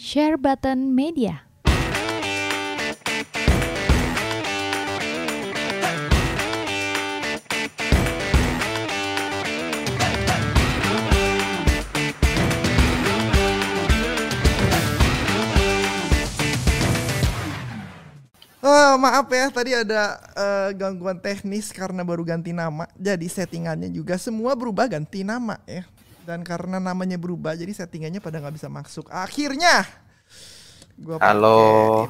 Share Button Media. Maaf ya, tadi ada gangguan teknis karena baru ganti nama. Jadi settingannya juga semua berubah ganti nama ya. Dan karena namanya berubah, jadi settingannya pada nggak bisa masuk. Akhirnya, gua halo.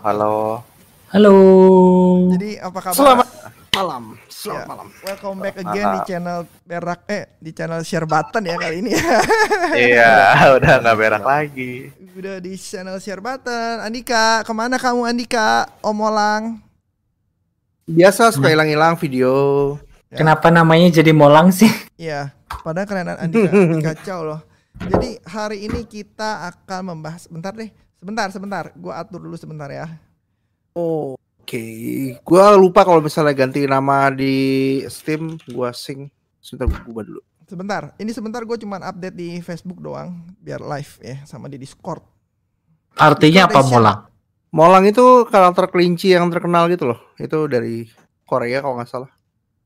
Jadi apa kabar? Selamat malam. Welcome back again di channel berak di channel Share Button ya kali ini. Iya, udah nggak berak lagi. Udah di channel Share Button. Andika, kemana kamu Andika? Omolang. Biasa suka hilang-hilang video. Ya. Kenapa namanya jadi Molang sih? Iya, padahal kerenan Andika kacau loh. Jadi hari ini kita akan membahas sebentar. Gua atur dulu sebentar ya. Oke, gua lupa kalau misalnya ganti nama di Steam, gua sync. Sebentar, gua ubah dulu. Sebentar gue cuman update di Facebook doang biar live ya, sama di Discord. Artinya apa Molang? Molang itu karakter kelinci yang terkenal gitu loh. Itu dari Korea kalau nggak salah.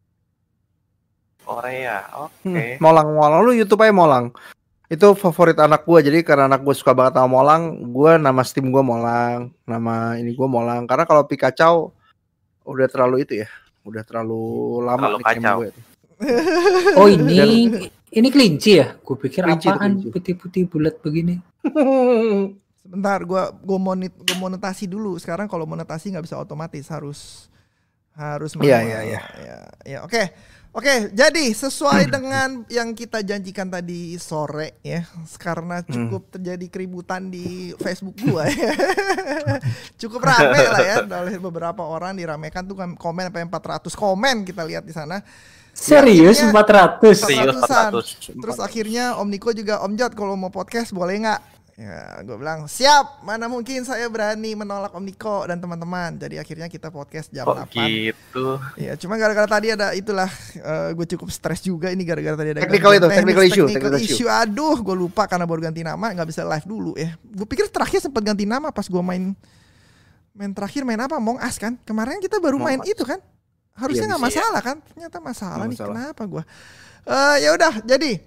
Korea, oke. Molang lu YouTube aja Molang. Itu favorit anak gue, jadi karena anak gue suka banget sama Molang, gue nama Steam gue Molang, nama ini gue Molang. Karena kalau Pikachu udah terlalu itu ya, udah terlalu lama kacau. Gue itu. Oh ini kelinci ya? Gue pikir kelinci, apaan putih-putih bulat begini. Sebentar, gue monetasi dulu. Sekarang kalau monetasi nggak bisa otomatis, harus manual. Iya. Oke, jadi sesuai dengan yang kita janjikan tadi sore ya, karena cukup terjadi keributan di Facebook gua ya. Cukup rame lah ya, oleh beberapa orang diramekan tuh kan, komen sampai 400 komen kita lihat di sana. Serius ya, 400? Serius 400. Terus akhirnya Om Niko juga, Om Jod kalau mau podcast boleh nggak? Ya, gue bilang siap, mana mungkin saya berani menolak Om Niko dan teman-teman. Jadi akhirnya kita podcast jam 8. Gitu. Ya, cuma gara-gara tadi ada itulah, gue cukup stres juga ini gara-gara tadi ada technical issue. Aduh, gue lupa karena baru ganti nama, nggak bisa live dulu ya. Gue pikir terakhir sempat ganti nama pas gue main terakhir main apa? Among Us kan? Kemarin kita baru main itu kan? Harusnya nggak masalah kan? Ternyata masalah nih. Kenapa gue? Ya udah, jadi.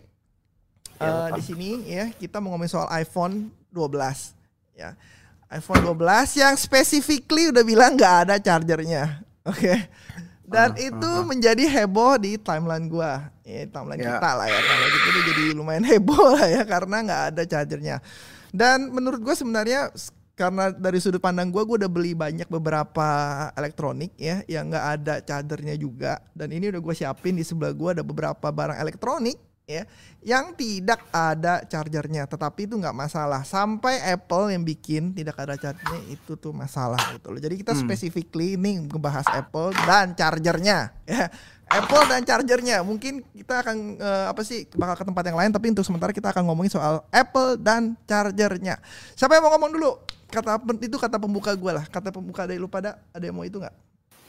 Di sini ya kita mau ngomongin soal iPhone 12 ya. iPhone 12 yang specifically udah bilang nggak ada chargernya. Oke. Dan itu menjadi heboh di timeline gua. Ya, timeline kita lah ya. Timeline itu jadi lumayan heboh lah ya karena nggak ada chargernya. Dan menurut gua sebenarnya karena dari sudut pandang gua udah beli banyak beberapa elektronik ya yang nggak ada chargernya juga. Dan ini udah gua siapin di sebelah gua ada beberapa barang elektronik ya yang tidak ada chargernya, tetapi itu nggak masalah. Sampai Apple yang bikin tidak ada chargernya itu tuh masalah gitu loh. Jadi kita specifically nih ngebahas Apple dan chargernya ya. Apple dan chargernya. Mungkin kita akan bakal ke tempat yang lain, tapi untuk sementara kita akan ngomongin soal Apple dan chargernya. Siapa yang mau ngomong dulu? Kata pembuka gue lah. Kata pembuka dari lu pada, ada yang mau itu nggak?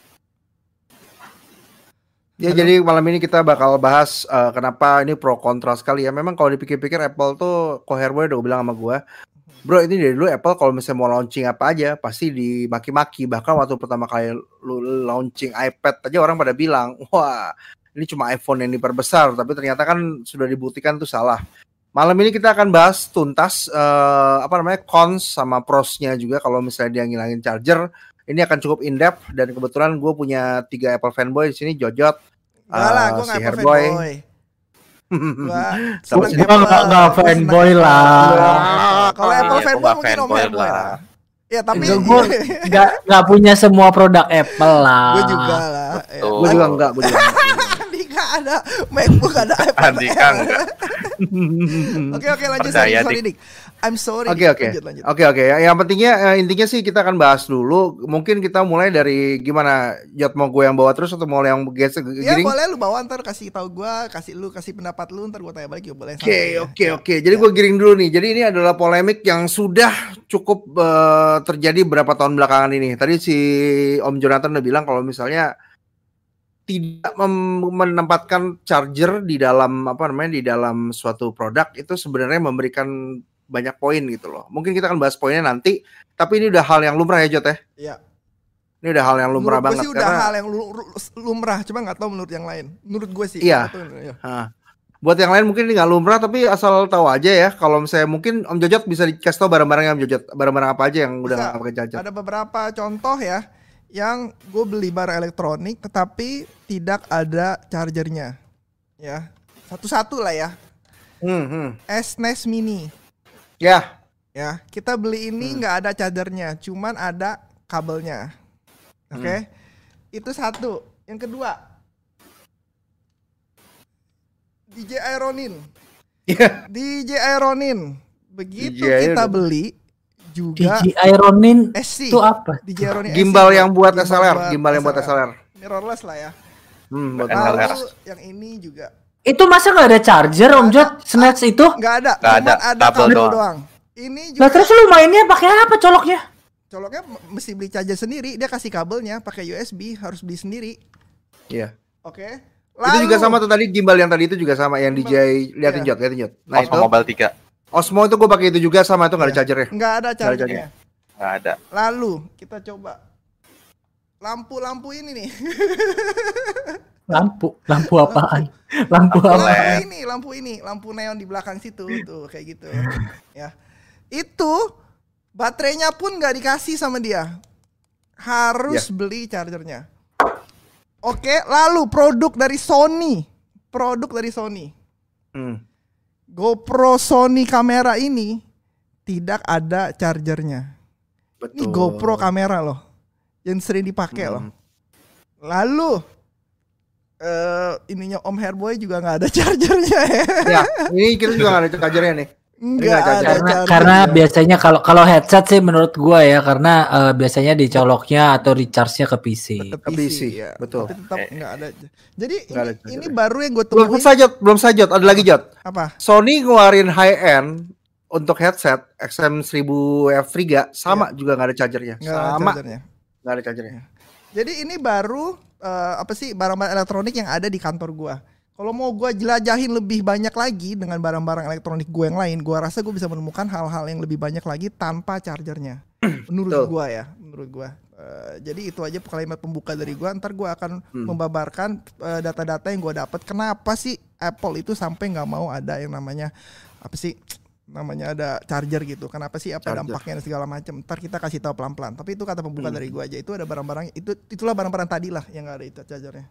Ya, jadi malam ini kita bakal bahas kenapa ini pro kontra sekali ya. Memang kalau dipikir-pikir Apple tuh, ko Herboy udah bilang sama gue, bro ini dari dulu Apple kalau misalnya mau launching apa aja pasti dimaki-maki. Bahkan waktu pertama kali lu launching iPad aja orang pada bilang, wah ini cuma iPhone yang diperbesar. Tapi ternyata kan sudah dibuktikan tuh salah. Malam ini kita akan bahas tuntas cons sama prosnya juga kalau misalnya dia ngilangin charger. Ini akan cukup in-depth dan kebetulan gue punya 3 Apple fanboy di sini, Jojot, gue nggak Apple fanboy. Gue nggak fanboy lah. Kalau Apple fanboy mungkin Om fanboy lah. Ya tapi gue nggak punya semua produk Apple lah. Gue juga lah. Gue juga enggak. Andika ada MacBook, ada iPad. Andika enggak. Oke, lanjut. Sorry Dik. I'm sorry. Oke. Yang pentingnya intinya sih kita akan bahas dulu. Mungkin kita mulai dari gimana? Jod, mau gue yang bawa terus atau mau yang giring? Ya boleh lu bawa, ntar kasih tahu gue, kasih pendapat lu, ntar gue tanya balik ya boleh. Oke. Jadi gue giring dulu nih. Jadi ini adalah polemik yang sudah cukup terjadi beberapa tahun belakangan ini. Tadi si Om Jonathan udah bilang kalau misalnya tidak menempatkan charger di dalam di dalam suatu produk itu sebenarnya memberikan banyak poin gitu loh. Mungkin kita akan bahas poinnya nanti, tapi ini udah hal yang lumrah ya Jot ya. Iya. Ini udah hal yang lumrah Menurut gue banget sih udah hal yang lumrah, cuma nggak tahu menurut yang lain. Menurut gue sih. Iya. Buat yang lain mungkin ini nggak lumrah, tapi asal tahu aja ya. Kalau misalnya mungkin Om Jojot bisa dikasih tahu barang-barang yang Om Jojot, barang-barang apa aja yang udah nggak pakai charger. Ada beberapa contoh ya, yang gue beli barang elektronik, tetapi tidak ada chargernya. Ya, satu-satu lah ya. SNES Mini. Ya. Ya, kita beli ini nggak ada chargernya, cuman ada kabelnya. Oke. Itu satu. Yang kedua, DJ Ironin. Yeah. DJ Ironin. Begitu DJ kita Ironin. beli juga DJ Ironin SC. itu apa? DJ Ironin Gimbal SC, yang buat SLR, gimbal yang buat SLR. Mirrorless lah ya. Buat SLR. Lalu yang ini juga Itu masa nggak ada charger Om Jot? Snatch itu? nggak ada, Nggak cuma ada, ada kabel kabel doang. doang. Ini Lah juga terus lu mainnya pakai apa coloknya? coloknya mesti beli charger sendiri. Dia kasih kabelnya pakai USB, harus beli sendiri. Iya. Oke. Itu juga sama tuh tadi gimbal yang tadi itu juga sama yang DJ liatin Iya. Jot. Nah Osmo itu Mobile 3 Osmo itu gue pakai itu juga sama itu nggak ada Iya. chargernya. Nggak ada chargernya. chargernya. nggak ada. Lalu kita coba lampu-lampu ini nih. Lampu apaan? Lampu apa? lampu ini, lampu neon di belakang situ tuh kayak gitu. Ya. Itu baterainya pun nggak dikasih sama dia. Harus beli chargernya. Oke, lalu produk dari Sony. GoPro Sony kamera ini tidak ada chargernya. Betul. Ini GoPro kamera loh, yang sering dipakai loh. Lalu ininya Om Hairboy juga nggak ada chargernya ya. Ya, ini kita juga nggak ada chargernya nih. Nggak ada chargernya. Karena biasanya kalau headset sih menurut gua ya karena biasanya dicoloknya atau recharge-nya ke PC. Ke PC, ya. betul. Tapi tetap nggak ada. Jadi Nggak ada ini chargernya. baru yang gue Belum temuin. selesai Jot, ada lagi Jot. Apa? Sony ngeluarin high end untuk headset XM1000 F3 sama juga nggak ada chargernya. Nggak ada Sama chargernya. nggak ada chargernya. Jadi ini baru barang-barang elektronik yang ada di kantor gua. Kalau mau gua jelajahin lebih banyak lagi dengan barang-barang elektronik gua yang lain, gua rasa gua bisa menemukan hal-hal yang lebih banyak lagi tanpa chargernya. Menurut gua ya, menurut gua. Jadi itu aja kalimat pembuka dari gua. Ntar gua akan membabarkan data-data yang gua dapat. Kenapa sih Apple itu sampai nggak mau ada yang namanya ada charger gitu. Kenapa sih, apa dampaknya dan segala macam. Ntar kita kasih tahu pelan-pelan. Tapi itu kata pembuka dari gua aja. Itu ada barang-barang itulah barang-barang tadi lah yang nggak ada itu chargernya.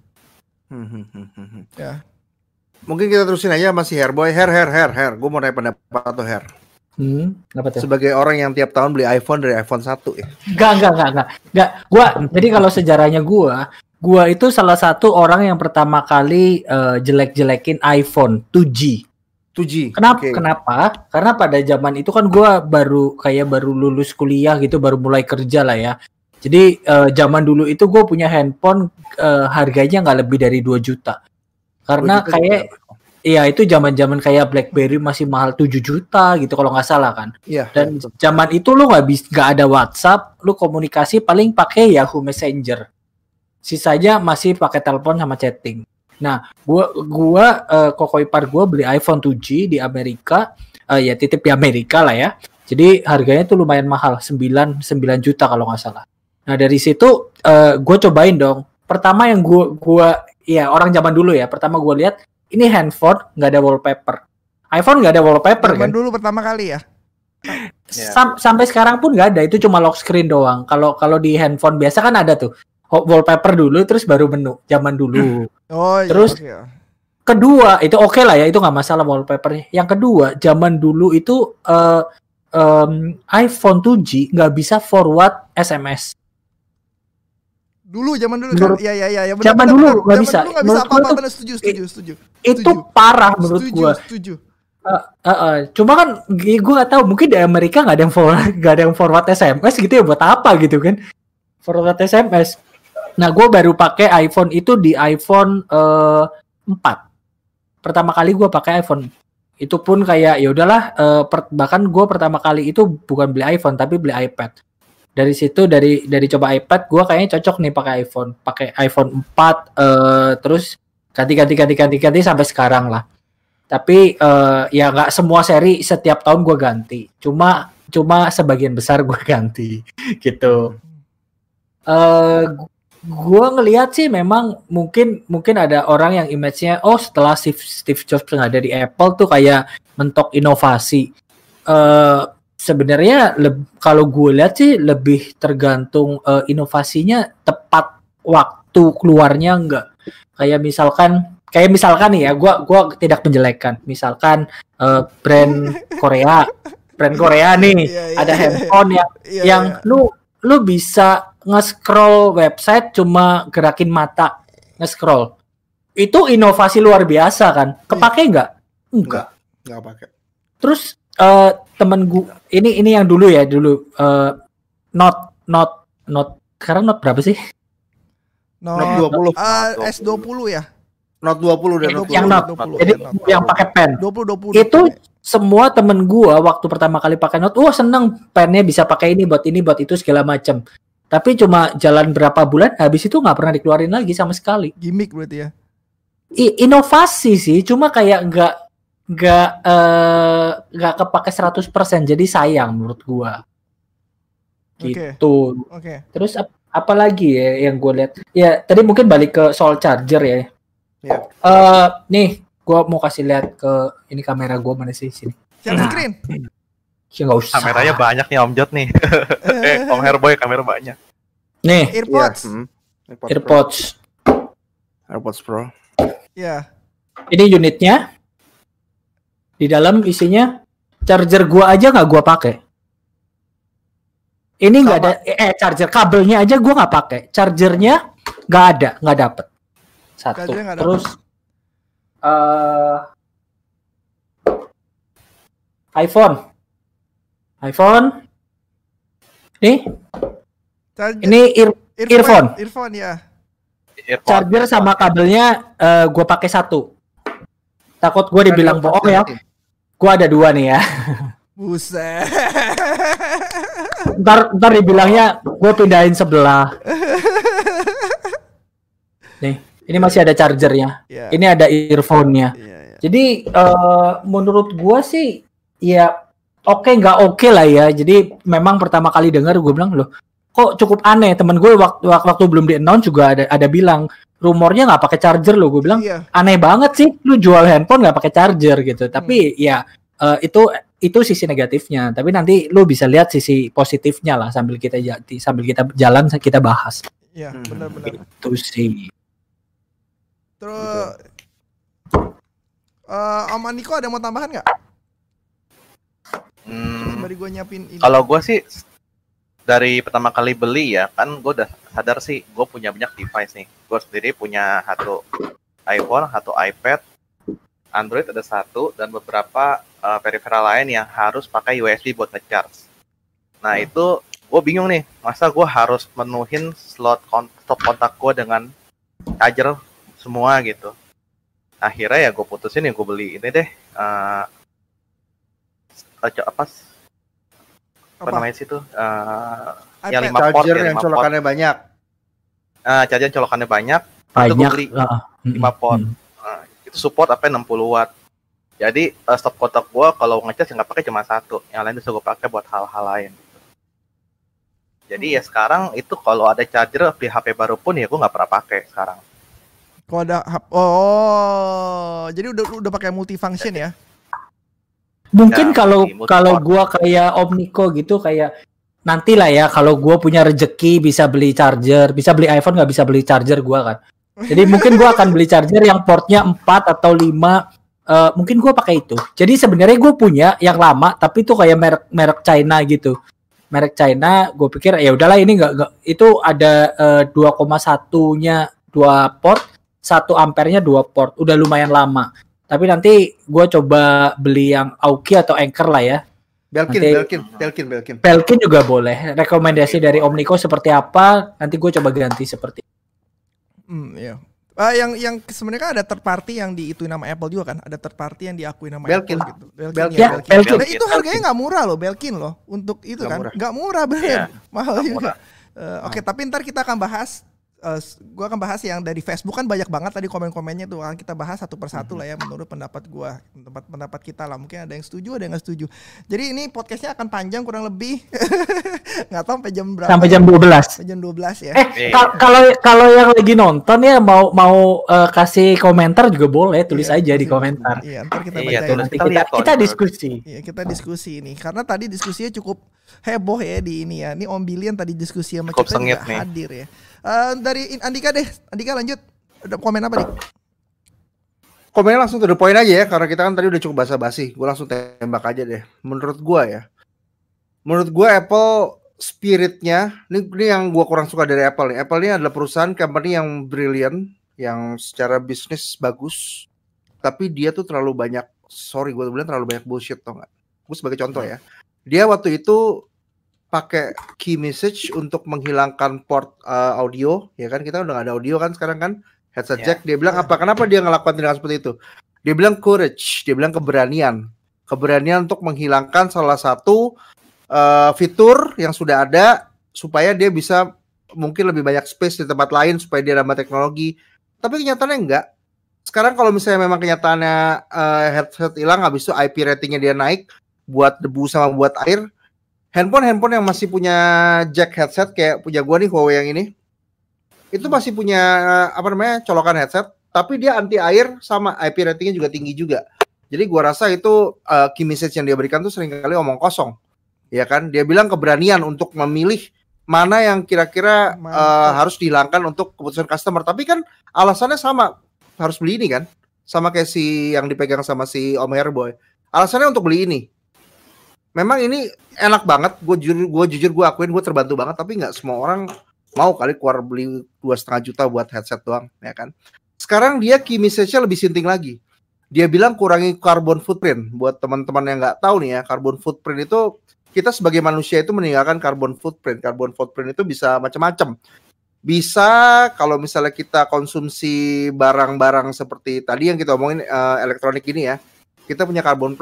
Ya. Mungkin kita terusin aja masih Hairboy. Hair. Gue mau nanya pendapat tuh Hair. Apa tuh? Sebagai orang yang tiap tahun beli iPhone dari iPhone 1 ya. Enggak. Jadi kalau sejarahnya gua itu salah satu orang yang pertama kali jelek-jelekin iPhone 2G. 2G. Kenapa? Karena pada zaman itu kan gua baru lulus kuliah gitu, baru mulai kerja lah ya. Jadi zaman dulu itu gue punya handphone harganya nggak lebih dari 2 juta. Karena iya itu zaman-zaman kayak BlackBerry masih mahal 7 juta gitu kalau nggak salah kan. Iya. Dan zaman itu lu nggak ada WhatsApp, lu komunikasi paling pakai Yahoo Messenger. Sisanya masih pakai telepon sama chatting. Nah, gua koko ipar gua beli iPhone 2G di Amerika, ya titip di Amerika lah ya. Jadi harganya tuh lumayan mahal, 9 juta kalau nggak salah. Nah, dari situ gue cobain dong. Pertama yang gua ya orang zaman dulu ya, pertama gue lihat ini handphone nggak ada wallpaper. iPhone nggak ada wallpaper Zaman kan? dulu pertama kali ya. Sampai sekarang pun nggak ada, itu cuma lock screen doang. Kalau di handphone biasa kan ada tuh wallpaper dulu, terus baru menu zaman dulu. Oh iya. Terus oke. kedua itu oke lah ya, itu nggak masalah wallpapernya. Yang kedua zaman dulu itu iPhone 2G nggak bisa forward SMS. Dulu zaman dulu kan. Iya. Zaman dulu nggak bisa. Nggak bisa Menurut gua apa-apa. tuh Bener, setuju. Itu parah menurut gua. Setuju. Cuma kan gue nggak tahu, mungkin di Amerika nggak ada yang forward SMS gitu ya, buat apa gitu kan forward SMS. Nah gue baru pakai iPhone itu di iPhone 4. Pertama kali gue pakai iPhone itu pun kayak ya udahlah, bahkan gue pertama kali itu bukan beli iPhone tapi beli iPad. Dari situ dari coba iPad gue kayaknya cocok nih pakai iPhone 4, terus ganti sampai sekarang lah. Tapi ya nggak semua seri setiap tahun gue ganti. Cuma sebagian besar gue ganti gitu. Gue ngelihat sih memang mungkin ada orang yang image-nya setelah Steve Jobs ada di Apple tuh kayak mentok inovasi. Sebenarnya kalau gue lihat sih lebih tergantung inovasinya tepat waktu keluarnya enggak. Kayak misalkan nih ya, gue tidak menjelekkan. Misalkan brand Korea nih ada handphone yang lu bisa nge-scroll website cuma gerakin mata nge-scroll. Itu inovasi luar biasa kan? Kepake nggak? Enggak pakai. Terus temen gue ini yang dulu Note sekarang Note berapa sih? Note 20. S20 ya. Note 20 dan yang Note. Jadi yang pakai pen. 20. Itu semua temen gua waktu pertama kali pakai Note, seneng pennya bisa pakai ini buat itu segala macam. Tapi cuma jalan berapa bulan, habis itu nggak pernah dikeluarin lagi sama sekali. Gimik berarti ya? Inovasi sih, cuma kayak nggak kepake 100%, jadi sayang menurut gua. Gitu. Oke. Terus apa lagi ya yang gue lihat? Ya tadi mungkin balik ke soal charger ya. Nih, gue mau kasih lihat ke ini kamera gue mana sih sini. Share screen. Ya nggak usah. Kameranya banyak nih Om Jot nih. Om Herboy kamera banyak. Nih. AirPods. AirPods Pro. Ya. Ini unitnya. Di dalam isinya charger gue aja nggak gue pakai. Ini nggak ada charger, kabelnya aja gue nggak pakai. Chargernya nggak dapet. Satu. Terus iPhone. Nih. Ini earphone. Earphone ya. Charger sama kabelnya gue pakai satu. Takut gue dibilang bohong ya. Gue ada dua nih ya. Buset. Ntar dibilangnya gue pindahin sebelah. Nih, ini masih ada chargernya. Ini ada earphone-nya. Jadi menurut gue sih ya nggak oke lah ya. Jadi memang pertama kali dengar gue bilang loh, kok cukup aneh. Temen gue waktu belum di-announce juga ada bilang rumornya nggak pakai charger loh. Gue bilang aneh banget sih, lu jual handphone nggak pakai charger gitu. Tapi ya itu sisi negatifnya. Tapi nanti lu bisa lihat sisi positifnya lah sambil kita jalan kita bahas. Iya, benar-benar. Itu sih. Terus Om Aniko ada mau tambahan nggak? Bari gue nyiapin ini. Kalau gue sih dari pertama kali beli ya kan gue udah sadar sih gue punya banyak device nih. Gue sendiri punya satu iPhone, satu iPad, Android ada satu, dan beberapa peripheral lain yang harus pakai USB buat ngecharge. Nah itu gue bingung nih, masa gue harus menuhin stop kontak gue dengan charger semua gitu. Akhirnya ya gue putusin gue beli ini deh. Apa namanya sih tuh? Yang 5 port charger yang colokannya banyak. Charger colokannya banyak. Itu gue beli 5 port. Itu support 60 watt. Jadi stop kontak gue kalau ngecas nggak pakai cuma satu, yang lain bisa gue pakai buat hal-hal lain. Jadi ya sekarang itu kalau ada charger di HP baru pun ya gue nggak pernah pakai sekarang. Kalau ada jadi udah pakai multifunction ya? Mungkin kalau gue kayak Omniko gitu kayak nantilah ya kalau gue punya rezeki bisa beli charger, bisa beli iPhone nggak bisa beli charger gue kan. Jadi mungkin gue akan beli charger yang portnya 4 atau 5. Mungkin gue pakai itu. Jadi sebenarnya gue punya yang lama tapi itu kayak merek China gitu. Merek China, gue pikir ya udahlah ini nggak itu ada 2,1-nya 2 port, 1 ampernya 2 port. Udah lumayan lama. Tapi nanti gue coba beli yang Aoki atau Anker lah ya. Belkin juga boleh. Rekomendasi dari Omniko seperti apa? Nanti gue coba ganti seperti. Iya. Yang sebenarnya kan ada third party yang diituin nama Apple juga kan, ada third party yang diakui nama Belkin. Apple gitu. Belkin. Nah, itu harganya nggak murah loh, Belkin loh, untuk itu nggak kan, nggak murah bener, mahal juga. Oke, tapi ntar kita akan bahas Gue akan bahas yang dari Facebook kan banyak banget tadi komen-komennya tuh kan, kita bahas satu persatu lah ya menurut pendapat gue, pendapat kita lah, mungkin ada yang setuju ada yang nggak setuju. Jadi ini podcastnya akan panjang kurang lebih nggak tahu sampai jam berapa, sampai jam 12. Sampai jam 12 ya. Kalau yang lagi nonton ya mau kasih komentar juga boleh, tulis aja di komentar. Iya, ntar kita Iya, bacain. Nanti kita diskusi. Iya, kita diskusi ini karena tadi diskusinya cukup heboh ya di ini ya. Ini Om Billion tadi diskusi sama Cukup kita sengit juga nih. hadir ya. Dari Andika deh. Andika lanjut. Ada komen apa nih? Komennya langsung to the point aja ya, karena kita kan tadi udah cukup basa-basi. Gue langsung tembak aja deh. Menurut gue Apple spiritnya, ini yang gue kurang suka dari Apple nih. Apple ini adalah perusahaan company yang brilliant, yang secara bisnis bagus, tapi dia tuh terlalu banyak, gue bilang terlalu banyak bullshit, tau gak? Gue sebagai contoh ya, dia waktu itu pakai key message untuk menghilangkan port audio, ya kan, kita udah gak ada audio kan sekarang kan, headset jack. Dia bilang kenapa dia ngelakukan tindakan seperti itu? Dia bilang courage, dia bilang keberanian untuk menghilangkan salah satu fitur yang sudah ada supaya dia bisa mungkin lebih banyak space di tempat lain supaya dia nambah teknologi. Tapi kenyataannya enggak. Sekarang kalau misalnya memang kenyataannya headset hilang, habis itu IP ratingnya dia naik buat debu sama buat air, handphone yang masih punya jack headset kayak punya gua nih Huawei yang ini, itu masih punya colokan headset, tapi dia anti air sama IP ratingnya juga tinggi juga. Jadi gua rasa itu key message yang dia berikan tuh seringkali omong kosong, ya kan? Dia bilang keberanian untuk memilih mana yang kira-kira harus dihilangkan untuk keputusan customer. Tapi kan alasannya sama, harus beli ini kan, sama kayak si yang dipegang sama si Om Hairboy. Alasannya untuk beli ini. Memang ini enak banget, gue jujur gue akuin gue terbantu banget, tapi nggak semua orang mau kali keluar beli 2,5 juta buat headset doang, ya kan. Sekarang dia key message-nya lebih sinting lagi. Dia bilang kurangi carbon footprint. Buat teman-teman yang nggak tahu nih ya, carbon footprint itu kita sebagai manusia itu meninggalkan carbon footprint. Carbon footprint itu bisa macam-macam. Bisa kalau misalnya kita konsumsi barang-barang seperti tadi yang kita omongin elektronik ini ya. Kita punya carbon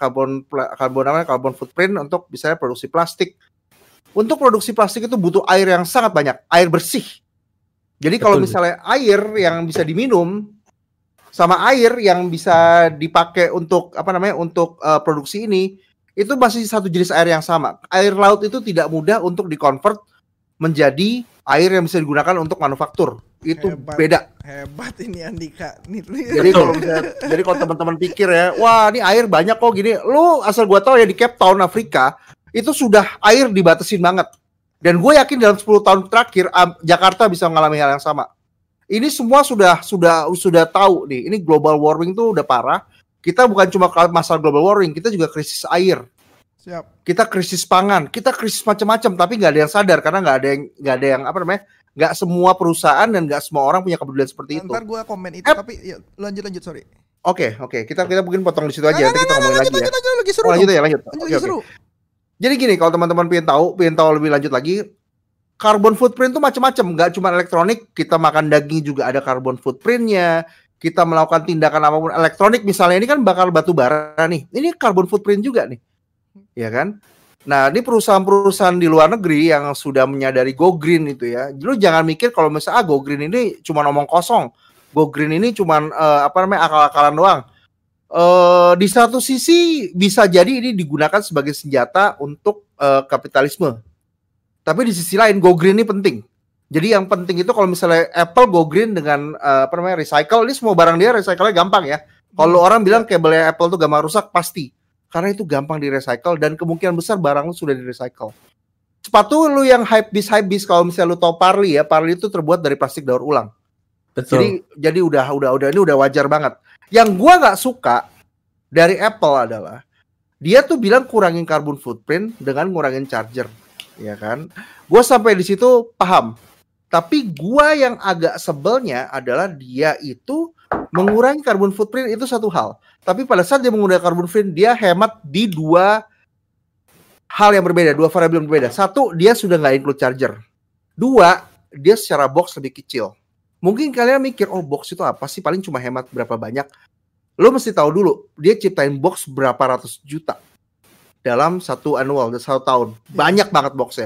footprint untuk misalnya produksi plastik. Untuk produksi plastik itu butuh air yang sangat banyak, air bersih. Jadi kalau misalnya air yang bisa diminum sama air yang bisa dipakai untuk untuk produksi ini, itu masih satu jenis air yang sama. Air laut itu tidak mudah untuk dikonvert menjadi air yang bisa digunakan untuk manufaktur. Itu beda. Hebat ini Andika. Jadi kalau teman-teman pikir ya, wah ini air banyak kok gini. Lu asal gua tahu ya di Cape Town Afrika itu sudah air dibatasin banget. Dan gue yakin dalam 10 tahun terakhir Jakarta bisa mengalami hal yang sama. Ini semua sudah tahu nih. Ini global warming tuh udah parah. Kita bukan cuma masalah global warming, kita juga krisis air. Siap. Kita krisis pangan, kita krisis macam-macam, tapi nggak ada yang sadar karena nggak ada yang nggak semua perusahaan dan nggak semua orang punya kepedulian seperti itu. Ntar gue komen itu, tapi ya, lanjut sorry. Oke, kita mungkin potong di situ aja. Nanti kita ngomongin lagi ya. Lagi seru. Lanjut. Oke. Jadi gini, kalau teman-teman pengen tahu lebih lanjut lagi, carbon footprint itu macam-macam, nggak cuma elektronik. Kita makan daging juga ada carbon footprintnya. Kita melakukan tindakan apapun elektronik misalnya, ini kan bakal batu bara nih. Ini carbon footprint juga nih. Ya kan? Nah, ini perusahaan-perusahaan di luar negeri yang sudah menyadari go green itu ya. Lu jangan mikir kalau misalnya go green ini cuma omong kosong. Go green ini cuma akal-akalan doang. Di satu sisi bisa jadi ini digunakan sebagai senjata untuk kapitalisme. Tapi di sisi lain go green ini penting. Jadi yang penting itu kalau misalnya Apple go green dengan recycle, ini semua barang dia recycle-nya gampang ya. Kalau orang bilang kabelnya Apple tuh gampang rusak, pasti. Karena itu gampang di-recycle dan kemungkinan besar barang lu sudah di-recycle. Sepatu lu yang hypebeast kalau misalnya lu tahu Parley ya, Parley itu terbuat dari plastik daur ulang. Betul. Jadi udah ini udah wajar banget. Yang gua nggak suka dari Apple adalah dia tuh bilang kurangin carbon footprint dengan ngurangin charger, ya kan? Gua sampai di situ paham. Tapi gua yang agak sebelnya adalah dia itu mengurangi carbon footprint itu satu hal. Tapi pada saat dia menggunakan carbon footprint, dia hemat di dua hal yang berbeda, dua variabel yang berbeda. Satu, dia sudah nggak include charger. Dua, dia secara box lebih kecil. Mungkin kalian mikir, oh box itu apa sih? Paling cuma hemat berapa banyak. Lo mesti tahu dulu, dia ciptain box berapa ratus juta dalam satu annual, satu tahun. Banyak banget boxnya.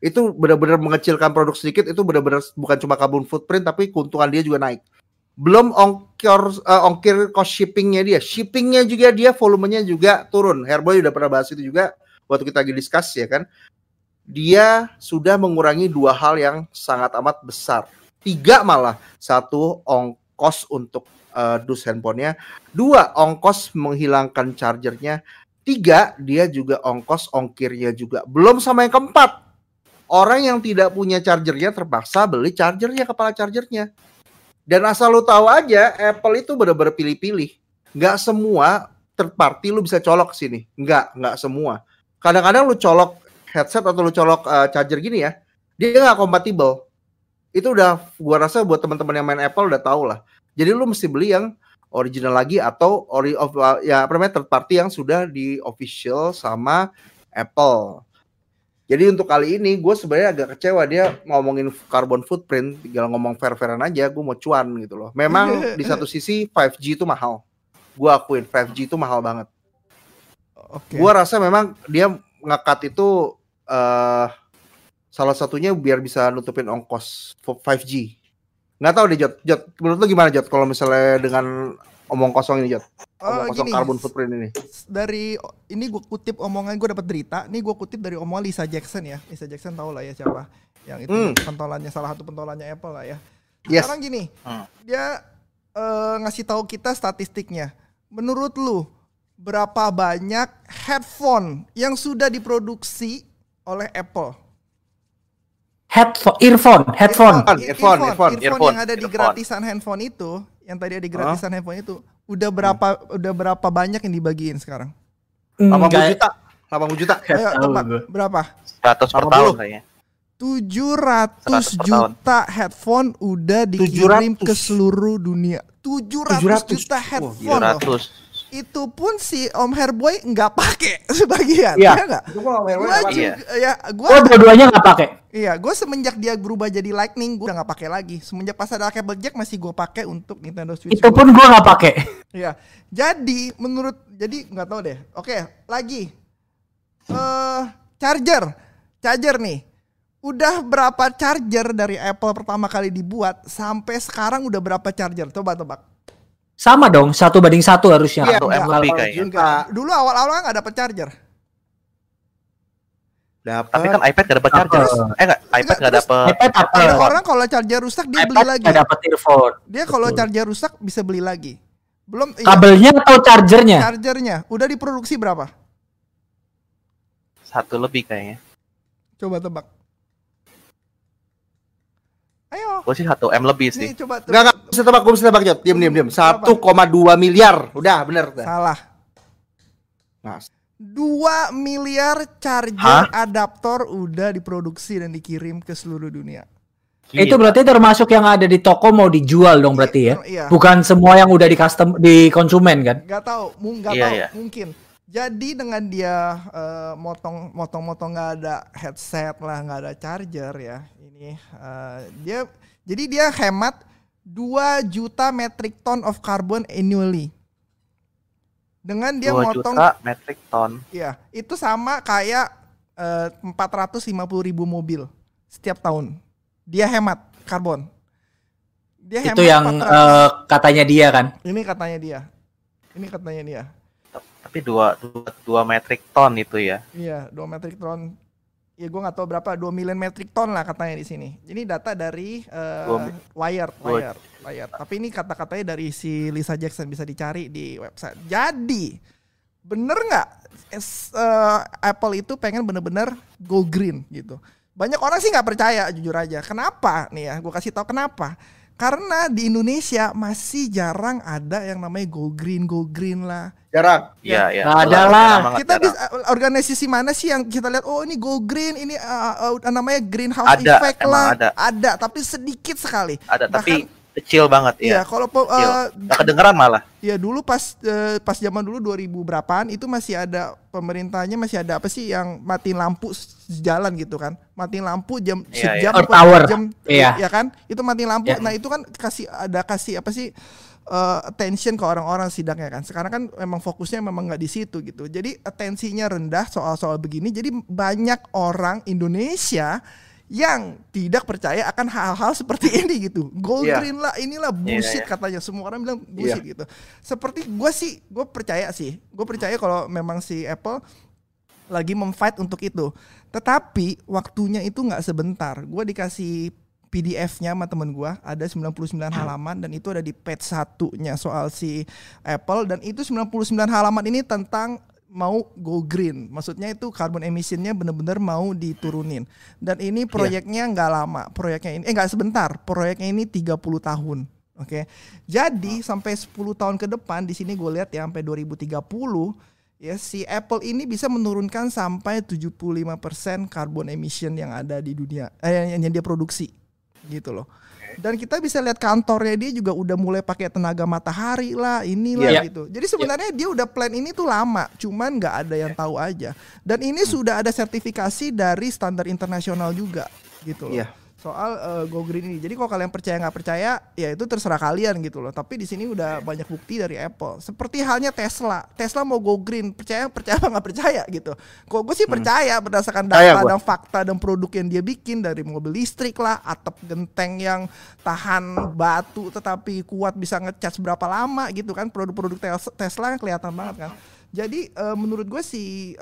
itu benar-benar mengecilkan produk sedikit, itu benar-benar bukan cuma carbon footprint tapi keuntungan dia juga naik. Belum ongkir cost shippingnya juga dia volumenya juga turun. Hairboy udah pernah bahas itu juga waktu kita lagi discuss ya kan. Dia sudah mengurangi 2 hal yang sangat amat besar. 3 malah. 1 ongkos untuk dus handphonenya, 2 ongkos menghilangkan chargernya, 3 dia juga ongkirnya juga. Belum sama yang keempat, orang yang tidak punya chargernya terpaksa beli chargernya, kepala chargernya. Dan asal lu tahu aja, Apple itu benar-benar pilih-pilih. Nggak semua third party lu bisa colok ke sini. Nggak semua. Kadang-kadang lu colok headset atau lu colok charger gini ya, dia nggak kompatibel. Itu udah gua rasa buat teman-teman yang main Apple udah tahu lah. Jadi lu mesti beli yang original lagi atau third party yang sudah di official sama Apple. Jadi untuk kali ini gue sebenarnya agak kecewa dia ngomongin carbon footprint, tinggal ngomong fair-fairan aja, gue mau cuan gitu loh. Memang di satu sisi 5G itu mahal. Gue akuin 5G itu mahal banget. Gue rasa memang dia ngekat itu salah satunya biar bisa nutupin ongkos 5G. Nggak tahu deh Jot, menurut lu gimana Jot kalau misalnya dengan omong kosong ini Jot? Omong kosong carbon footprint ini. Dari ini gue kutip omongan, gue dapat berita. Ini gue kutip dari omongan Lisa Jackson ya. Lisa Jackson tahu lah ya siapa. Yang itu pentolannya, salah satu pentolannya Apple lah ya. Yes. Sekarang gini, dia ngasih tahu kita statistiknya. Menurut lu berapa banyak headphone yang sudah diproduksi oleh Apple? Earphone yang ada di gratisan handphone itu, yang tadi ada di gratisan handphone itu, udah berapa banyak yang dibagiin sekarang? 80 juta. Ayo, berapa? 100 per tahun kayaknya. 700 juta headphone udah dikirim ke seluruh dunia. 700 juta headphone loh. Itu pun si Om Hairboy nggak pakai sebagian, ya nggak? Gue dua-duanya nggak pakai. Iya, gue semenjak dia berubah jadi Lightning, gue udah nggak pakai lagi. Semenjak pas ada kabel jack masih gue pakai untuk Nintendo Switch. Itu pun gue nggak pakai. Iya, jadi nggak tahu deh. Oke, lagi charger nih. Udah berapa charger dari Apple pertama kali dibuat sampai sekarang udah berapa charger? Coba tebak. Sama dong, 1:1 harusnya. Iya, 1 M lebih kayaknya. Dulu awal-awal nggak dapet charger. Tapi kan iPad nggak dapet charger. iPad nggak dapet. Ada orang kalau charger rusak dia beli lagi. Nggak dapet earphone. Dia kalau charger rusak bisa beli lagi. Belum. Kabelnya atau chargernya? Chargernya. Udah diproduksi berapa? 1 lebih kayaknya. Coba tebak. Ayo. Gue sih 1 M lebih sih. Nih, coba Enggak, gue bisa tebak Jot. Diam. 1,2 miliar. Udah, bener. Salah. Nah. 2 miliar charger adaptor udah diproduksi dan dikirim ke seluruh dunia. Itu berarti termasuk yang ada di toko mau dijual dong berarti ya? Iya. Bukan semua yang udah di konsumen kan? Gak tahu, mungkin. Jadi dengan dia motong nggak ada headset lah, nggak ada charger ya. Ini dia hemat 2 juta metric ton of carbon annually. Dengan dia 2 motong juta metric ton. Iya, itu sama kayak 450.000 mobil setiap tahun. Dia hemat karbon. Itu yang katanya dia kan? Ini katanya dia. Tapi 2 metric ton itu ya. Iya, 2 metric ton. Ya gue nggak tahu berapa, 2 million metric ton lah katanya di sini. Ini data dari Wired. Tapi ini kata-katanya dari si Lisa Jackson, bisa dicari di website. Jadi bener nggak Apple itu pengen bener-bener go green gitu. Banyak orang sih nggak percaya, jujur aja. Kenapa nih ya? Gue kasih tahu kenapa. Karena di Indonesia masih jarang ada yang namanya go green lah. Jarang. Iya. Ada lah. Kita bisa, organisasi mana sih yang kita lihat? Oh ini go green, ini namanya greenhouse effect lah. Ada, tapi sedikit sekali. Ada, tapi Kecil banget Iya, ya. kalau Nggak kedengeran malah. ya dulu pas zaman dulu 2000 berapaan itu masih ada pemerintahnya masih ada apa sih yang matiin lampu jalan gitu kan. Matiin lampu jam Iya, sejam iya. apa Tower. jam Iya. ya kan? Itu matiin lampu. Iya. Nah, itu kan kasih apa sih attention ke orang-orang sidangnya kan. Sekarang kan memang fokusnya memang nggak di situ gitu. Jadi atensinya rendah soal-soal begini. Jadi banyak orang Indonesia yang tidak percaya akan hal-hal seperti ini gitu. Gold Iya. green lah, inilah bullshit Iya. katanya. Semua orang bilang bullshit gitu. Seperti gue percaya sih. Gue percaya kalau memang si Apple lagi memfight untuk itu. Tetapi waktunya itu nggak sebentar. Gue dikasih PDF-nya sama temen gue, ada 99 halaman dan itu ada di page 1-nya soal si Apple, dan itu 99 halaman ini tentang mau go green. Maksudnya itu carbon emission-nya benar-benar mau diturunin. Dan ini proyeknya nggak lama. Proyeknya ini nggak sebentar. Proyeknya ini 30 tahun. Oke. Jadi sampai 10 tahun ke depan di sini gue lihat ya sampai 2030 ya si Apple ini bisa menurunkan sampai 75% carbon emission yang ada di dunia yang dia produksi gitu loh. Dan kita bisa lihat kantornya dia juga udah mulai pakai tenaga matahari lah, inilah gitu. Jadi sebenarnya dia udah plan ini tuh lama, cuman nggak ada yang tahu aja. Dan ini sudah ada sertifikasi dari standar internasional juga, gitu loh. Soal go green ini. Jadi kalau kalian percaya nggak percaya, ya itu terserah kalian gitu loh. Tapi di sini udah banyak bukti dari Apple. Seperti halnya Tesla. Tesla mau go green, percaya apa nggak percaya gitu. Kok gue sih percaya berdasarkan data dan fakta dan produk yang dia bikin, dari mobil listrik lah, atap genteng yang tahan batu tetapi kuat bisa ngecas berapa lama gitu kan. Produk-produk Tesla yang kelihatan banget kan. Jadi menurut gue si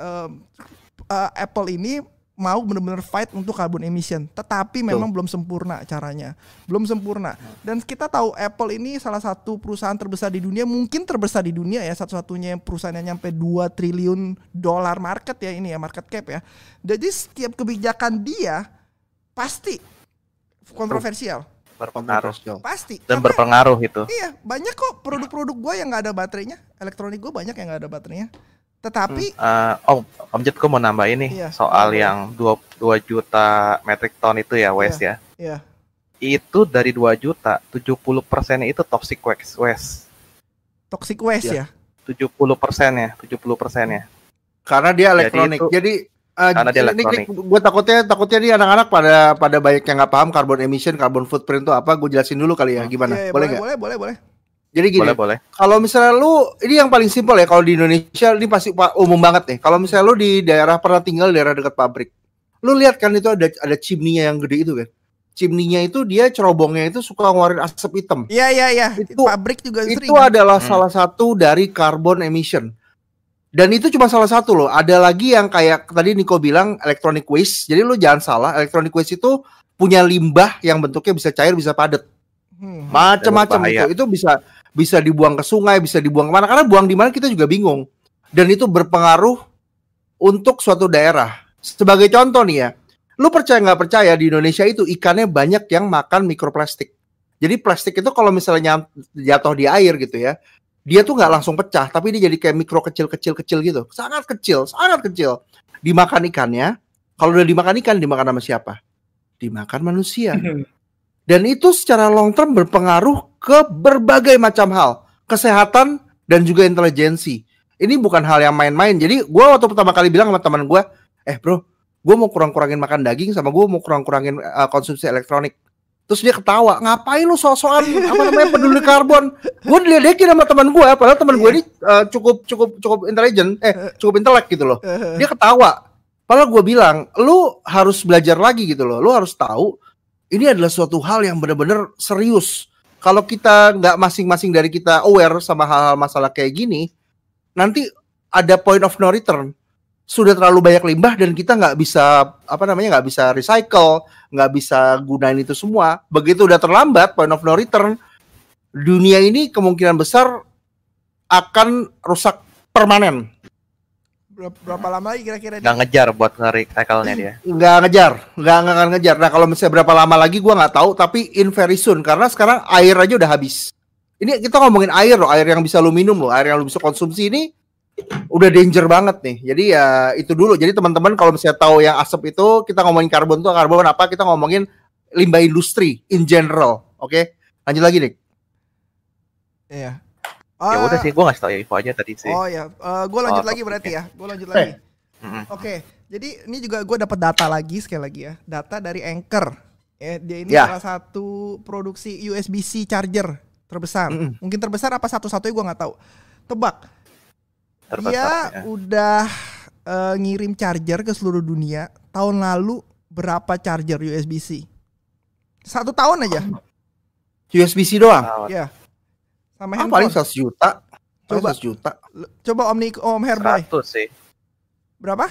Apple ini mau benar-benar fight untuk carbon emission, tetapi memang belum sempurna caranya, belum sempurna. Dan kita tahu Apple ini salah satu perusahaan terbesar di dunia, mungkin terbesar di dunia ya, satu-satunya perusahaan yang nyampe 2 triliun dolar market ya ini ya, market cap ya. Jadi setiap kebijakan dia pasti kontroversial. Berpengaruh. Pasti. Dan berpengaruh itu. Iya, banyak kok produk-produk gue yang nggak ada baterainya, elektronik gue banyak yang nggak ada baterainya. Tetapi Om Jet, gue mau nambah ini soal yang 2 juta metric ton itu ya, waste ya. Iya. Itu dari 2 juta, 70%-nya itu toxic waste. Toxic waste ya? 70%-nya, 70%-nya. Karena dia elektronik. Jadi karena dia elektronik. Gue takutnya nih anak-anak pada banyak yang nggak paham carbon emission, carbon footprint itu apa. Gue jelasin dulu kali ya, gimana? Iya, Boleh nggak? Boleh. Jadi gini, kalau misalnya lu, ini yang paling simpel ya, kalau di Indonesia ini pasti umum banget nih. Kalau misalnya lu di daerah pernah tinggal di daerah dekat pabrik, lu lihat kan itu ada chimney-nya yang gede itu kan. Chimney-nya itu dia cerobongnya itu suka ngeluarin asap hitam. Iya. Itu pabrik juga itu sering. Itu adalah salah satu dari carbon emission. Dan itu cuma salah satu loh. Ada lagi yang kayak tadi Niko bilang electronic waste. Jadi lu jangan salah, electronic waste itu punya limbah yang bentuknya bisa cair, bisa padat. Macam-macam itu bisa dibuang ke sungai, bisa dibuang kemana, karena buang di mana kita juga bingung. Dan itu berpengaruh untuk suatu daerah. Sebagai contoh nih ya, lu percaya nggak percaya di Indonesia itu ikannya banyak yang makan mikroplastik. Jadi plastik itu kalau misalnya jatuh di air gitu ya, dia tuh nggak langsung pecah, tapi dia jadi kayak mikro kecil gitu, sangat kecil. Dimakan ikannya, kalau udah dimakan ikan, dimakan sama siapa? Dimakan manusia. Dan itu secara long term berpengaruh ke berbagai macam hal, kesehatan dan juga intelijensi. Ini bukan hal yang main-main. Jadi gue waktu pertama kali bilang sama teman gue, bro, gue mau kurang-kurangin makan daging, sama gue mau kurang-kurangin konsumsi elektronik. Terus dia ketawa, ngapain lu so-soan peduli karbon? Gue diledekin sama teman gue, padahal teman gue ini cukup intelijen, cukup intelek gitu loh. Dia ketawa. Padahal gue bilang, lu harus belajar lagi gitu loh. Lu harus tahu ini adalah suatu hal yang benar-benar serius. Kalau kita nggak masing-masing dari kita aware sama hal-hal masalah kayak gini, nanti ada point of no return. Sudah terlalu banyak limbah dan kita nggak bisa nggak bisa recycle, nggak bisa gunain itu semua. Begitu udah terlambat, point of no return, dunia ini kemungkinan besar akan rusak permanen. Berapa lama lagi kira-kira? Nggak ngejar buat nge-recycle-nya dia. Nggak akan ngejar. Nah kalau misalnya berapa lama lagi gue nggak tahu, tapi in very soon, karena sekarang air aja udah habis. Ini kita ngomongin air loh, air yang bisa lu minum loh, air yang lu bisa konsumsi ini udah danger banget nih. Jadi ya itu dulu. Jadi teman-teman kalau misalnya tahu yang asap itu, kita ngomongin karbon tuh karbon apa? Kita ngomongin limbah industri in general, oke? Lanjut lagi, Dik. Iya. Ya udah sih, gue ngasih tau info aja tadi sih. Oh ya, gue lanjut lagi berarti ya. Gue lanjut lagi. Oke, jadi ini juga gue dapat data lagi sekali lagi ya. Data dari Anker. Dia ini salah satu produksi USB-C charger terbesar. Mungkin terbesar apa satu-satunya gue nggak tahu. Tebak. Terbesar, dia ya. udah ngirim charger ke seluruh dunia. Tahun lalu berapa charger USB-C? 1 tahun aja. USB-C doang. Ya. Sama Paling handphone. 100 juta. Coba. 100 juta. Coba Om Herboy. 100 sih. Berapa?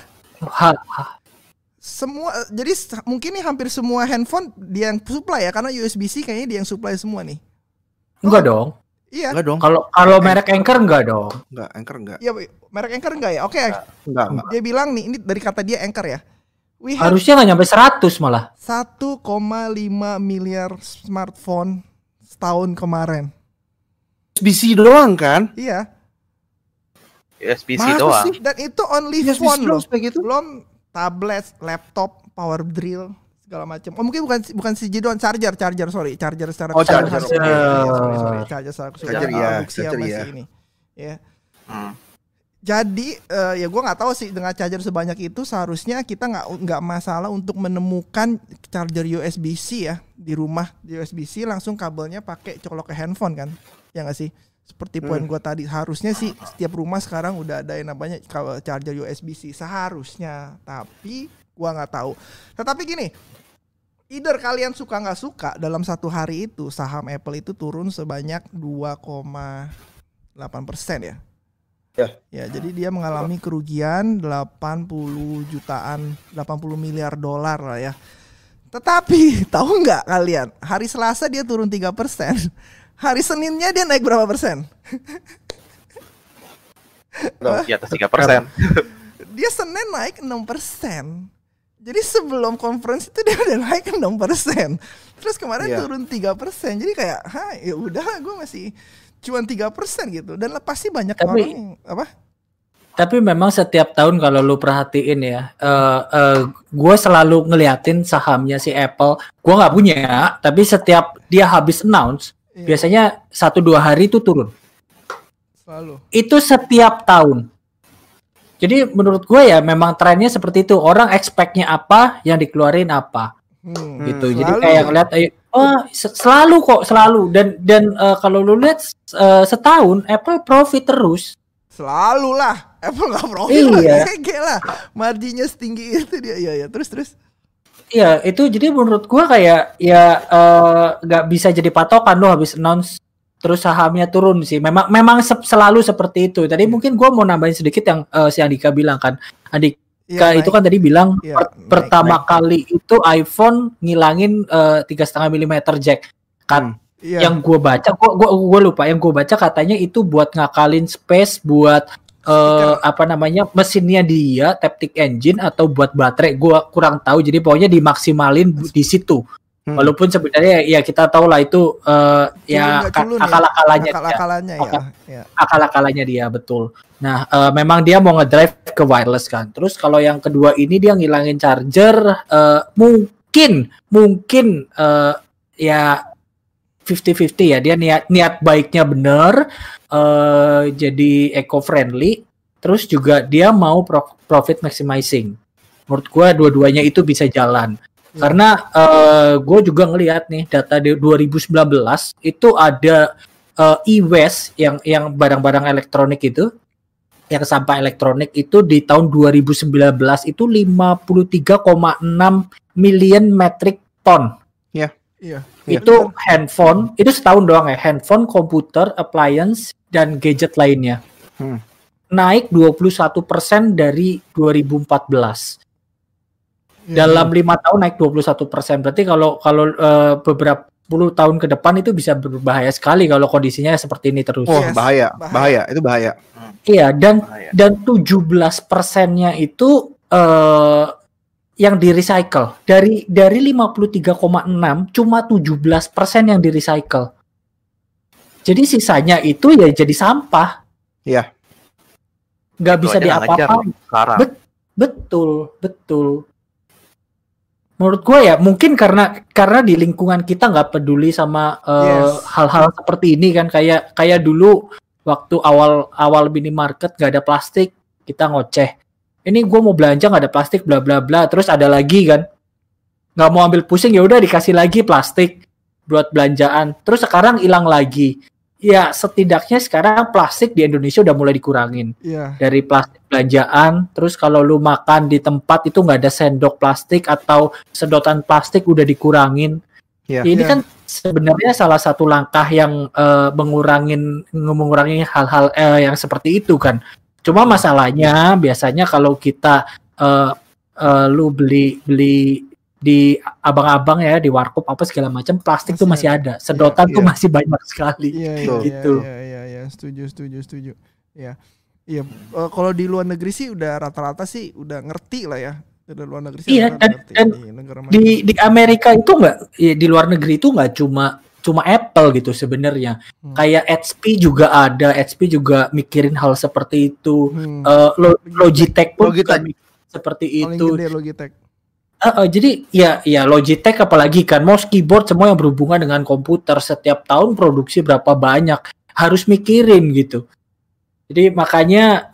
Semua, jadi mungkin nih hampir semua handphone dia yang supply ya, karena USB-C kayaknya dia yang supply semua nih. Enggak dong. Iya. Enggak dong. Kalau merek Anker enggak dong. Enggak, Anker enggak. Iya, merek Anker enggak ya? Oke. Enggak. Dia bilang nih, ini dari kata dia Anker ya. We have Harusnya nggak nyampe 100 malah. 1,5 miliar smartphone setahun kemarin. USB-C doang kan? Iya. USB-C Masa doang. sih? Dan itu only USB-C phone doang loh. sampai gitu? Belum tablet, laptop, power drill, segala macam. Oh, mungkin bukan CG doang, charger, sorry, charger secara Oh, charger, keseluruhan. oke. Iya, sorry, charger secara keseluruhan. Charger ya, Produksi yang charger masih ya. ini. Ya. Hmm. Jadi ya gue nggak tahu sih dengan charger sebanyak itu seharusnya kita nggak masalah untuk menemukan charger USB-C ya di rumah. Di USB-C langsung kabelnya pakai colok ke handphone kan, ya nggak sih? Seperti poin gue tadi, harusnya sih setiap rumah sekarang udah ada yang namanya charger USB-C seharusnya, tapi gue nggak tahu. Tetapi gini, either kalian suka nggak suka, dalam satu hari itu saham Apple itu turun sebanyak 2,8% ya. Ya, jadi dia mengalami kerugian 80 miliar dolar lah ya. Tetapi tahu nggak kalian, hari Selasa dia turun 3%. Hari Seninnya dia naik berapa persen? Di atas 3%. Dia Senin naik 6%. Jadi sebelum conference itu dia udah naik 6%. Terus kemarin turun 3%. Jadi kayak, ya udah, gue masih cuma 3% gitu. Dan pasti banyak orang yang, apa? Tapi memang setiap tahun kalau lu perhatiin ya, gue selalu ngeliatin sahamnya si Apple. Gue nggak punya, tapi setiap dia habis announce, biasanya 1-2 hari itu turun. Selalu. Itu setiap tahun. Jadi menurut gue ya memang trennya seperti itu. Orang expect-nya apa, yang dikeluarin apa. Gitu. Jadi kayak ngeliat, selalu. Dan kalau lu lihat setahun Apple profit terus. Selalu lah. Apple nggak profit lah. Marginnya setinggi itu dia. Iya. Terus. Iya, itu jadi menurut gua kayak nggak bisa jadi patokan lo habis announce terus sahamnya turun sih. Memang selalu seperti itu. Tadi mungkin gua mau nambahin sedikit yang si Andika bilang kan. Andika itu kan tadi bilang pertama kali itu iPhone ngilangin 3,5 mm jack kan. Yang gua baca, gua lupa. Yang gua baca katanya itu buat ngakalin space buat mesinnya dia Taptic Engine atau buat baterai, gua kurang tahu. Jadi pokoknya dimaksimalin di situ. Walaupun sebenarnya ya kita tahu lah itu akal-akalannya dia betul. Nah, memang dia mau ngedrive ke wireless kan. Terus kalau yang kedua ini dia ngilangin charger, mungkin ya 50-50 ya. Dia niat baiknya bener, jadi eco-friendly, terus juga dia mau profit maximizing. Menurut gue dua-duanya itu bisa jalan. Karena gue juga ngelihat nih data di 2019 itu ada e-waste yang barang-barang elektronik itu, yang sampah elektronik itu di tahun 2019 itu 53,6 million metric ton. Iya. Itu handphone, itu setahun doang ya, handphone, komputer, appliance, dan gadget lainnya. Naik 21% dari 2014. Dalam 5 tahun naik 21%. Berarti kalau beberapa puluh tahun ke depan itu bisa berbahaya sekali kalau kondisinya seperti ini terus. Bahaya. Itu bahaya. Iya, dan 17%-nya itu yang di recycle. Dari 53,6 cuma 17% yang di recycle. Jadi sisanya itu ya jadi sampah. Iya. Nggak bisa diapa-apain. Betul. Menurut gue ya mungkin karena di lingkungan kita nggak peduli sama hal-hal seperti ini kan, kayak dulu waktu awal minimarket nggak ada plastik kita ngoceh. Ini gue mau belanja nggak ada plastik bla bla bla, terus ada lagi kan nggak mau ambil pusing ya udah dikasih lagi plastik buat belanjaan, terus sekarang hilang lagi. Ya setidaknya sekarang plastik di Indonesia udah mulai dikurangin dari plastik belanjaan. Terus kalau lu makan di tempat itu nggak ada sendok plastik atau sedotan plastik udah dikurangin. Ini kan sebenarnya salah satu langkah yang mengurangi hal-hal yang seperti itu kan. Cuma masalahnya biasanya kalau kita lu beli di abang-abang ya di warkop apa segala macam plastik tuh masih ada, sedotan tuh masih banyak sekali gitu. Iya, setuju. Ya. Iya, kalau di luar negeri sih udah rata-rata sih udah ngerti lah ya. Di luar negeri sih dan di Amerika itu di luar negeri itu nggak cuma Apple gitu sebenarnya. Kayak HP juga ada, HP juga mikirin hal seperti itu. Logitech pun seperti itu. Logitech. Jadi ya Logitech apalagi kan mouse keyboard semua yang berhubungan dengan komputer setiap tahun produksi berapa banyak harus mikirin gitu. Jadi makanya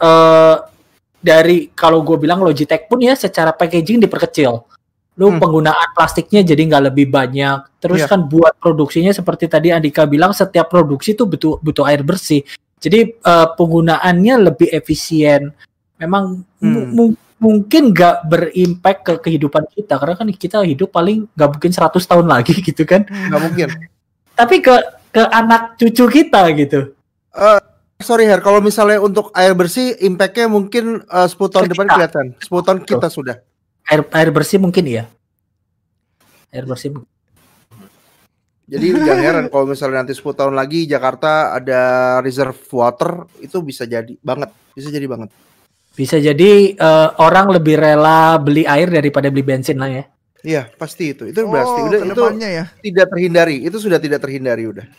dari kalau gue bilang Logitech pun ya secara packaging diperkecil. Lu penggunaan plastiknya jadi nggak lebih banyak. Terus kan buat produksinya seperti tadi Andika bilang setiap produksi tuh butuh air bersih. Jadi penggunaannya lebih efisien. Memang mungkin nggak berimpact ke kehidupan kita karena kan kita hidup paling nggak mungkin 100 tahun lagi gitu kan, nggak mungkin. Tapi ke anak cucu kita gitu. Sorry Her, kalau misalnya untuk air bersih impactnya mungkin 10 tahun depan kelihatan. 10 tahun kita sudah air bersih mungkin ya. Air bersih. Jadi jangan heran kalau misalnya nanti 10 tahun lagi Jakarta ada reserve water, itu bisa jadi banget. Bisa jadi orang lebih rela beli air daripada beli bensin lah ya. Iya, pasti itu. Itu pasti. Udah itu ya. Tidak terhindari. Itu sudah tidak terhindari udah.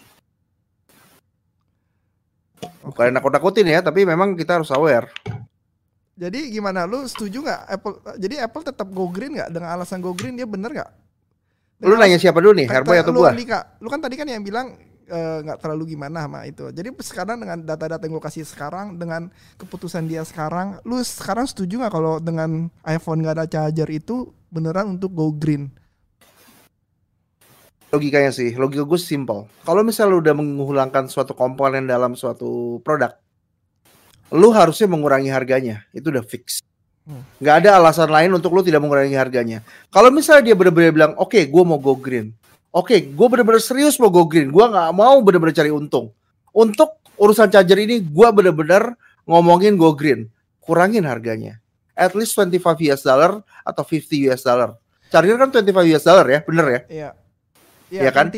Bukan nakut-nakutin ya, tapi memang kita harus aware. Jadi gimana? Lu setuju nggak Apple? Jadi Apple tetap go green nggak? Dengan alasan go green dia bener nggak? Lu nanya siapa dulu nih, Herboy atau gua? Lu kan tadi kan yang bilang nggak terlalu gimana sama itu. Jadi sekarang dengan data-data yang gue kasih sekarang, dengan keputusan dia sekarang, lu sekarang setuju nggak kalau dengan iPhone nggak ada charger itu beneran untuk go green? Logikanya sih, logika gue simple. Kalau misalnya lu udah menghilangkan suatu komponen dalam suatu produk, lu harusnya mengurangi harganya. Itu udah fix. Nggak ada alasan lain untuk lu tidak mengurangi harganya. Kalau misalnya dia benar-benar bilang, oke, gue mau go green. Oke, gue benar-benar serius mau go green. Gue nggak mau benar-benar cari untung. Untuk urusan charger ini, gue benar-benar ngomongin go green. Kurangin harganya. At least $25 atau $50. Charger kan $25 ya, bener ya? Iya. Iya kan?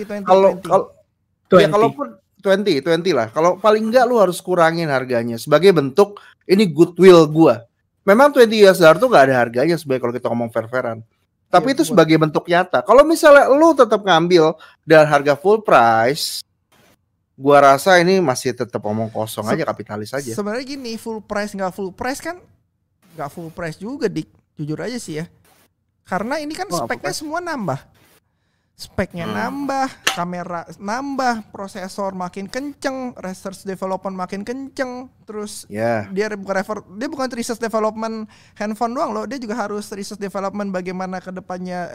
Kalaupun 20 lah. Kalau paling enggak lu harus kurangin harganya sebagai bentuk ini goodwill gue. Memang $20 tuh nggak ada harganya sebagai kalau kita ngomong fair-fairan. Tapi itu sebagai bentuk nyata. Kalau misalnya lu tetap ngambil dan harga full price, gua rasa ini masih tetap omong kosong aja, kapitalis aja. Sebenarnya gini, full price nggak full price kan nggak full price juga, Dik. Jujur aja sih ya. Karena ini kan speknya semua nambah. Speknya nambah, kamera nambah, prosesor makin kenceng, research development makin kenceng, terus dia bukan research development handphone doang loh, dia juga harus research development bagaimana kedepannya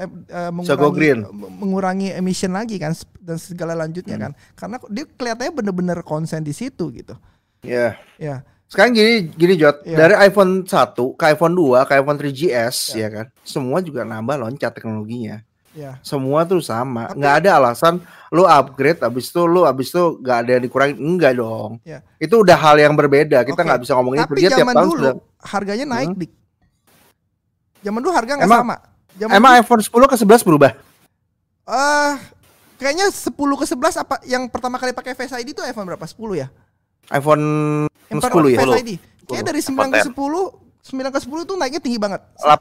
mengurangi emission lagi kan dan segala lanjutnya kan, karena dia kelihatannya bener-bener konsen di situ gitu. Ya. Sekarang gini Jot, dari iPhone 1 ke iPhone 2 ke iPhone 3GS ya kan, semua juga nambah loncat teknologinya. Semua tuh sama, nggak ada alasan lu upgrade abis itu nggak ada yang dikurangin, enggak dong. Itu udah hal yang berbeda, kita nggak bisa ngomongin itu. Dia tiap tahun sudah harganya naik, Dik. Zaman dulu harga nggak sama. Emang iPhone 10 ke 11 berubah? Kayaknya 10 ke 11 apa yang pertama kali pakai Face ID itu iPhone berapa? 10 ya? iPhone 10 ya. Face ID. Kayak dari 9 ke 10 itu naiknya tinggi banget.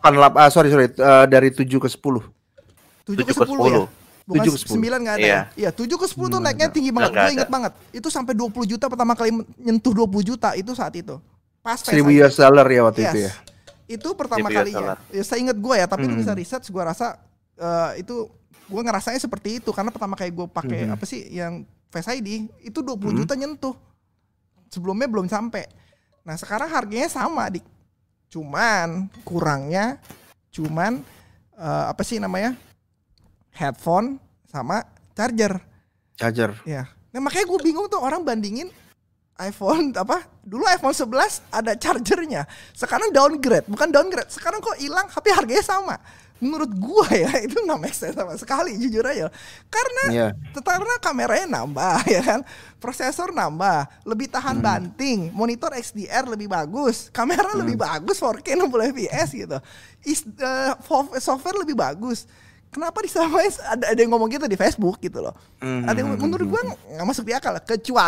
8 dari 7 ke 10. 7 ke 10 ya? Bukan 9 nggak ada. Iya, 7 ke 10 tuh naiknya tinggi banget. Gue inget banget. Itu sampai 20 juta pertama kali nyentuh 20 juta itu saat itu. Pas $1,000 ya waktu itu ya. Itu pertama kalinya. Ya, saya inget gue ya, tapi lu bisa research, gue rasa itu gue ngerasanya seperti itu karena pertama kali gue pakai apa sih yang Face ID itu 20 juta nyentuh. Sebelumnya belum sampai. Nah, sekarang harganya sama, Dik. Cuman kurangnya apa sih namanya? Headphone sama charger. Ya. Nah, makanya gue bingung tuh orang bandingin iPhone dulu iPhone 11 ada chargernya. Sekarang bukan downgrade. Sekarang kok hilang tapi harganya sama. Menurut gua ya itu nggak make sense sama sekali jujur aja. Karena kameranya nambah ya kan, prosesor nambah, lebih tahan banting, monitor XDR lebih bagus, kamera lebih bagus 4K 60 fps gitu, software lebih bagus. Kenapa disamain? Ada yang ngomong gitu di Facebook gitu loh. Ada yang menurut gua nggak masuk di akal.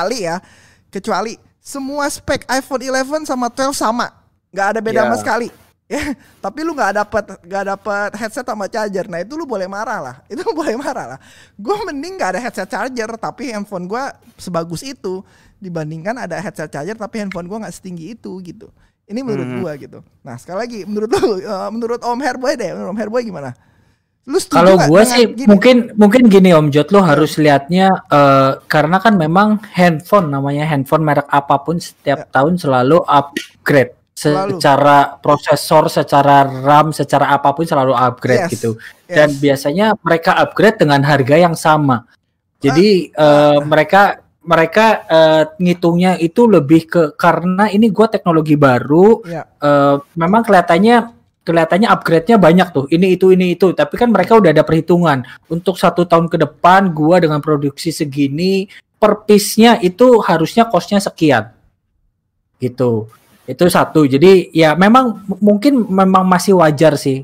Kecuali semua spek iPhone 11 sama 12 sama, nggak ada beda sama sekali. Ya, tapi lu nggak dapet headset sama charger. Nah itu lu boleh marah lah. Gue mending nggak ada headset charger tapi handphone gue sebagus itu dibandingkan ada headset charger tapi handphone gue nggak setinggi itu gitu. Ini menurut gue gitu. Nah sekali lagi menurut lu, menurut Om Herboy deh. Menurut Om Herboy gimana? Kalau gue sih gini? mungkin gini Om Jod, lu harus lihatnya karena kan memang handphone merek apapun setiap tahun selalu upgrade. Secara prosesor, secara RAM, secara apapun selalu upgrade gitu. Dan biasanya mereka upgrade dengan harga yang sama. Jadi mereka ngitungnya itu lebih ke karena ini gua teknologi baru. Memang kelihatannya upgrade-nya banyak tuh. Ini itu. Tapi kan mereka udah ada perhitungan. Untuk 1 tahun ke depan gua dengan produksi segini per piece-nya itu harusnya cost-nya sekian. Gitu. Itu satu. Jadi ya memang masih wajar sih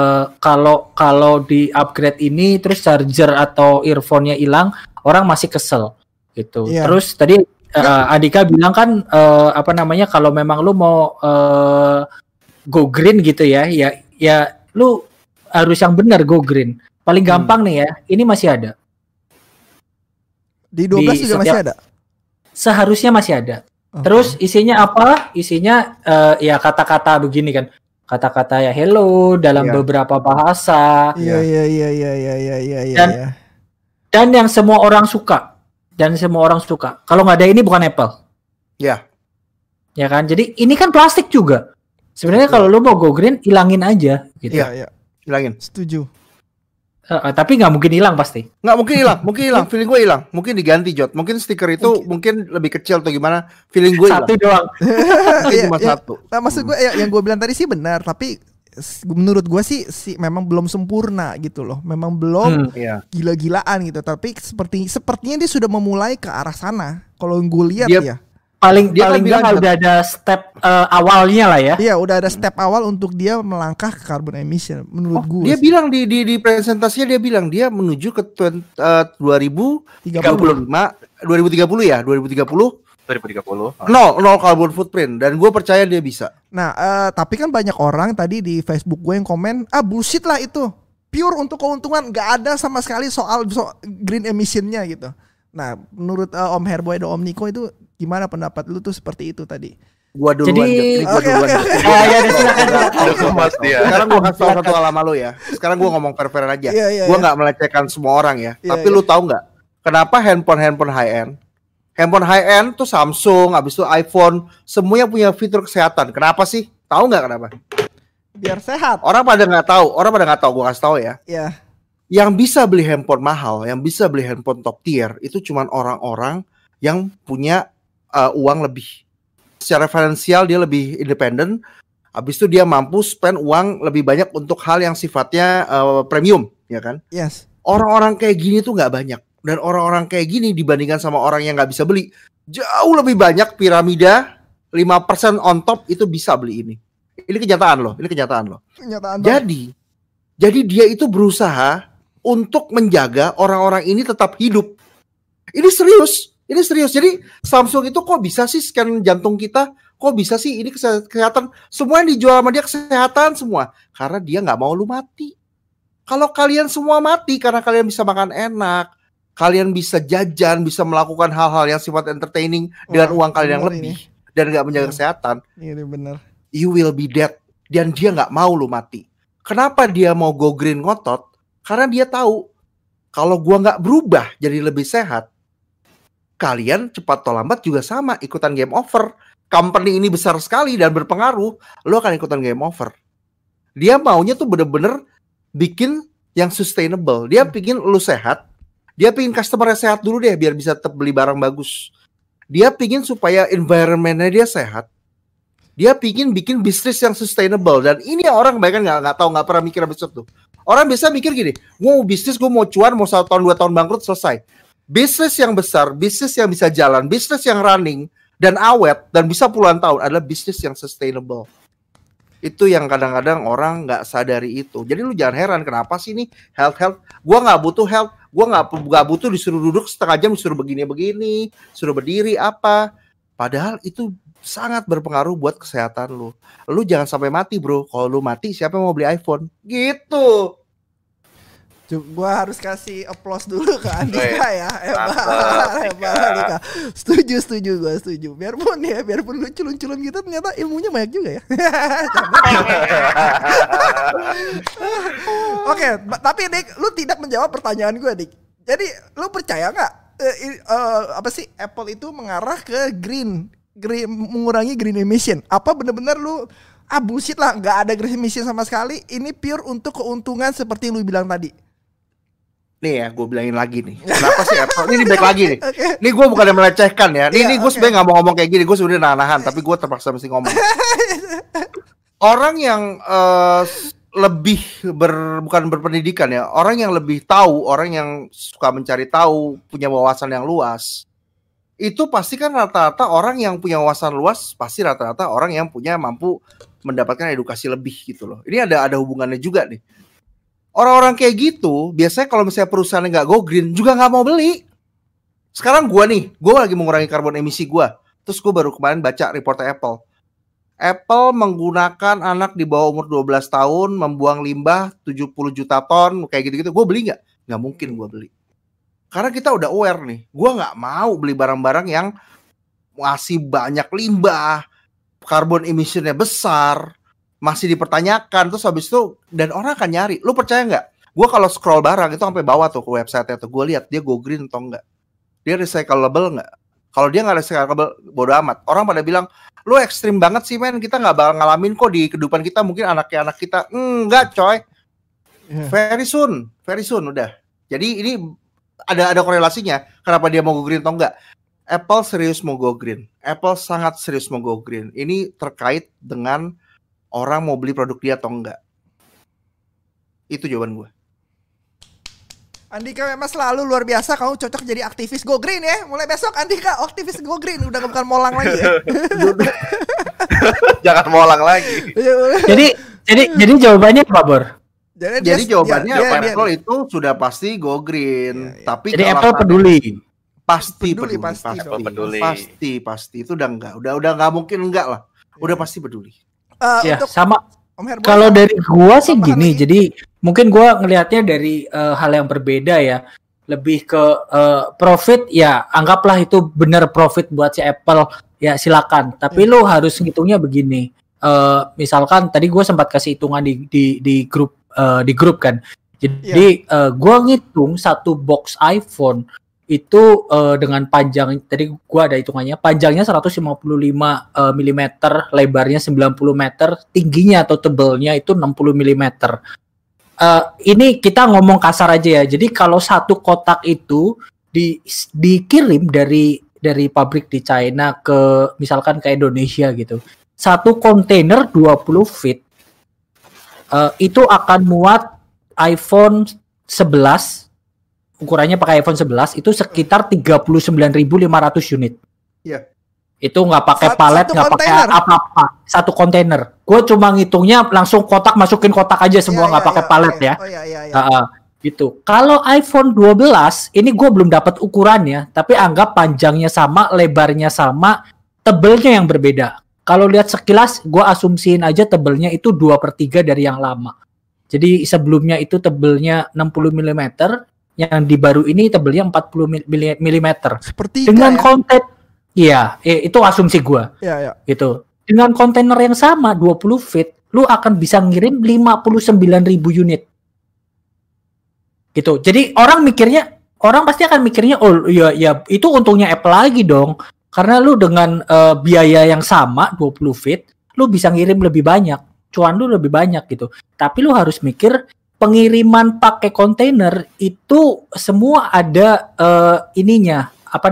kalau di upgrade ini terus charger atau earphone-nya hilang, orang masih kesel gitu. Terus tadi Andika bilang kan kalau memang lu mau go green gitu ya lu harus yang benar go green. Paling gampang nih ya, ini masih ada. Di 12 juga masih ada. Seharusnya masih ada. Terus isinya apa? Isinya ya kata-kata begini kan. Kata-kata ya hello dalam beberapa bahasa. Iya. Dan yang semua orang suka. Kalau nggak ada ini bukan Apple. Iya. Ya kan? Jadi ini kan plastik juga. Sebenarnya kalau lu mau go green, ilangin aja gitu. Iya. Ilangin. Setuju. Tapi nggak mungkin hilang pasti. Nggak mungkin hilang. Feeling gue hilang. Mungkin diganti Jod. Mungkin stiker itu mungkin lebih kecil atau gimana. Feeling gue hilang. Satu doang. Cuma satu. Nah, maksud gue yang gue bilang tadi sih benar. Tapi menurut gue sih memang belum sempurna gitu loh. Memang belum gila-gilaan gitu. Tapi sepertinya dia sudah memulai ke arah sana. Kalau gue lihat ya. Paling nggak udah ada step awalnya lah ya. Iya, udah ada step awal untuk dia melangkah ke carbon emission menurut gue. Dia bilang di presentasinya dia menuju ke 2035, 2030 ya, 2030. Nol carbon footprint dan gue percaya dia bisa. Nah, tapi kan banyak orang tadi di Facebook gue yang komen, bullshit lah itu. Pure untuk keuntungan, nggak ada sama sekali soal green emissionnya gitu. Nah, menurut Om Herboy dan Om Niko itu gimana pendapat lu tuh seperti itu tadi? Gua duluan. Jadi Sekarang gua kasih satu alamat lu ya. Sekarang gua ngomong fair-fair aja. Gua nggak melecehkan semua orang ya. Tapi lu tahu nggak? Kenapa handphone high end tuh Samsung, habis itu iPhone, semuanya punya fitur kesehatan. Kenapa sih? Tahu nggak kenapa? Biar sehat. Orang pada nggak tahu. Gua kasih tahu ya. Iya. Yang bisa beli handphone mahal, yang bisa beli handphone top tier itu cuman orang-orang yang punya uang lebih. Secara finansial dia lebih independen. Habis itu dia mampu spend uang lebih banyak untuk hal yang sifatnya premium, ya kan? Yes. Orang-orang kayak gini tuh nggak banyak. Dan orang-orang kayak gini dibandingkan sama orang yang nggak bisa beli, jauh lebih banyak piramida 5% on top itu bisa beli ini. Ini kenyataan loh. Jadi dia itu berusaha untuk menjaga orang-orang ini tetap hidup. Ini serius. Jadi Samsung itu kok bisa sih scan jantung kita? Kok bisa sih ini kesehatan? Semua yang dijual sama dia kesehatan semua. Karena dia nggak mau lu mati. Kalau kalian semua mati karena kalian bisa makan enak, kalian bisa jajan, bisa melakukan hal-hal yang sifat entertaining dengan uang kalian yang lebih dan nggak menjaga kesehatan. Ini benar. You will be dead. Dan dia nggak mau lu mati. Kenapa dia mau go green ngotot? Karena dia tahu kalau gua nggak berubah jadi lebih sehat, kalian cepat atau lambat juga sama ikutan game over. Company ini besar sekali dan berpengaruh, lo akan ikutan game over. Dia maunya tuh bener-bener bikin yang sustainable. Dia pingin lo sehat, dia pingin customer sehat dulu deh biar bisa tetap beli barang bagus. Dia pingin supaya environment-nya dia sehat. Dia pingin bikin bisnis yang sustainable. Dan ini orang bahkan nggak tahu, nggak pernah mikir abis itu. Orang biasa mikir gini, gue mau bisnis, gue mau cuan, mau 1 tahun 2 tahun bangkrut selesai. Bisnis yang besar, bisnis yang bisa jalan, bisnis yang running dan awet dan bisa puluhan tahun adalah bisnis yang sustainable. Itu yang kadang-kadang orang nggak sadari itu. Jadi lu jangan heran kenapa sih ini health. Gua nggak butuh health. Gua nggak butuh disuruh duduk setengah jam, disuruh begini, suruh berdiri apa. Padahal itu sangat berpengaruh buat kesehatan lu. Lu jangan sampai mati bro. Kalau lu mati siapa yang mau beli iPhone? Gitu. Gua harus kasih applause dulu ke Andika ya. Hebat Andika. Setuju gue setuju. Biarpun lu culun-culun gitu ternyata ilmunya banyak juga ya. Oke, tapi Dik, lu tidak menjawab pertanyaan gue, Dik. Jadi lu percaya nggak apa sih Apple itu mengarah ke green mengurangi green emission? Apa benar-benar lu bullshit lah, nggak ada green emission sama sekali? Ini pure untuk keuntungan seperti lu bilang tadi. Nih ya, gue bilangin lagi nih. Kenapa sih Apple? Ini baik lagi nih. Okay. Ini gue bukan yang melecehkan ya. Ini gue sebenarnya nggak mau ngomong kayak gini. Gue sebenarnya nahan, tapi gue terpaksa mesti ngomong. Orang yang lebih bukan berpendidikan ya. Orang yang lebih tahu, orang yang suka mencari tahu, punya wawasan yang luas. Itu pasti kan rata-rata orang yang punya wawasan luas, pasti rata-rata orang yang punya mampu mendapatkan edukasi lebih gitu loh. Ini ada hubungannya juga nih. Orang-orang kayak gitu, biasanya kalau misalnya perusahaannya nggak go green, juga nggak mau beli. Sekarang gue lagi mengurangi karbon emisi gue. Terus gue baru kemarin baca reportnya Apple. Apple menggunakan anak di bawah umur 12 tahun, membuang limbah 70 juta ton, kayak gitu-gitu. Gue beli nggak? Nggak mungkin gue beli. Karena kita udah aware nih. Gue nggak mau beli barang-barang yang masih banyak limbah, karbon emisinya besar, masih dipertanyakan, terus habis itu dan orang akan nyari. Lu percaya nggak? Gue kalau scroll barang itu sampai bawah tuh ke website-nya tuh, gue lihat dia go green atau enggak, dia recyclable nggak. Kalau dia nggak recyclable, bodo amat. Orang pada bilang, lu ekstrim banget sih men, kita nggak bakal ngalamin kok di kehidupan kita, mungkin anak kita. Enggak coy, very soon udah. Jadi ini ada korelasinya. Kenapa dia mau go green atau enggak? Apple serius mau go green. Apple sangat serius mau go green. Ini terkait dengan orang mau beli produk dia atau enggak. Itu jawaban gue. Andika memang selalu luar biasa. Kamu cocok jadi aktivis go green ya. Mulai besok Andika aktivis go green. Udah bukan molang lagi ya. Jangan molang lagi. Jadi jawabannya apa, Bor? Jadi jawabannya Apple itu sudah pasti go green. Ya. Tapi jadi Apple peduli. Pasti itu udah enggak. Udah enggak mungkin enggak lah. Udah pasti peduli. Ya, sama. Kalau dari gua sih gini, jadi mungkin gua ngelihatnya dari hal yang berbeda ya. Lebih ke profit ya, anggaplah itu benar profit buat si Apple, ya silakan. Tapi lu harus ngitungnya begini. Misalkan tadi gua sempat kasih hitungan di grup kan. Jadi gua ngitung satu box iPhone itu dengan panjang, tadi gua ada hitungannya, panjangnya 155 mm, lebarnya 90 meter, tingginya atau tebalnya itu 60 mm. Ini kita ngomong kasar aja ya. Jadi kalau satu kotak itu dikirim dari pabrik di China ke misalkan ke Indonesia gitu, satu kontainer 20 feet itu akan muat iPhone 11. Ukurannya pakai iPhone 11 itu sekitar 39.500 unit. Iya. Itu nggak pakai palet, nggak pakai apa-apa. Satu kontainer. Gue cuma ngitungnya langsung kotak, masukin kotak aja semua, nggak pakai palet ya. Gitu. Kalau iPhone 12 ini gue belum dapat ukurannya, tapi anggap panjangnya sama, lebarnya sama, tebelnya yang berbeda. Kalau lihat sekilas, gue asumsiin aja tebelnya itu 2/3 dari yang lama. Jadi sebelumnya itu tebelnya 60 mm. Yang di baru ini tebelnya 40 mm. Seperti dengan konten, iya, itu asumsi gua. Iya. Gitu. Dengan kontainer yang sama 20 feet, lu akan bisa ngirim 59.000 unit. Gitu. Jadi orang pasti akan mikirnya, oh ya itu untungnya Apple lagi dong. Karena lu dengan biaya yang sama 20 feet, lu bisa ngirim lebih banyak. Cuan lu lebih banyak gitu. Tapi lu harus mikir pengiriman pakai kontainer itu semua ada ininya,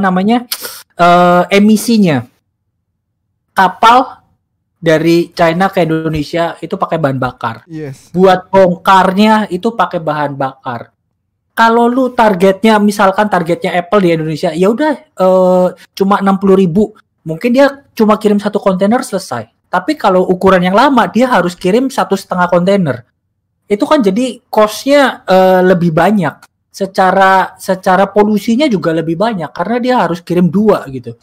emisinya. Kapal dari China ke Indonesia itu pakai bahan bakar. Yes. Buat bongkarnya itu pakai bahan bakar. Kalau lu misalkan targetnya Apple di Indonesia, ya udah cuma 60.000, mungkin dia cuma kirim 1 kontainer selesai. Tapi kalau ukuran yang lama, dia harus kirim 1,5 kontainer. Itu kan jadi cost-nya lebih banyak. Secara polusinya juga lebih banyak karena dia harus kirim 2 gitu.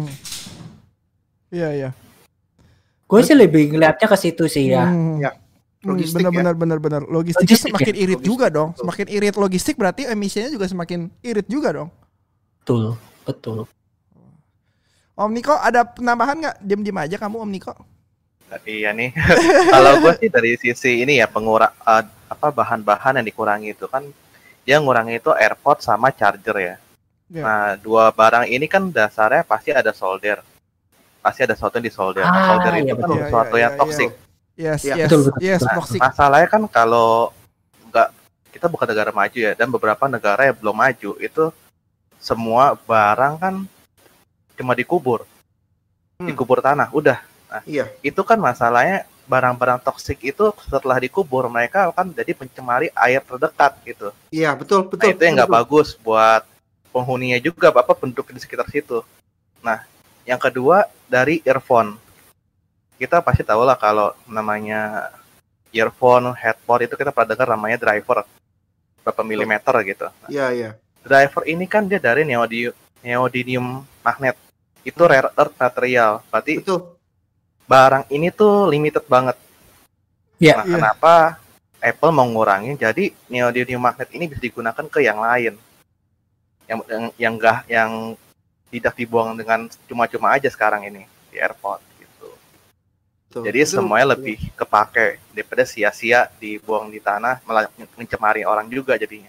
Iya. Gue sih lebih ngeliatnya ke situ sih ya. Ya. Logistik benar. Logistiknya semakin irit juga dong. Semakin irit logistik berarti emisinya juga semakin irit juga dong. Betul. Om Niko ada penambahan nggak? Diam aja kamu Om Niko. Iya nih. Kalau gue sih dari sisi ini ya bahan-bahan yang dikurangi itu kan dia ngurangi itu AirPods sama charger ya. Yeah. Nah, 2 barang ini kan dasarnya pasti ada solder. Pasti ada sesuatu yang disolder. Solder itu kan sesuatu yang toksik. Yes, betul. toxic. Masalahnya kan kalau kita bukan negara maju ya, dan beberapa negara yang belum maju itu semua barang kan cuma dikubur tanah, udah. Nah, itu kan masalahnya barang-barang toksik itu setelah dikubur mereka akan jadi pencemari air terdekat gitu. Iya betul. Nah, itu yang nggak bagus buat penghuninya juga, penduduk di sekitar situ. Nah, yang kedua dari earphone. Kita pasti tahu lah kalau namanya earphone, headphone itu kita pernah dengar namanya driver berapa milimeter gitu. Iya. Driver ini kan dia dari neodymium magnet. Itu rare earth material. Berarti barang ini tuh limited banget. Yeah. Nah, kenapa Apple mau ngurangin jadi neodymium magnet ini bisa digunakan ke yang lain. Yang tidak dibuang dengan cuma-cuma aja sekarang ini di airport gitu. Jadi semuanya lebih kepake daripada sia-sia dibuang di tanah malah mencemari orang juga jadinya.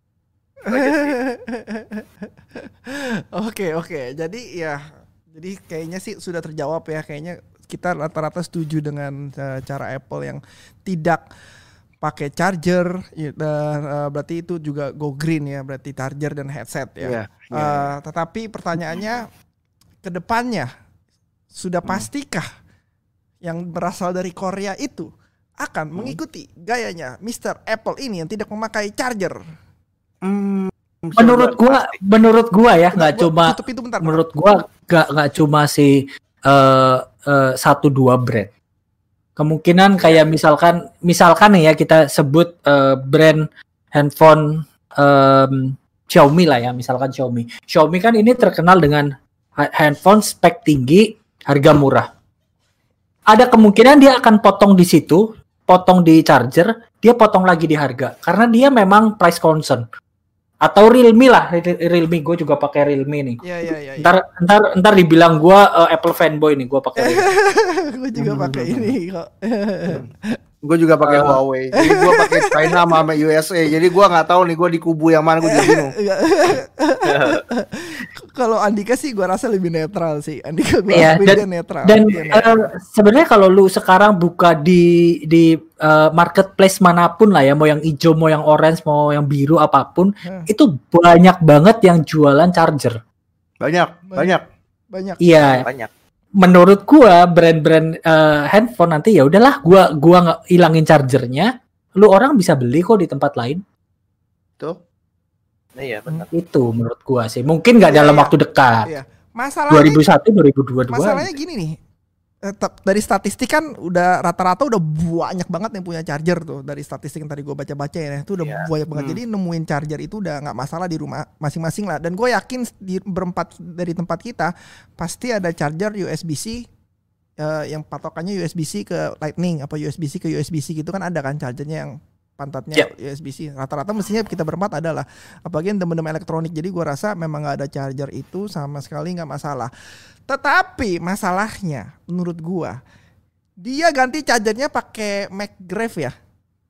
Oke. Jadi kayaknya sih sudah terjawab ya. Kayaknya kita rata-rata setuju dengan cara Apple yang tidak pakai charger dan berarti itu juga go green ya, berarti charger dan headset ya. Tetapi pertanyaannya ke depannya sudah pastikah yang berasal dari Korea itu akan mengikuti gayanya Mr. Apple ini yang tidak memakai charger? Menurut gua ya nggak cuma tutup itu bentar. Menurut gua nggak cuma si 1-2 brand. Kemungkinan kayak misalkan ya kita sebut brand handphone Xiaomi lah ya, misalkan Xiaomi. Xiaomi kan ini terkenal dengan handphone spek tinggi, harga murah. Ada kemungkinan dia akan potong di situ, potong di charger, dia potong lagi di harga karena dia memang price concern. Atau Realme lah, Realme, gue juga pakai Realme nih. Iya. Ntar dibilang gue Apple fanboy nih, gue pakai Realme. Gue juga pakai ini kok. Gue juga pakai Huawei. Jadi gue pakai China sama USA. Jadi gue nggak tahu nih gue di kubu yang mana, gue jadi bingung. Kalau Andika sih gue rasa lebih netral sih. Andika gue lebih netral. Dan sebenarnya kalau lu sekarang buka di marketplace manapun lah ya, mau yang hijau, mau yang orange, mau yang biru apapun, itu banyak banget yang jualan charger. Banyak. Iya. Banyak. Menurut gua brand-brand handphone nanti ya udahlah gua nggak hilangin chargernya, lu orang bisa beli kok di tempat lain. Tuh. Iya benar. Itu menurut gua sih. Mungkin nggak dalam waktu dekat. Iya. Masalahnya 2001 2022. Masalahnya gini nih. Dari statistik kan udah rata-rata udah banyak banget yang punya charger tuh, dari statistik yang tadi gue baca-baca ya, itu udah banyak banget. Jadi nemuin charger itu udah nggak masalah di rumah masing-masing lah. Dan gue yakin di berempat dari tempat kita pasti ada charger USB-C yang patokannya USB-C ke Lightning apa USB-C ke USB-C gitu kan, ada kan chargernya yang pantatnya USB-C. Rata-rata mestinya kita berempat adalah, apalagi temen-temen elektronik. Jadi gue rasa memang nggak ada charger itu sama sekali nggak masalah. Tetapi masalahnya menurut gua, dia ganti chargernya pakai MagSafe ya.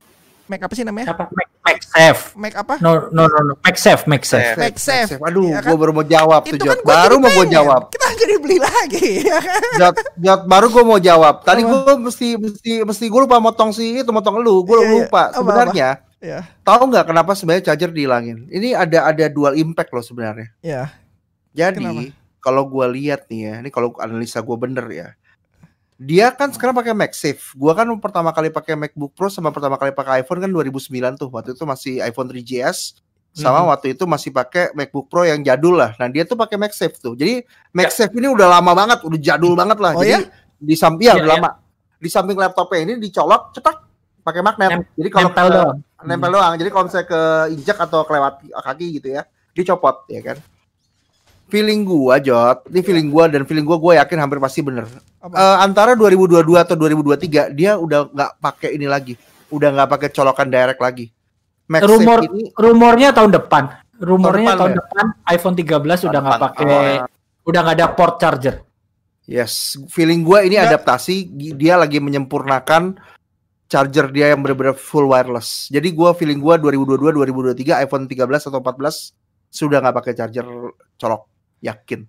Mac apa sih namanya? Apa? MagSafe. Mac apa? No. MagSafe. MagSafe. Aduh, Ya kan? gue baru mau jawab tuh, Itu Jot. kan gua Baru jadi mau gue pengen. jawab. Kita jadi beli lagi ya kan? Jot, baru gue mau jawab. Tadi Apa? gue mesti gue lupa motong lu. Gue Iya, iya. lupa. Apa? Sebenarnya, Ya. tahu nggak kenapa sebenarnya charger dihilangin? Ini ada dual impact loh sebenarnya. Ya. Jadi Kenapa? kalau gue lihat nih ya, ini kalau analisa gue bener ya, dia kan sekarang pakai MagSafe. Gue kan pertama kali pakai MacBook Pro sama pertama kali pakai iPhone kan 2009 tuh. Waktu itu masih iPhone 3GS sama waktu itu masih pakai MacBook Pro yang jadul lah. Nah dia tuh pakai MagSafe tuh. Jadi MagSafe ini udah lama banget, udah jadul banget lah. Oh, Jadi ya? di samping Iya, udah lama. Di samping laptopnya ini dicolok, cetak pakai magnet. Jadi kalau Nempel doang. nempel doang. Jadi kalau misalnya keinjak atau kelewat kaki gitu ya, dicopot ya kan. Feeling gua, Jot, ini feeling gua dan feeling gua yakin hampir pasti bener. Antara 2022 atau 2023 dia udah nggak pakai ini lagi, udah nggak pakai colokan direct lagi. MagSafe ini Rumornya tahun depan. Rumornya Tahun tahun depan iPhone 13 udah nggak depan. pakai, udah nggak ada port charger. yes, feeling gua ini Nggak. adaptasi, dia lagi menyempurnakan charger dia yang benar-benar full wireless. Jadi gua feeling gua 2022 2023 iPhone 13 atau 14 sudah nggak pakai charger colok, yakin.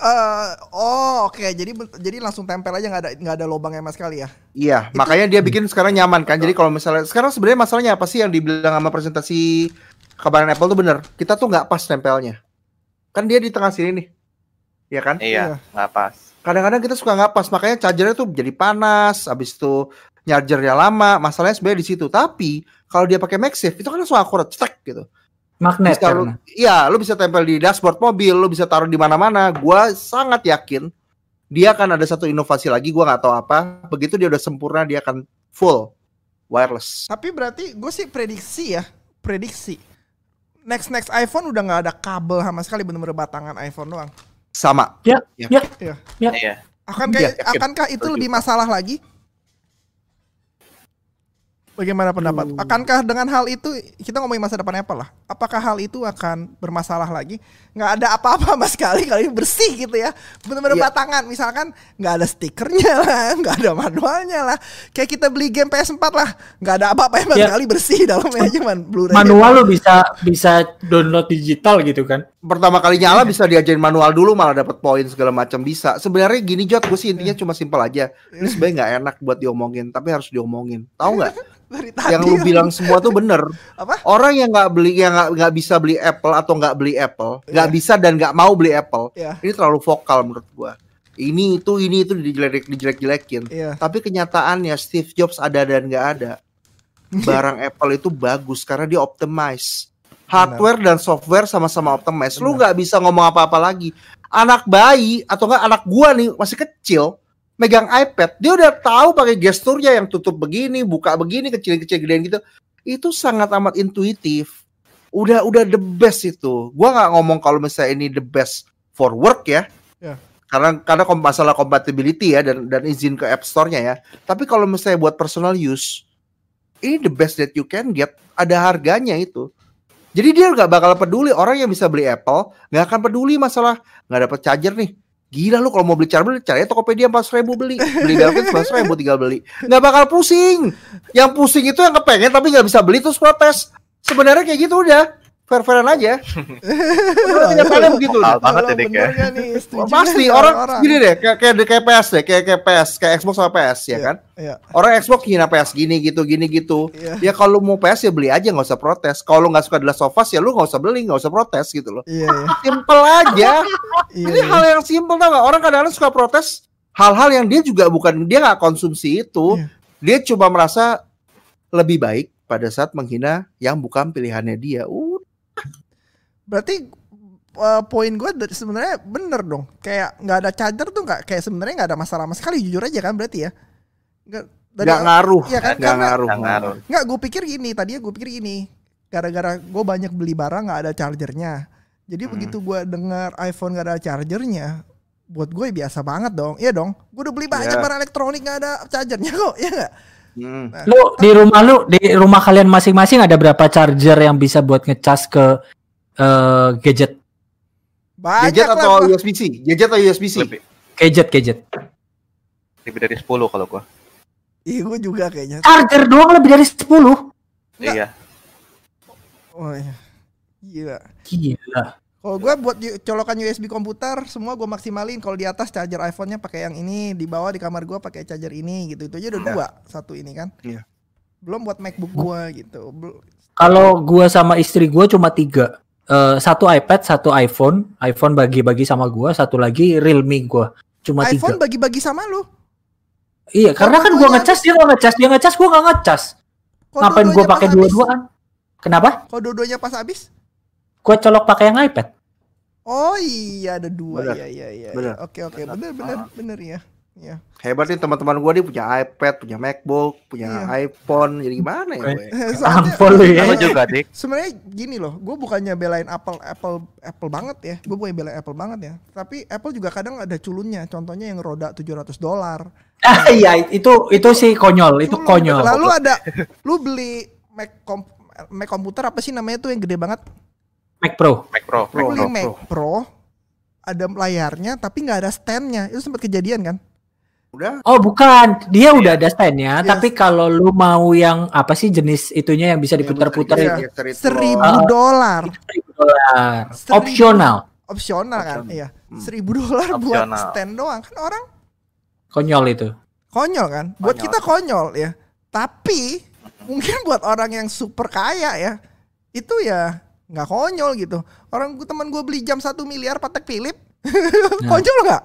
Oke. Jadi langsung tempel aja, nggak ada lubangnya sama sekali ya. Iya, makanya dia bikin sekarang nyaman kan. Jadi kalau misalnya sekarang sebenarnya masalahnya apa sih yang dibilang sama presentasi kabaran Apple tuh bener. Kita tuh nggak pas tempelnya. Kan dia di tengah sini nih, ya kan? Iya, nggak pas. Kadang-kadang kita suka nggak pas, makanya chargernya tuh jadi panas. Abis itu chargernya lama. Masalahnya sebenarnya di situ. Tapi kalau dia pakai MagSafe itu kan langsung akurat, cetek gitu. Magnet Bisa lu, karena. iya, lu bisa tempel di dashboard mobil, lu bisa taruh di mana-mana. Gua sangat yakin dia akan ada satu inovasi lagi, gua nggak tahu apa. Begitu dia udah sempurna, dia akan full wireless. Tapi berarti gue sih prediksi. Next iPhone udah nggak ada kabel sama sekali, bener-bener batangan iPhone doang. Sama. Ya. Iya. Akankah Iya, yakin. akankah itu lebih masalah lagi? Bagaimana pendapat? Akankah dengan hal itu, kita ngomongin masa depan Apple lah, apakah hal itu akan bermasalah lagi? Nggak ada apa-apa sama sekali, kali ini bersih gitu ya, bener-bener Iya. batangan. Misalkan nggak ada stikernya lah, nggak ada manualnya lah, kayak kita beli game PS4 lah, nggak ada apa-apa sama Iya. sekali, bersih dalamnya cuman Blu-ray. Manual lu bisa download digital gitu kan. Pertama kali nyala bisa diajarin manual dulu, malah dapat poin segala macam bisa. Sebenarnya gini Jot, gue sih intinya cuma simpel aja. Ini sebenarnya nggak enak buat diomongin, tapi harus diomongin. Tahu nggak? Dari tadi Yang lu bilang semua tuh bener. Apa? Orang yang nggak bisa beli Apple atau nggak beli Apple, nggak bisa dan nggak mau beli Apple, Iya. ini terlalu vokal menurut gua. Ini itu dijelek-jelekin. Iya. Tapi kenyataannya Steve Jobs ada dan nggak ada. Barang Apple itu bagus karena dia optimize. Hardware dan software sama-sama optimize. Lu nggak bisa ngomong apa-apa lagi. Anak bayi atau nggak anak gua nih masih kecil megang iPad, dia udah tahu pakai gesturnya yang tutup begini, buka begini, kecil-kecil gedein gitu. Itu sangat amat intuitif. Udah the best itu. Gua nggak ngomong kalau misalnya ini the best for work ya. Ya. Karena masalah compatibility ya dan izin ke App Store-nya ya. Tapi kalau misalnya buat personal use, ini the best that you can get. Ada harganya itu. Jadi dia nggak bakal peduli orang yang bisa beli Apple, nggak akan peduli masalah nggak dapat charger nih. Gila lu kalau mau beli charger, caranya Tokopedia 4.000 beli Belkin 11.000 tinggal beli. Nggak bakal pusing. Yang pusing itu yang kepengen tapi nggak bisa beli terus protes. Sebenarnya kayak gitu udah. Fair-fairan aja. Kenyataannya begitu. Vokal banget ya, Dik, ya. Bener nggak nih? Setuju Pasti nggak orang orang-orang? gini deh, kayak PS deh, kayak PS, kayak Xbox sama PS ya kan. Iya. Orang Xbox hina PS gini gitu. Iya. Ya kalau mau PS ya beli aja, nggak usah protes. Kalau nggak suka The Last of Us ya lu nggak usah beli, nggak usah protes gitu loh. Iya. Simple aja. Iya. Ini hal yang simple tau gak? Orang kadang-kadang suka protes hal-hal yang dia juga bukan, dia nggak konsumsi itu. Iya. Dia cuma merasa lebih baik pada saat menghina yang bukan pilihannya dia. Berarti poin gue sebenarnya bener dong. Kayak nggak ada charger tuh nggak, kayak sebenarnya nggak ada masalah sama sekali, jujur aja kan berarti ya. Nggak ngaruh. Iya kan? Nggak ngaruh. Nggak ngaruh. Nggak, gue pikir gini. Tadinya gue pikir gini. Gara-gara gue banyak beli barang nggak ada chargernya. Jadi begitu gue dengar iPhone nggak ada chargernya, buat gue biasa banget dong. Iya dong. Gue udah beli banyak Iya. barang elektronik nggak ada chargernya kok. Iya nggak? Nah, Di rumah kalian masing-masing ada berapa charger yang bisa buat ngecas ke gadget? banyak Gadget lah atau gua. USB-C? Gadget atau USB-C? Gadget. Lebih dari 10 kalau gua. Iya, gue juga kayaknya. Charger doang lebih dari 10. Iya. Oh iya. Gila. Gila. Kalau gue buat colokan USB komputer semua gue maksimalin. Kalau di atas charger iPhone-nya pakai yang ini, di bawah di kamar gue pakai charger ini gitu. Itu aja udah dua, satu ini kan. Iya. Belum buat MacBook gue gitu. Kalau gua sama istri gua cuma 3. Satu iPad, satu iPhone bagi-bagi sama gua, satu lagi Realme gua. Cuma 3. iPhone bagi-bagi sama lu. Iya, karena kan gua ngecas, dia nggak ngecas, dia ngecas, gua nggak ngecas. Kok Ngapain gua dua-duanya pakai pas habis? dua-duaan? Kenapa? Kalau dua-duanya pas habis? Gua colok pakai yang iPad. Oh iya ada dua. Bener. Iya. Bener. Oke bener ya. Iya. Hebat nih teman-teman gue nih punya iPad, punya MacBook, punya iPhone. Jadi gimana ya gue? Ampun lu ya. Sama juga, Dik. Sebenarnya gini loh, gue bukannya belain Apple banget ya. Gue bukan belain Apple banget ya. Tapi Apple juga kadang ada culunnya. Contohnya yang roda $700. Iya, itu sih konyol, itu konyol. Lalu ada lu beli Mac komputer apa sih namanya tuh yang gede banget? Mac Pro. Mac Pro. Lu beli Mac Pro ada layarnya tapi nggak ada standnya. Itu sempat kejadian kan? Udah. Oh bukan, dia udah ada standnya. Tapi kalau lu mau yang apa sih jenis itunya yang bisa diputar-putar Iya. itu $1,000. $1.000. Opsional. Opsional kan? Iya. $1,000 buat Opsional. stand doang kan orang Konyol itu. konyol kan? Buat Konyol. kita konyol ya. Tapi mungkin buat orang yang super kaya ya itu ya nggak konyol gitu. Orang teman gue beli jam 1 miliar Patek Philippe. Konyol nggak?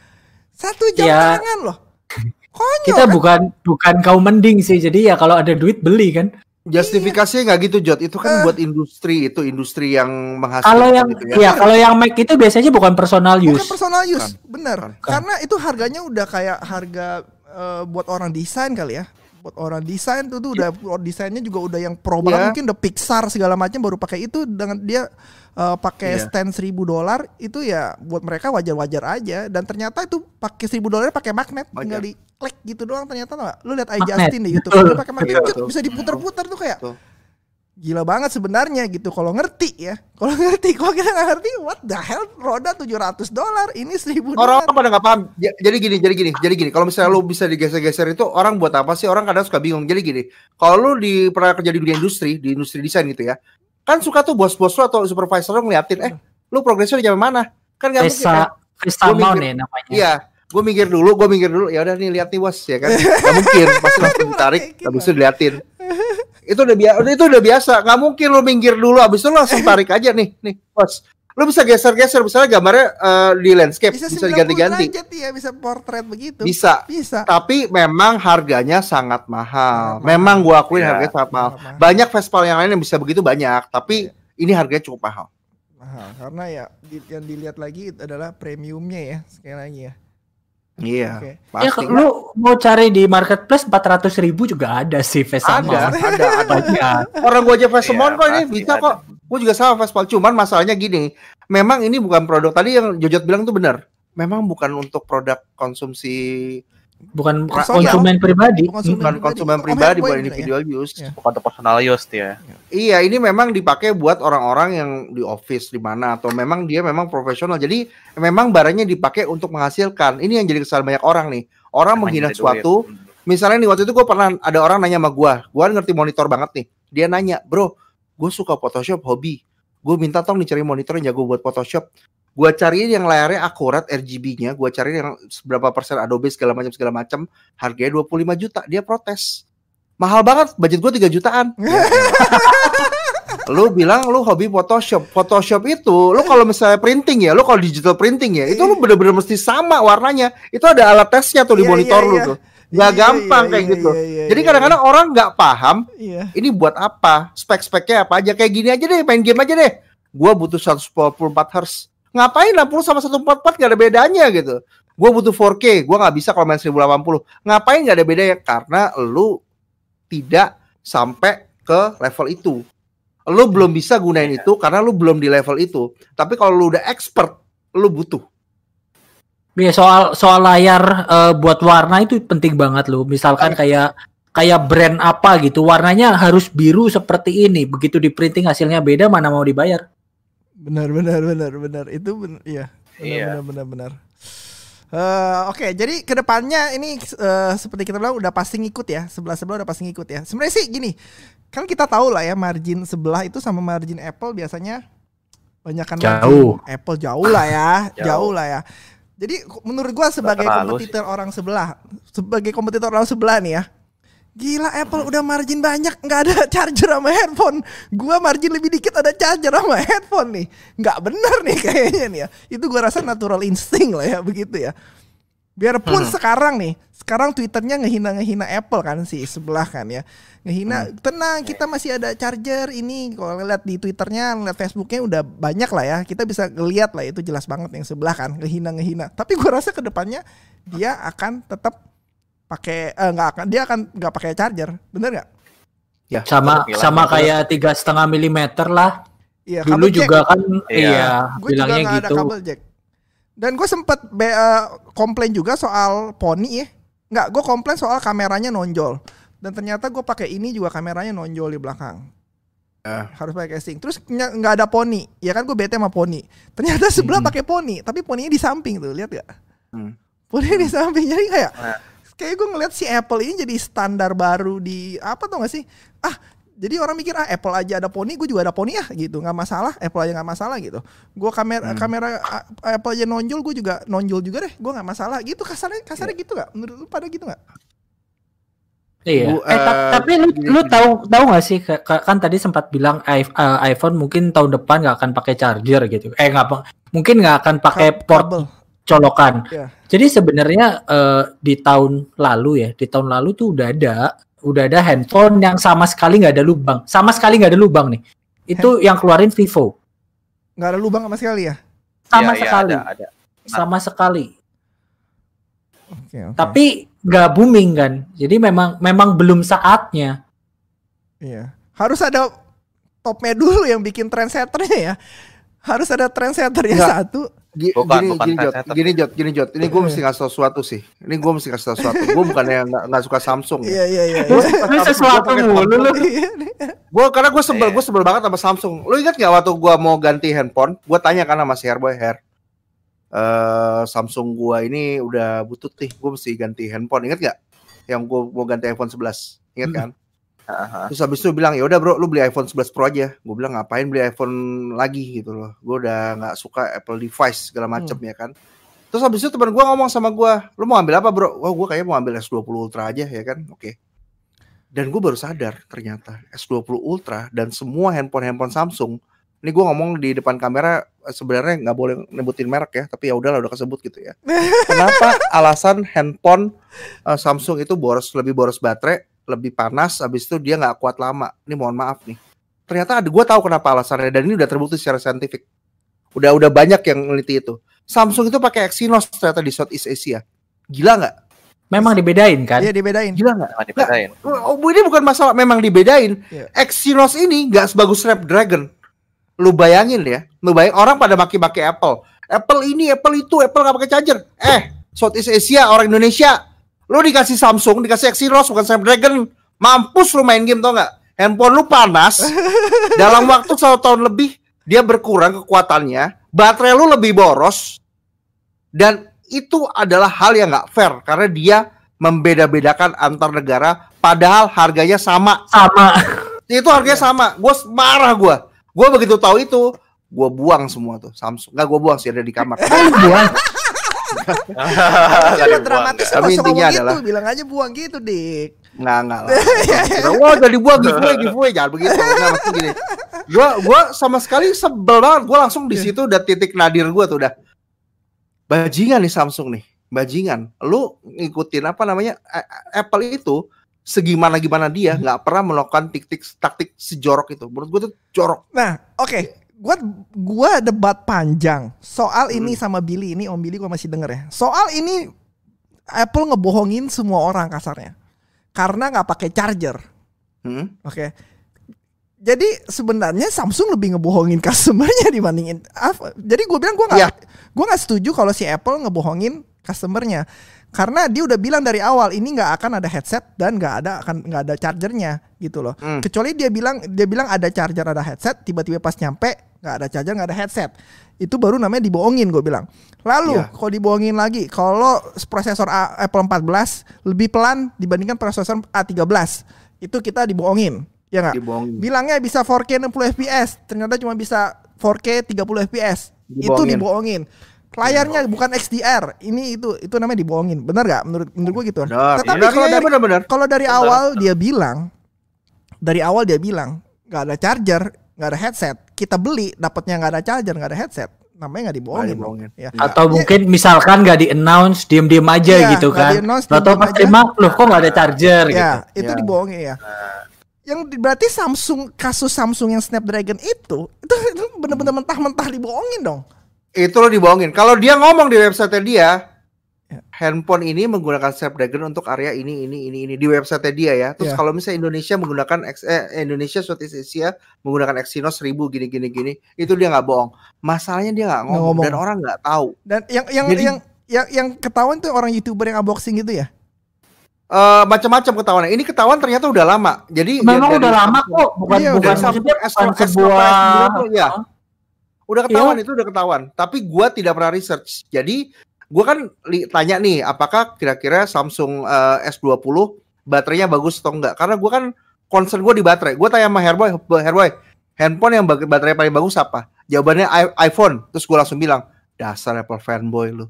1 jam Ya. tangan loh. Konyol. Kita kan? bukan kaum mending sih. Jadi ya kalau ada duit beli kan. Justifikasinya nggak gitu, Jot. Itu kan buat industri yang menghasilkan Kalau yang gitu ya. iya, kalau yang Mac itu biasanya bukan personal Bukan use. personal use, bener. Bukan. Karena itu harganya udah kayak harga buat orang desain kali ya. Buat orang desain tuh udah desainnya juga udah yang pro banget. Iya. Mungkin udah Pixar segala macam baru pakai itu dengan dia pakai Iya. stand $1,000 itu ya buat mereka wajar-wajar aja. Dan ternyata itu pakai $1,000 pakai magnet, tinggal Wajar. diklik gitu doang ternyata nggak. Lu lihat Magnet, Justin di YouTube, betul. dia pakai magnet Betul, cut, betul. bisa diputar-putar tuh kayak. Betul. Gila banget sebenarnya gitu kalau ngerti ya. Kalau ngerti, kalau kita nggak ngerti, what the hell? Roda $700, ini $1,000. Orang pada nggak paham. Jadi gini. Kalau misalnya lu bisa digeser-geser itu orang buat apa sih? Orang kadang suka bingung. Jadi gini, kalau lu pernah kerja di dunia industri, di industri desain gitu ya, kan suka tuh bos-bos lu atau supervisor lu ngeliatin, lu progresnya udah sampai mana? Kan nggak mungkin. Kan? Vesta Gua Mount mikir- ya namanya. Iya, gue mikir dulu. Ya udah nih lihat nih bos, ya kan? Gak mungkin, pasti langsung ditarik, habis itu diliatin. Itu udah biasa. Nggak mungkin lu minggir dulu, habis itu lu langsung tarik aja nih bos. Lu bisa geser-geser, misalnya gambarnya di landscape, bisa 90 diganti-ganti. derajat ya, bisa portrait begitu. Bisa. Bisa. Tapi memang harganya sangat mahal. Memang gua akuin Iya. harganya sangat mahal. Mahal. Banyak Vespa yang lain yang bisa begitu banyak, tapi ini harganya cukup mahal. Mahal, karena ya yang dilihat lagi adalah premiumnya ya, sekali lagi ya. Iya, Oke. Ya, pasti. lu mau cari di marketplace 400.000 juga ada sih Vesta Mount. Ada. Banyak. Orang gua aja Vespa Iya, Mount kok ini pasti bisa ada. kok. Gua juga sama Vespa. Cuman masalahnya gini, memang ini bukan produk tadi yang Jojot bilang tuh benar. Memang bukan untuk produk konsumsi, Bukan Personal. konsumen pribadi. bukan konsumen Om pribadi, Herboy bukan gitu ya? individual use. Ya. Bukan untuk personal use dia. Iya, ini memang dipakai buat orang-orang yang di office di mana atau memang dia memang profesional. Jadi memang barangnya dipakai untuk menghasilkan. Ini yang jadi kesalahan banyak orang nih. Orang menghina Nyari duit. suatu. Misalnya nih waktu itu gue pernah ada orang nanya sama gue ngerti monitor banget nih. Dia nanya, bro, gue suka Photoshop hobi. Gue minta tolong dicari monitor yang jago buat Photoshop. Gue cariin yang layarnya akurat RGB-nya. Gue cariin yang seberapa persen Adobe segala macam. Harganya 25 juta. Dia protes. Mahal banget, budget gue 3 jutaan. Lu bilang lu hobi Photoshop. Photoshop itu lu kalau misalnya printing ya, lu kalau digital printing ya, itu lu bener-bener mesti sama warnanya. Itu ada alat tesnya tuh di Iya, monitor iya, lu iya. tuh. Nggak Iya, gampang iya, kayak iya, gitu. iya, Jadi iya, kadang-kadang orang nggak paham Iya. ini buat apa, spek-speknya apa aja. Kayak gini aja deh, main game aja deh. Gua butuh 144 Hz. Ngapain 60 sama 144 gak ada bedanya gitu. Gua butuh 4K, gua nggak bisa kalau main 1080. Ngapain gak ada bedanya? Karena lu tidak sampai ke level itu. Lu belum bisa gunain itu karena lu belum di level itu. Tapi kalau lu udah expert, lu butuh. Ya soal layar buat warna itu penting banget loh. Misalkan kayak brand apa gitu, warnanya harus biru seperti ini. Begitu di printing hasilnya beda, mana mau dibayar? Benar. Itu iya. Iya. Benar. Oke, jadi kedepannya ini seperti kita bilang udah pasti ngikut ya, sebelah udah pasti ngikut ya. Sebenarnya sih gini, kan kita tahu lah ya margin sebelah itu sama margin Apple biasanya banyakan Jauh. margin Apple jauh lah ya, jauh lah ya. Jadi menurut gua sebagai kompetitor orang sebelah nih ya, gila Apple udah margin banyak, nggak ada charger sama headphone. Gua margin lebih dikit ada charger sama headphone nih, nggak bener nih kayaknya nih ya. Itu gua rasa natural instinct lah ya begitu ya. Biarpun sekarang Twitternya ngehina Apple kan si sebelah kan ya, ngehina. Tenang, kita masih ada charger ini. Kalau lihat di Twitternya, lihat Facebooknya udah banyak lah ya. Kita bisa ngeliat lah itu jelas banget yang sebelah kan ngehina. Tapi gua rasa kedepannya dia akan tetap pakai nggak pakai charger, bener nggak? Ya, sama kayak 3,5 milimeter lah. Iya, dulu juga jack. Kan gue juga nggak ada gitu. kabel jack. Dan gue sempet komplain juga soal Pony ya. Nggak, gue komplain soal kameranya nonjol. Dan ternyata gue pakai ini juga kameranya nonjol di belakang. Harus pakai casing. Terus nggak ada Pony, ya kan gue bete sama Pony. Ternyata sebelah pakai Pony, tapi Ponynya di samping tuh, lihat gak? Ponynya di samping, jadi kayak gue ngeliat si Apple ini jadi standar baru di apa tau gak sih? Jadi orang mikir Apple aja ada Pony, gue juga ada Pony ya gitu, nggak masalah. Apple aja nggak masalah gitu. Gue kamera Apple aja nonjol, gue juga nonjol juga deh, gue nggak masalah gitu. Kasarnya gitu nggak? Menurut lu pada gitu nggak? Iya. Tapi lu tahu nggak sih kan tadi sempat bilang iPhone mungkin tahun depan nggak akan pakai charger gitu. Mungkin nggak akan pakai port colokan. Yeah. Jadi sebenarnya di tahun lalu tuh udah ada handphone yang sama sekali nggak ada lubang nih. Itu yang keluarin Vivo. Nggak ada lubang sama sekali ya? Ada. Sama sekali. Okay. Tapi nggak booming kan. Jadi memang belum saatnya. Iya. Harus ada topnya dulu yang bikin trendsetternya ya. Harus ada trendsetternya satu. Gini Jot. Ini gue mesti ngasih sesuatu sih. Gue bukannya nggak suka Samsung. Iya. Ini sesuatu mulu lu. Karena gue sebel banget sama Samsung. Lu ingat nggak waktu gue mau ganti handphone, gue tanya kan sama si Hairboy, Samsung gue ini udah butut nih, gue mesti ganti handphone. Ingat nggak? Yang gue mau ganti iPhone 11, ingat kan? Terus habis itu bilang, ya udah bro, lu beli iPhone 11 Pro aja. Gue bilang ngapain beli iPhone lagi gitu loh. Gue udah nggak suka Apple device segala macem ya kan. Terus habis itu teman gue ngomong sama gue, lu mau ambil apa bro? Wah gue kayaknya mau ambil S20 Ultra aja ya kan. Oke. Dan gue baru sadar ternyata S20 Ultra dan semua handphone Samsung. Ini gue ngomong di depan kamera, sebenarnya nggak boleh nyebutin merek ya, tapi ya udahlah udah kesebut gitu ya. Kenapa alasan handphone Samsung itu lebih boros baterai, lebih panas, habis itu dia nggak kuat lama. Ini mohon maaf nih. Ternyata gue tahu kenapa alasannya, dan ini udah terbukti secara saintifik. Udah banyak yang neliti itu. Samsung itu pakai Exynos ternyata di Southeast Asia. Gila nggak? Memang dibedain kan? Iya dibedain. Gila nggak? Ini bukan masalah, memang dibedain. Yeah. Exynos ini nggak sebagus Snapdragon. Lu bayangin ya, orang pada maki-maki Apple. Apple ini, Apple itu, Apple nggak pakai charger. Southeast Asia, orang Indonesia. Lu dikasih Samsung, dikasih Exynos, bukan Snapdragon. Mampus lu main game, tau gak? Handphone lu panas. Dalam waktu 1 tahun lebih, dia berkurang kekuatannya. Baterai lu lebih boros. Dan itu adalah hal yang gak fair. Karena dia membeda-bedakan antar negara. Padahal harganya sama. Itu harganya sama. Gue marah gue. Gue begitu tahu itu, gue buang semua tuh Samsung. Gak gue buang sih, ada di kamar. Buang. Dramatis tapi intinya adalah bilang aja buang gitu Dik. Nggak lah. Wah jadi buang giveaway jangan begitu. Nggak mesti gini. Gue sama sekali sebel banget. Gue langsung di situ udah titik nadir gue tuh udah. Bajingan nih Samsung nih. Bajingan. Lu ngikutin apa namanya Apple itu segimana dia nggak pernah melakukan taktik sejorok itu. Menurut gue tuh jorok. Nah oke. Gua debat panjang soal ini sama Billy ini, Om Billy gua masih denger ya. Soal ini Apple ngebohongin semua orang kasarnya karena nggak pakai charger. Oke. Jadi sebenarnya Samsung lebih ngebohongin customernya dibandingin. Jadi gue bilang gue nggak setuju kalau si Apple ngebohongin customernya. Karena dia udah bilang dari awal ini nggak akan ada headset dan nggak ada chargernya gitu loh. Kecuali dia bilang ada charger ada headset, tiba-tiba pas nyampe nggak ada charger nggak ada headset. Itu baru namanya dibohongin gue bilang. Lalu kalau dibohongin lagi, kalau prosesor Apple 14 lebih pelan dibandingkan prosesor A13, itu kita dibohongin. Ya nggak? Bilangnya bisa 4K 60 fps, ternyata cuma bisa 4K 30 fps. Itu dibohongin. Layarnya bukan XDR, ini itu namanya dibohongin, benar gak? Menurut gue gitu. Tetapi kalau dari awal dia bilang nggak ada charger, nggak ada headset, kita beli dapatnya nggak ada charger, nggak ada headset, namanya nggak dibohongin. Ya. Atau mungkin misalkan nggak di announce, diem aja gitu kan? Atau pas terima, loh kok nggak ada charger? Ya, gitu. Itu dibohongin ya. Yang berarti kasus Samsung yang Snapdragon itu benar-benar mentah-mentah dibohongin dong. Itu lo dibohongin. Kalau dia ngomong di website dia, handphone ini menggunakan Snapdragon untuk area ini di website dia ya. Terus kalau misalnya Indonesia menggunakan Indonesia Southeast Asia menggunakan Exynos 1000 gini, itu dia nggak bohong. Masalahnya dia nggak ngomong dan orang nggak tahu. Dan yang ketahuan tuh orang YouTuber yang unboxing gitu ya. Macam-macam ketahuan. Ini ketahuan ternyata udah lama. Jadi memang udah lama kok, bukan sebuah udah ketahuan, itu udah ketahuan. Tapi gue tidak pernah research. Jadi gue kan tanya nih, apakah kira-kira Samsung S20 baterainya bagus atau enggak? Karena gue kan concern gue di baterai. Gue tanya sama Herboy, handphone yang baterai paling bagus apa? Jawabannya iPhone. Terus gue langsung bilang, dasar Apple fanboy lu.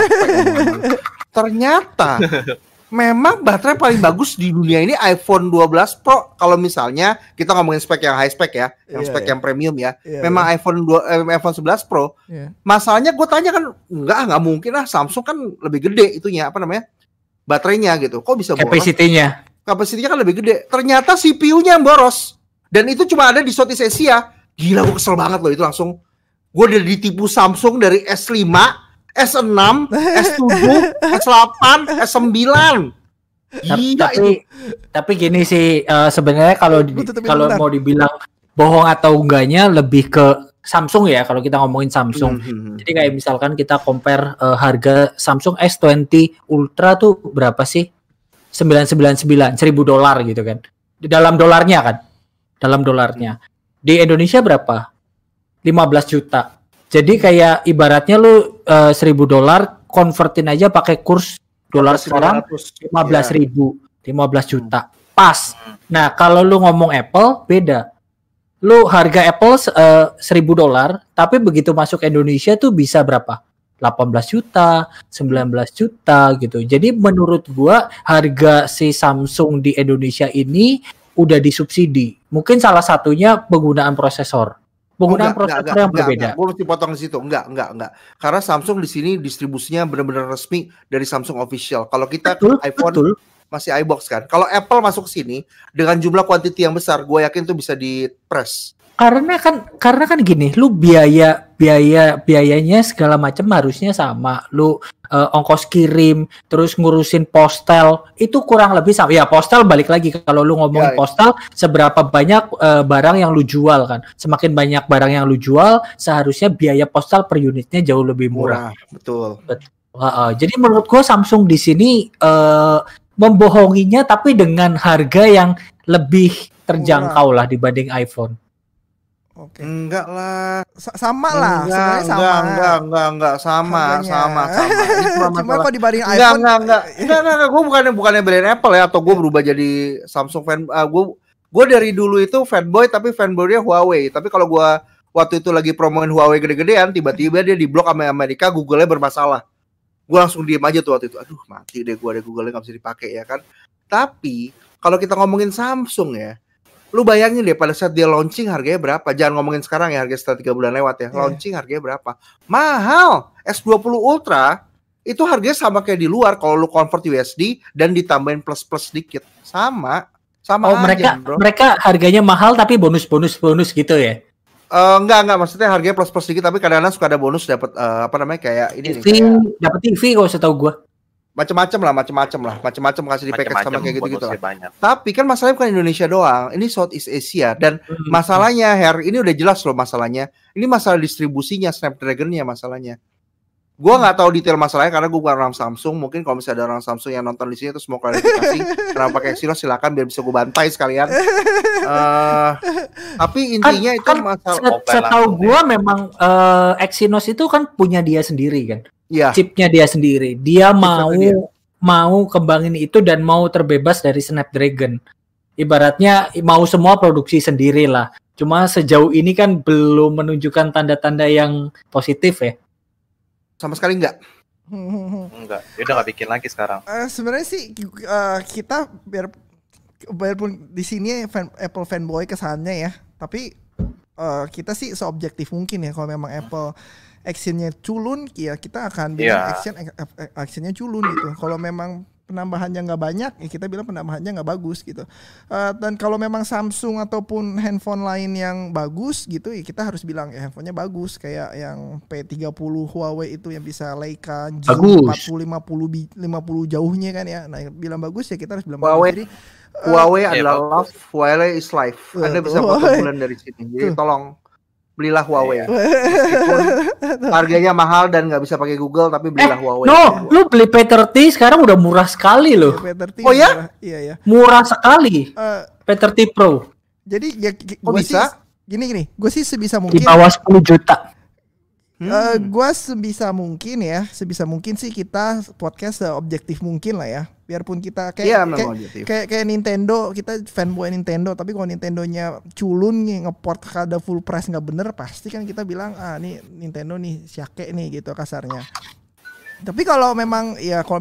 Ternyata memang baterai paling bagus di dunia ini iPhone 12 Pro. Kalau misalnya kita ngomongin spek yang high spec ya, yang spek yang premium ya. Memang iPhone 11 Pro. Masalahnya gue tanya kan, enggak mungkin lah, Samsung kan lebih gede itunya, baterainya gitu. Kok bisa boros? Kapasitinya kan lebih gede. Ternyata CPU-nya yang boros. Dan itu cuma ada di Southeast Asia. Gila, gue kesel banget loh itu langsung. Gue udah ditipu Samsung dari S5, S6, S7, S8, S9. Tapi gini sih, sebenarnya kalau mau dibilang bohong atau enggaknya lebih ke Samsung ya, kalau kita ngomongin Samsung. Jadi kayak misalkan kita compare harga Samsung S20 Ultra tuh berapa sih? 999, $1,000 gitu kan. Di dalam dolarnya kan. Dalam dolarnya. Di Indonesia berapa? 15 juta. Jadi kayak ibaratnya lu $1,000 konvertin aja pakai kurs dolar sekarang 15.000, 15 juta. Pas. Nah, kalau lu ngomong Apple beda. Lu harga Apple $1,000, tapi begitu masuk Indonesia tuh bisa berapa? 18 juta, 19 juta gitu. Jadi menurut gua harga si Samsung di Indonesia ini udah disubsidi. Mungkin salah satunya penggunaan prosesor. Prosesor yang berbeda. Gue mesti potong di situ. Enggak. Karena Samsung di sini distribusinya benar-benar resmi dari Samsung official. Kalau kita iPhone masih iBox kan. Kalau Apple masuk sini dengan jumlah quantity yang besar, gue yakin tuh bisa di press. Karena kan gini, lu biayanya segala macam harusnya sama. Lu ongkos kirim, terus ngurusin postal, itu kurang lebih sama. Ya postal balik lagi, kalau lu ngomongin postal, seberapa banyak barang yang lu jual kan. Semakin banyak barang yang lu jual, seharusnya biaya postal per unitnya jauh lebih murah. Betul. Jadi menurut gua Samsung di sini membohonginya, tapi dengan harga yang lebih terjangkau lah dibanding iPhone. Oke. Enggak lah. Sama lah. Sebenarnya sama. Sama. Cuma kok dibanding iPhone. Enggak. Gue bukannya belain Apple ya, atau gue berubah jadi Samsung fan. Gue dari dulu itu fanboy, tapi fanboynya Huawei. Tapi kalau gue waktu itu lagi promoin Huawei gede-gedean, tiba-tiba dia diblok sama Amerika, Google-nya bermasalah. Gue langsung diem aja tuh waktu itu. Aduh, mati deh gue, Google-nya nggak bisa dipakai ya kan. Tapi kalau kita ngomongin Samsung ya, lu bayangin deh pada saat dia launching harganya berapa? Jangan ngomongin sekarang ya, harga setelah 3 bulan lewat ya. Launching harganya berapa? Mahal. S20 Ultra itu harganya sama kayak di luar kalau lu convert USD dan ditambahin plus dikit. Sama aja, bro. Mereka harganya mahal tapi bonus gitu ya. Enggak, maksudnya harganya plus dikit tapi kadang-kadang suka ada bonus dapat kayak ini nih. Dapat TV kok setahu gua. Macam-macam lah kasih di package sama kayak gitu lah. Tapi kan masalahnya bukan Indonesia doang, ini Southeast Asia dan masalahnya ini udah jelas loh masalahnya. Ini masalah distribusinya Snapdragon-nya masalahnya. Gue nggak tahu detail masalahnya karena gue bukan orang Samsung. Mungkin kalau misalnya ada orang Samsung yang nonton di sini terus mau klarifikasi kenapa pakai Exynos, silakan biar bisa gue bantai sekalian. Tapi intinya itu masalah. Setahu gue memang Exynos itu kan punya dia sendiri kan, Iya. chipnya dia sendiri. Dia mau kembangin itu dan mau terbebas dari Snapdragon. Ibaratnya mau semua produksi sendiri lah. Cuma sejauh ini kan belum menunjukkan tanda-tanda yang positif ya. Sama sekali enggak. Enggak, dia udah nggak bikin lagi sekarang. Sebenarnya sih kita biarpun di sini Apple fanboy kesannya ya, tapi kita sih seobjektif mungkin ya. Kalau memang Apple actionnya culun, ya kita akan bilang actionnya culun gitu. Kalau memang penambahannya nggak banyak, ya kita bilang penambahannya nggak bagus gitu. Dan kalau memang Samsung ataupun handphone lain yang bagus gitu, ya kita harus bilang ya handphonenya bagus. Kayak yang P30 Huawei itu yang bisa Leica zoom 40-50 jauhnya kan ya. Nah bilang bagus ya kita harus bilang Huawei. bagus. Jadi Huawei adalah love, Huawei is life. Anda bisa foto bulan dari sini. Jadi tolong belilah Huawei. Harganya mahal dan nggak bisa pakai Google, tapi belilah Huawei. No, lu beli P30 sekarang udah murah sekali loh. P30 Oh ya? Iya. Murah sekali. P30 Pro. Jadi ya Kok gue sih bisa? gini, gue sih sebisa Di mungkin. bawah 10 juta. Gue sebisa mungkin sih kita podcast seobjektif mungkin lah ya. Biarpun kita kayak Nintendo, kita fanboy Nintendo, tapi kalau Nintendonya culun nih, ngeport kada full price nggak bener, pasti kan kita bilang nih Nintendo nih syake nih gitu kasarnya. Tapi kalau memang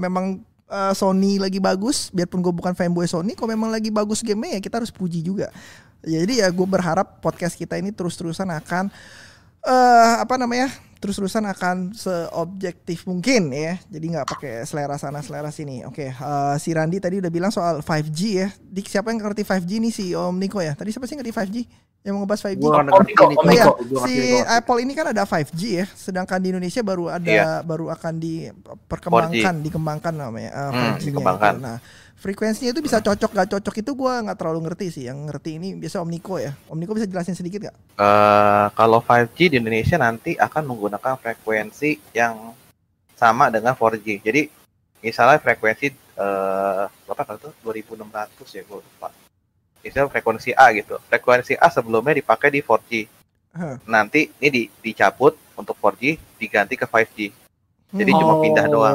Sony lagi bagus, biarpun gue bukan fanboy Sony, kalau memang lagi bagus game-nya ya kita harus puji juga. Jadi ya gue berharap podcast kita ini terus-terusan akan terus-terusan akan seobjektif mungkin ya. Jadi nggak pakai selera sana selera sini. Oke, si Randi tadi udah bilang soal 5G ya. Dik, siapa yang ngerti 5G nih, si Om Niko ya? Tadi siapa sih ngerti 5G? Yang mau ngebahas 5G? Si Apple ini kan ada 5G ya. Sedangkan di Indonesia baru akan dikembangkan namanya 5G-nya. Dikembangkan. Nah, frekuensinya itu bisa cocok gak cocok itu gue nggak terlalu ngerti sih. Yang ngerti ini biasa Om Niko ya. Om Niko bisa jelasin sedikit nggak? Kalau 5G di Indonesia nanti akan menggunakan frekuensi yang sama dengan 4G. Jadi misalnya frekuensi berapa kali itu 2600 ya gue lupa. Misalnya frekuensi A gitu. Frekuensi A sebelumnya dipakai di 4G. Nanti ini dicabut untuk 4G diganti ke 5G. Jadi cuma pindah doang.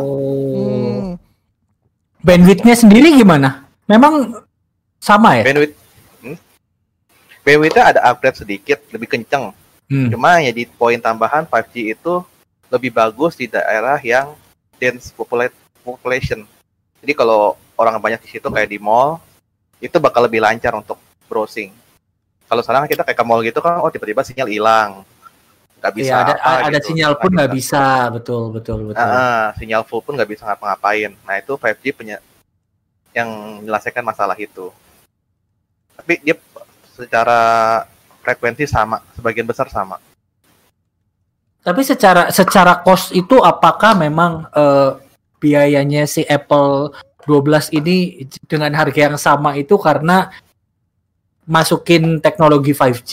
Bandwidth-nya sendiri gimana? Memang sama ya? Bandwidth-nya ada upgrade sedikit, lebih kenceng. Cuma ya di poin tambahan 5G itu lebih bagus di daerah yang dense population. Jadi kalau orang banyak di situ kayak di mall, itu bakal lebih lancar untuk browsing. Kalau sekarang kita kayak ke mall gitu kan, tiba-tiba sinyal hilang. Nggak bisa ada gitu. Sinyal pun nggak bisa, betul. Sinyal full pun nggak bisa ngapa-ngapain. Nah itu 5G yang menyelesaikan masalah itu. Tapi dia secara frekuensi sama, sebagian besar sama. Tapi secara cost itu apakah memang biayanya si Apple 12 ini dengan harga yang sama itu karena masukin teknologi 5G?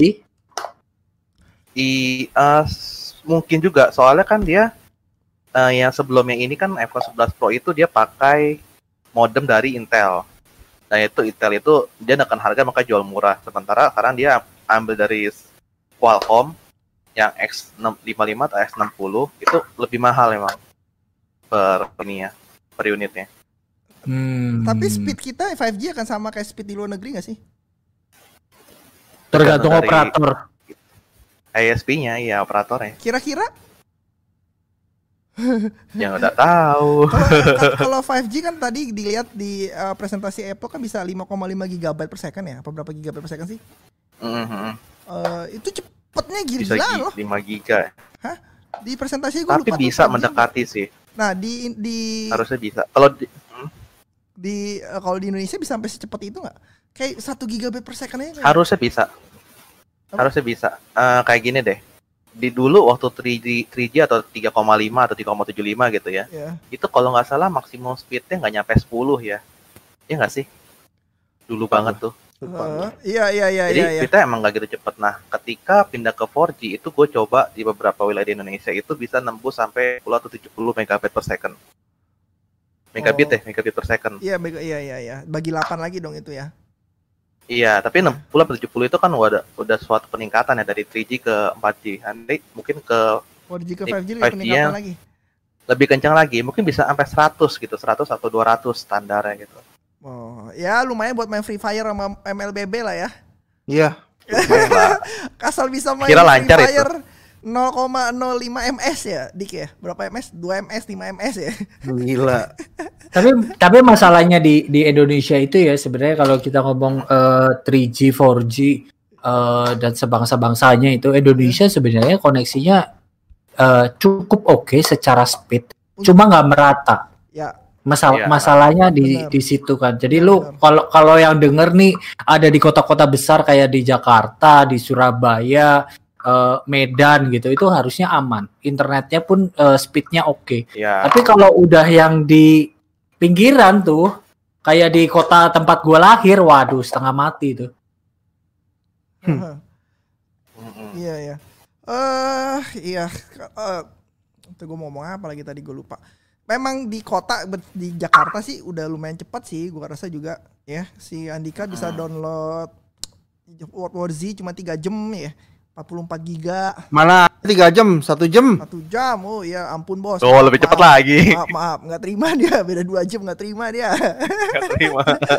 Mungkin juga, soalnya kan dia yang sebelumnya ini kan iPhone 11 Pro itu dia pakai modem dari Intel. Nah Intel itu dia dengan harga maka jual murah. Sementara sekarang dia ambil dari Qualcomm yang X55 atau X60 itu lebih mahal memang per unitnya. Tapi speed kita 5G akan sama kayak speed di luar negeri nggak sih? Tergantung operator. ISP-nya, ya operatornya. Kira-kira? Yang udah tahu. Kalau 5G kan tadi dilihat di presentasi Apple kan bisa 5,5 GB per second ya? Apa berapa GB per second sih? Itu cepetnya gila loh. 5 giga. Hah? Di presentasi gue lupa. Tapi bisa mendekati sih. Nah di harusnya bisa. Kalau kalau di Indonesia bisa sampai secepat itu nggak? Kayak 1 GB per second aja. Harusnya bisa. Harusnya bisa. Kayak gini deh. Di dulu waktu 3G atau 3,5 atau 3,75 gitu ya. Itu kalau nggak salah maksimum speednya nggak nyampe 10 ya. Iya nggak sih? Dulu banget tuh. Iya. Jadi kita emang nggak gitu cepet. Nah, ketika pindah ke 4G itu gue coba di beberapa wilayah di Indonesia itu bisa nembus sampai 60 atau 70 megabit per second. Megabit per second. Iya. Bagi 8 lagi dong itu ya. Iya, tapi 60 atau 70 itu kan udah suatu peningkatan ya dari 3G ke 4G. Nanti mungkin ke 4G ke 5G lebih peningkatan lagi. Lebih kencang lagi, mungkin bisa sampai 100 gitu, 100 atau 200 standarnya gitu. Oh, ya lumayan buat main Free Fire sama MLBB lah ya. Iya. Asal bisa main Kira Free lancar Fire 0,05 ms ya, Dik ya. Berapa ms? 2 ms, 5 ms ya. Gila. Tapi masalahnya di Indonesia itu ya sebenarnya kalau kita ngomong 3G, 4G dan sebangsa-bangsanya itu Indonesia sebenarnya koneksinya cukup oke secara speed, cuma nggak merata. Ya. Masalahnya di situ kan. Jadi lu kalau yang denger nih ada di kota-kota besar kayak di Jakarta, di Surabaya, Medan gitu, itu harusnya aman. Internetnya pun speednya oke. Ya. Tapi kalau udah yang di pinggiran tuh, kayak di kota tempat gua lahir, waduh setengah mati tuh. Iya. Iya. Itu gue mau ngomong apa lagi tadi gue lupa. Memang di kota di Jakarta sih udah lumayan cepat sih, gue rasa juga ya. Si Andika bisa download World Z cuma 3 jam ya. 44 giga. Mana 3 jam, 1 jam. 1 jam, oh ya ampun bos. Oh lebih cepat lagi. Maaf, nggak terima dia, beda 2 jam nggak terima dia. Nggak terima.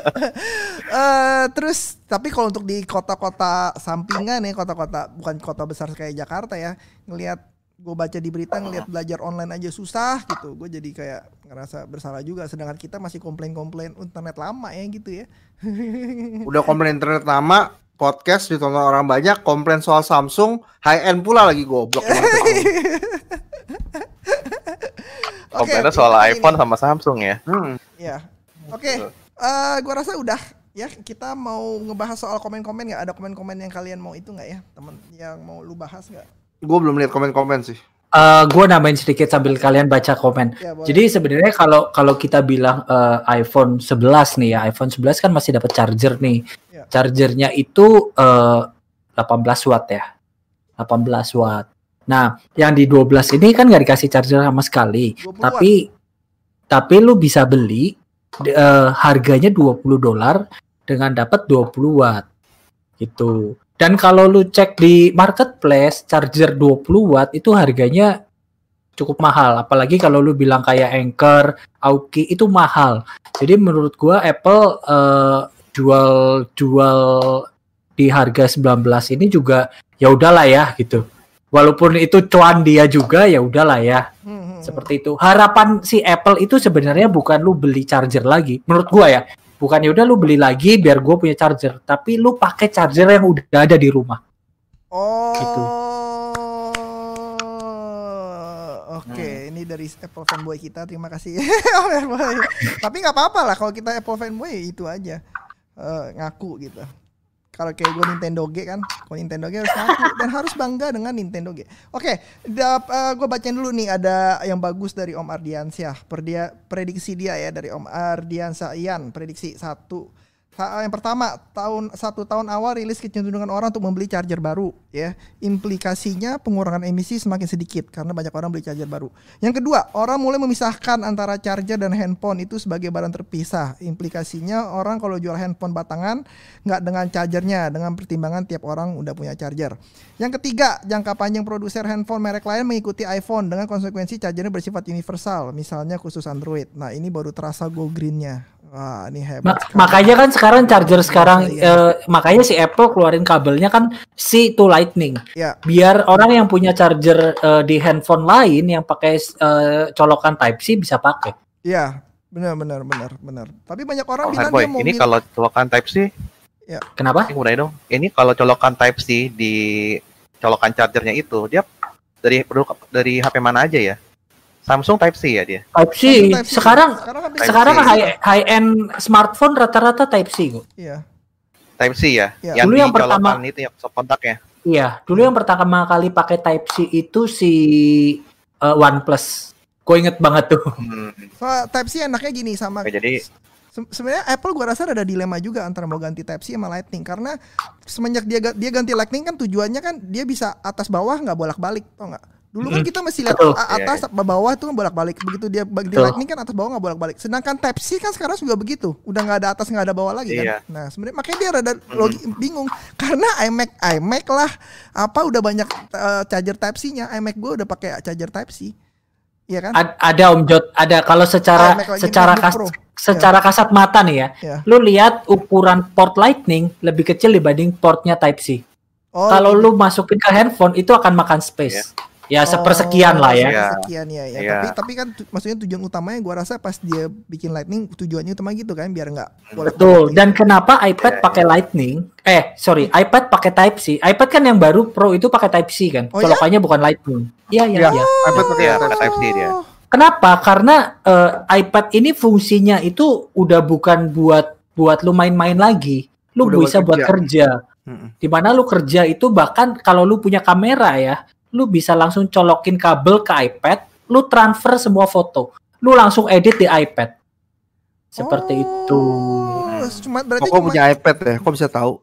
Terus tapi kalau untuk di kota-kota sampingan nih, kota-kota bukan kota besar kayak Jakarta ya, ngelihat gue baca di berita ngelihat belajar online aja susah gitu, gue jadi kayak ngerasa bersalah juga. Sedangkan kita masih komplain internet lama ya gitu ya. Udah komplain internet lama. Podcast ditonton orang banyak, komplain soal Samsung, high end pula lagi goblok. Komplainnya soal iPhone sama Samsung ya. Ya. Oke. Gua rasa udah ya, kita mau ngebahas soal komen-komen nggak? Ada komen-komen yang kalian mau itu nggak ya, teman yang mau lu bahas nggak? Gue belum lihat komen-komen sih. Gue nambahin sedikit sambil kalian baca komen. Ya, jadi sebenarnya kalau kita bilang iPhone 11 nih ya, iPhone 11 kan masih dapat charger nih. Ya. Chargernya itu 18 watt ya. 18 watt. Nah, yang di 12 ini kan nggak dikasih charger sama sekali. Tapi lu bisa beli harganya $20 dengan dapat 20 watt. Gitu. Dan kalau lu cek di marketplace, charger 20 watt itu harganya cukup mahal. Apalagi kalau lu bilang kayak Anker, Aoki itu mahal. Jadi menurut gua Apple jual di harga 19 ini juga ya udahlah ya gitu. Walaupun itu cuan dia juga ya udahlah ya. Seperti itu. Harapan si Apple itu sebenarnya bukan lu beli charger lagi. Menurut gua ya. Bukan ya udah lu beli lagi biar gue punya charger, tapi lu pakai charger yang udah ada di rumah. Oh. Gitu. Oke, ini dari Apple fanboy kita, terima kasih. Tapi nggak apa-apa lah kalau kita Apple fanboy itu aja ngaku gitu. Kalau kayak gue Nintendo G kan, kalau Nintendo G harus ngaku dan harus bangga dengan Nintendo G. Oke, gue bacain dulu nih, ada yang bagus dari Om Ardiansyah. Prediksi dia ya dari Om Ardiansyah Ian, prediksi 1. Yang pertama, 1 tahun awal rilis kecenderungan orang untuk membeli charger baru ya. Implikasinya pengurangan emisi semakin sedikit karena banyak orang beli charger baru. Yang kedua, orang mulai memisahkan antara charger dan handphone itu sebagai barang terpisah. Implikasinya orang kalau jual handphone batangan nggak dengan chargernya, dengan pertimbangan tiap orang udah punya charger. Yang ketiga, jangka panjang produser handphone merek lain mengikuti iPhone dengan konsekuensi chargernya bersifat universal, misalnya khusus Android. Nah, ini baru terasa go green-nya. Wah, ini hebat. Makanya kan sekarang charger makanya si Apple keluarin kabelnya kan C to Lightning. Ya. Biar orang yang punya charger di handphone lain yang pakai colokan Type C bisa pakai. Iya, benar. Tapi banyak orang bilang dia mau ini kalau colokan Type C. Ya. Kenapa? Ini dong. Ini kalau colokan Type C di colokan chargernya itu dia dari HP mana aja ya? Samsung Type C ya dia. Type C. Sekarang high end smartphone rata-rata Type C kok. Iya. Type C ya. Yang dulu yang pertama itu yang kontaknya. Iya, dulu yang pertama kali pakai Type C itu si OnePlus. Gue inget banget tuh. So, Type C enaknya gini sama. Jadi Sebenarnya Apple gua rasa ada dilema juga antara mau ganti Type-C sama Lightning, karena semenjak dia ganti Lightning kan tujuannya kan dia bisa atas bawah nggak bolak-balik, tau nggak? Dulu kan kita masih lihat atas bawah tuh bolak-balik, begitu dia ganti Lightning kan atas bawah nggak bolak-balik. Sedangkan Type-C kan sekarang juga begitu, udah nggak ada atas nggak ada bawah lagi kan. Nah sebenarnya makanya dia rada bingung karena iMac lah apa udah banyak charger Type-C-nya, iMac gue udah pakai charger Type-C. Iya kan? Ada Om Jod, ada kalau secara kasat mata nih ya. Lu lihat ukuran port Lightning lebih kecil dibanding portnya Type-C. Kalau lu masukin ke handphone itu akan makan space. Ya sepersekian lah ya. Sepersekian ya. Tapi kan maksudnya tujuan utamanya gua rasa pas dia bikin Lightning tujuannya utama gitu kan biar nggak. Betul. Dan kenapa iPad pakai Lightning? iPad pakai Type-C. iPad kan yang baru Pro itu pakai Type-C kan. Colokannya bukan Lightning. Iya. iPad pakai Type-C dia. Kenapa? Karena iPad ini fungsinya itu udah bukan buat lu main-main lagi. Lu bisa buat kerja. Dimana lu kerja itu bahkan kalau lu punya kamera ya, lu bisa langsung colokin kabel ke iPad, lu transfer semua foto, lu langsung edit di iPad. Seperti itu. Kok punya iPad ya? Kok bisa tahu?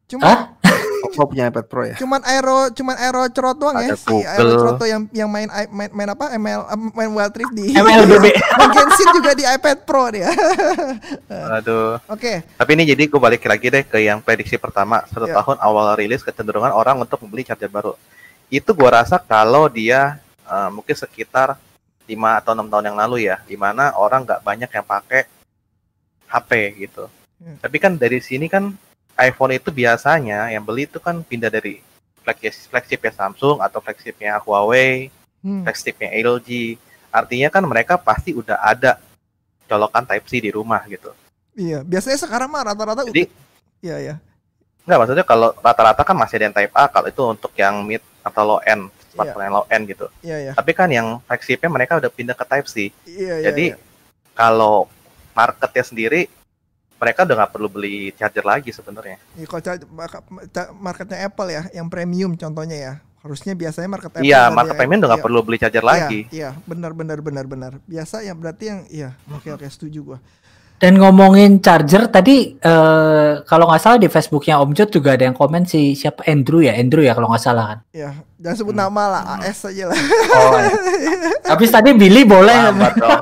Kok punya iPad Pro ya? Cuman Aero cerot doang ya. Si Aero cerot yang main apa? Main Wild Rift di MLBB. Genshin juga di iPad Pro dia. Aduh. Oke. Tapi ini jadi gue balik lagi deh ke yang prediksi pertama. 1 tahun awal rilis kecenderungan orang untuk membeli charger baru. Itu gue rasa kalau dia mungkin sekitar 5 atau 6 tahun yang lalu ya, dimana orang nggak banyak yang pakai HP gitu. Tapi kan dari sini kan iPhone itu biasanya yang beli itu kan pindah dari flagshipnya Samsung atau flagshipnya Huawei, flagshipnya LG. Artinya kan mereka pasti udah ada colokan Type-C di rumah gitu. Iya, biasanya sekarang mah rata-rata. Jadi, iya. Nggak, maksudnya kalau rata-rata kan masih ada yang Type A, kalau itu untuk yang mid atau low end, smartphone yang low end gitu. Iya. Tapi kan yang flagshipnya mereka udah pindah ke Type-C. Jadi Iya. kalau marketnya sendiri, mereka udah nggak perlu beli charger lagi sebenarnya. Iya, kalau marketnya Apple ya, yang premium contohnya ya. Harusnya biasanya market Apple. Iya, market premium udah nggak perlu beli charger lagi. Iya, benar. Biasa yang berarti yang oke, setuju gua. Dan ngomongin charger tadi kalau nggak salah di Facebooknya Om Jod juga ada yang komen siapa Andrew ya kalau nggak salah kan. Ya, jangan sebut nama lah, AS aja lah. Habis tadi Billy boleh.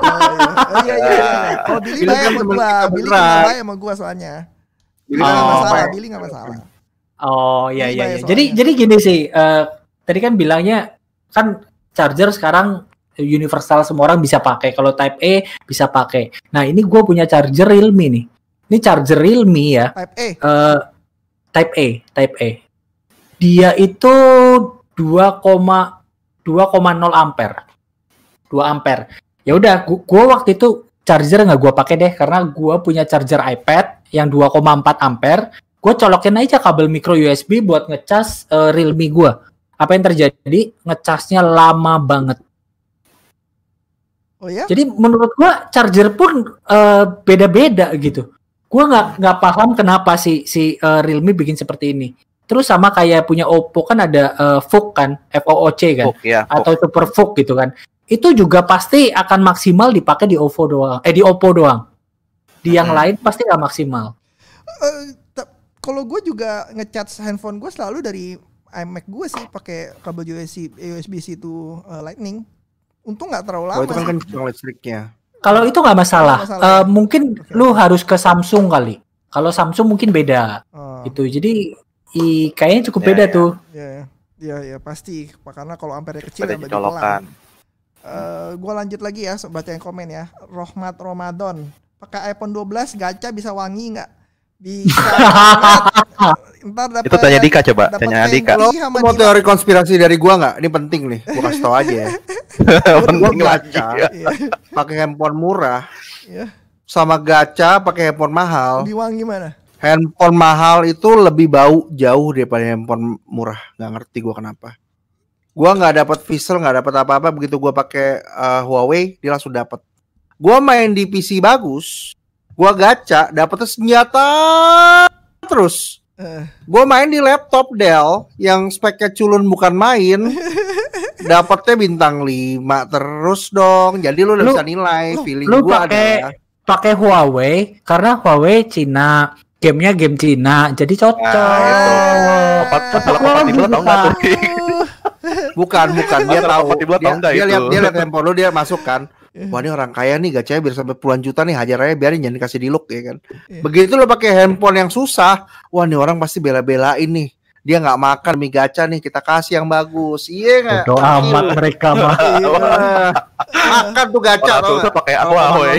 Iya. Kalau Billy baik sama gua, Billy baik sama gua soalnya. Billy nggak masalah. Oh iya. Jadi gini sih, tadi kan bilangnya kan charger sekarang universal, semua orang bisa pakai. Kalau Type A bisa pakai. Nah ini gue punya charger Realme nih. Ini charger Realme ya. Type A. Dia itu 2,0 ampere. 2 ampere. Ya udah, gue waktu itu charger nggak gue pakai deh karena gue punya charger iPad yang 2,4 ampere. Gue colokin aja kabel micro USB buat ngecas Realme gue. Apa yang terjadi? Ngecasnya lama banget. Oh ya? Jadi menurut gua charger pun beda-beda gitu. Gua nggak paham kenapa si Realme bikin seperti ini. Terus sama kayak punya Oppo kan ada VOOC kan, FOOC kan, atau Super VOOC gitu kan. Itu juga pasti akan maksimal dipakai di Oppo doang. Di Oppo doang. Di yang lain pasti nggak maksimal. Kalau gue juga ngecharge handphone gue selalu dari iMac gue sih pakai kabel USB-C itu Lightning. Untung nggak terlalu lama. Itu kan kencang listriknya. Kalau itu nggak masalah. Mungkin lu harus ke Samsung kali. Kalau Samsung mungkin beda. Gitu. Jadi kayaknya cukup beda tuh. Iya pasti. Karena kalau ampere kecil ya bagi pelan. Gue lanjut lagi ya, baca yang komen ya. Rohmat Ramadan. Pakai iPhone 12 gacha bisa wangi nggak? Bisa. Itu tanya Dika coba. Tanya Dika. Lo mau teori konspirasi dari gua nggak? Ini penting nih. Gua kasih tau aja ya. Gua gacha pakai handphone murah, sama gacha pakai handphone mahal. Lebih wangi mana? Handphone mahal itu lebih bau jauh daripada handphone murah. Nggak ngerti gua kenapa. Gua nggak dapat visual, nggak dapat apa-apa. Begitu gua pakai Huawei, dia langsung dapat. Gua main di PC bagus, gua gacha dapetnya senjata terus. Gue main di laptop Dell yang speknya culun bukan main, dapetnya bintang 5 terus dong. Jadi lu udah bisa nilai feeling gue adalah pakai Huawei karena Huawei Cina, gamenya game Cina, jadi cocok. Masalah kompatibel atau enggak tuh? Bukan, dia tahu. Kompatibel atau enggak Dia itu? lihat handphone lu, dia masuk kan. Wah, ini orang kaya nih, gacanya biar sampai puluhan juta nih, hajar aja, biarin jangan dikasih di look ya kan. Begitu lo pakai handphone yang susah, wah nih orang pasti bela-belain nih. Dia nggak makan mie gacha nih, kita kasih yang bagus. Iya nggak? Bodo amat mereka mah. Makan tuh gacha. Orang susah pakai Huawei.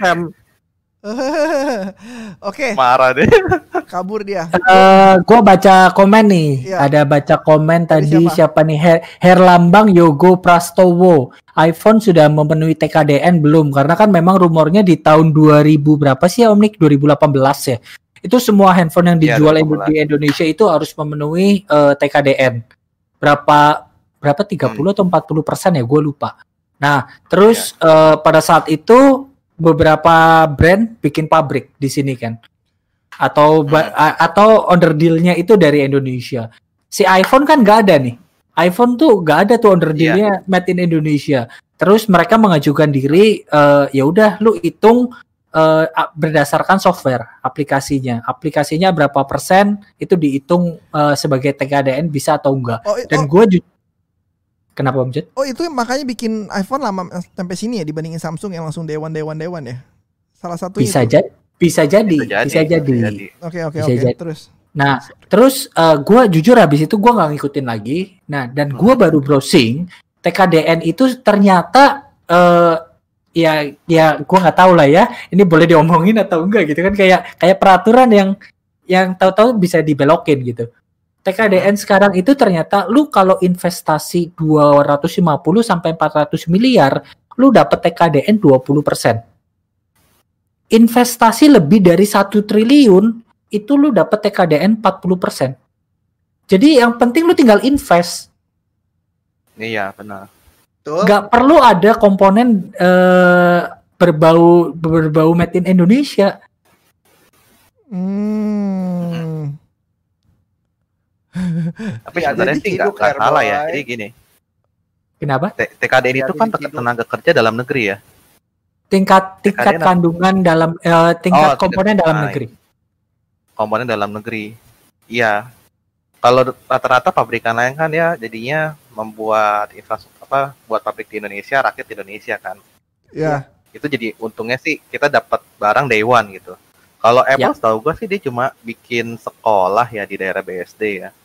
Oke, Marah deh. kabur dia. Gua baca komen nih. Iya. Ada baca komen Dari tadi siapa nih? Herlambang Yogo Prastowo. iPhone sudah memenuhi TKDN belum? Karena kan memang rumornya di tahun 2000 berapa sih ya Om Nick? 2018 ya. Itu semua handphone yang dijual di Indonesia itu harus memenuhi TKDN. Berapa 30 atau 40% ya? Gue lupa. Nah, terus pada saat itu beberapa brand bikin pabrik di sini kan, atau under dealnya itu dari Indonesia. Si iPhone kan nggak ada nih, iPhone tuh nggak ada tuh under dealnya made in Indonesia. Terus mereka mengajukan diri, ya udah lu hitung berdasarkan software aplikasinya berapa persen itu dihitung sebagai TKDN bisa atau enggak. Dan gue kenapa Om Jet? Oh itu makanya bikin iPhone lama sampai sini ya dibandingin Samsung yang langsung day one ya. Salah satu bisa jadi. Oke. Terus. Nah terus gue jujur habis itu gue nggak ngikutin lagi. Nah dan gue baru browsing TKDN itu ternyata ya gue nggak tahu lah ya. Ini boleh diomongin atau enggak gitu kan, kayak peraturan yang tahu-tahu bisa dibelokin gitu. TKDN sekarang itu ternyata lu kalau investasi 250 sampai 400 miliar, lu dapat TKDN 20%. Investasi lebih dari 1 triliun, itu lu dapat TKDN 40%. Jadi yang penting lu tinggal invest. Iya, benar. Gak perlu ada komponen berbau made in Indonesia. Tapi sebenarnya sih nggak salah ya. Jadi gini. Kenapa? TKDN itu kan tenaga kerja dalam negeri ya. Tingkat kandungan dalam tingkat komponen dalam negeri. Komponen dalam negeri. Iya. Kalau rata-rata pabrikan lain kan ya jadinya membuat infrastruktur buat pabrik di Indonesia, rakyat di Indonesia kan. Iya. Itu jadi untungnya sih kita dapat barang day one gitu. Kalau Apple setahu gue sih dia cuma bikin sekolah ya di daerah BSD ya.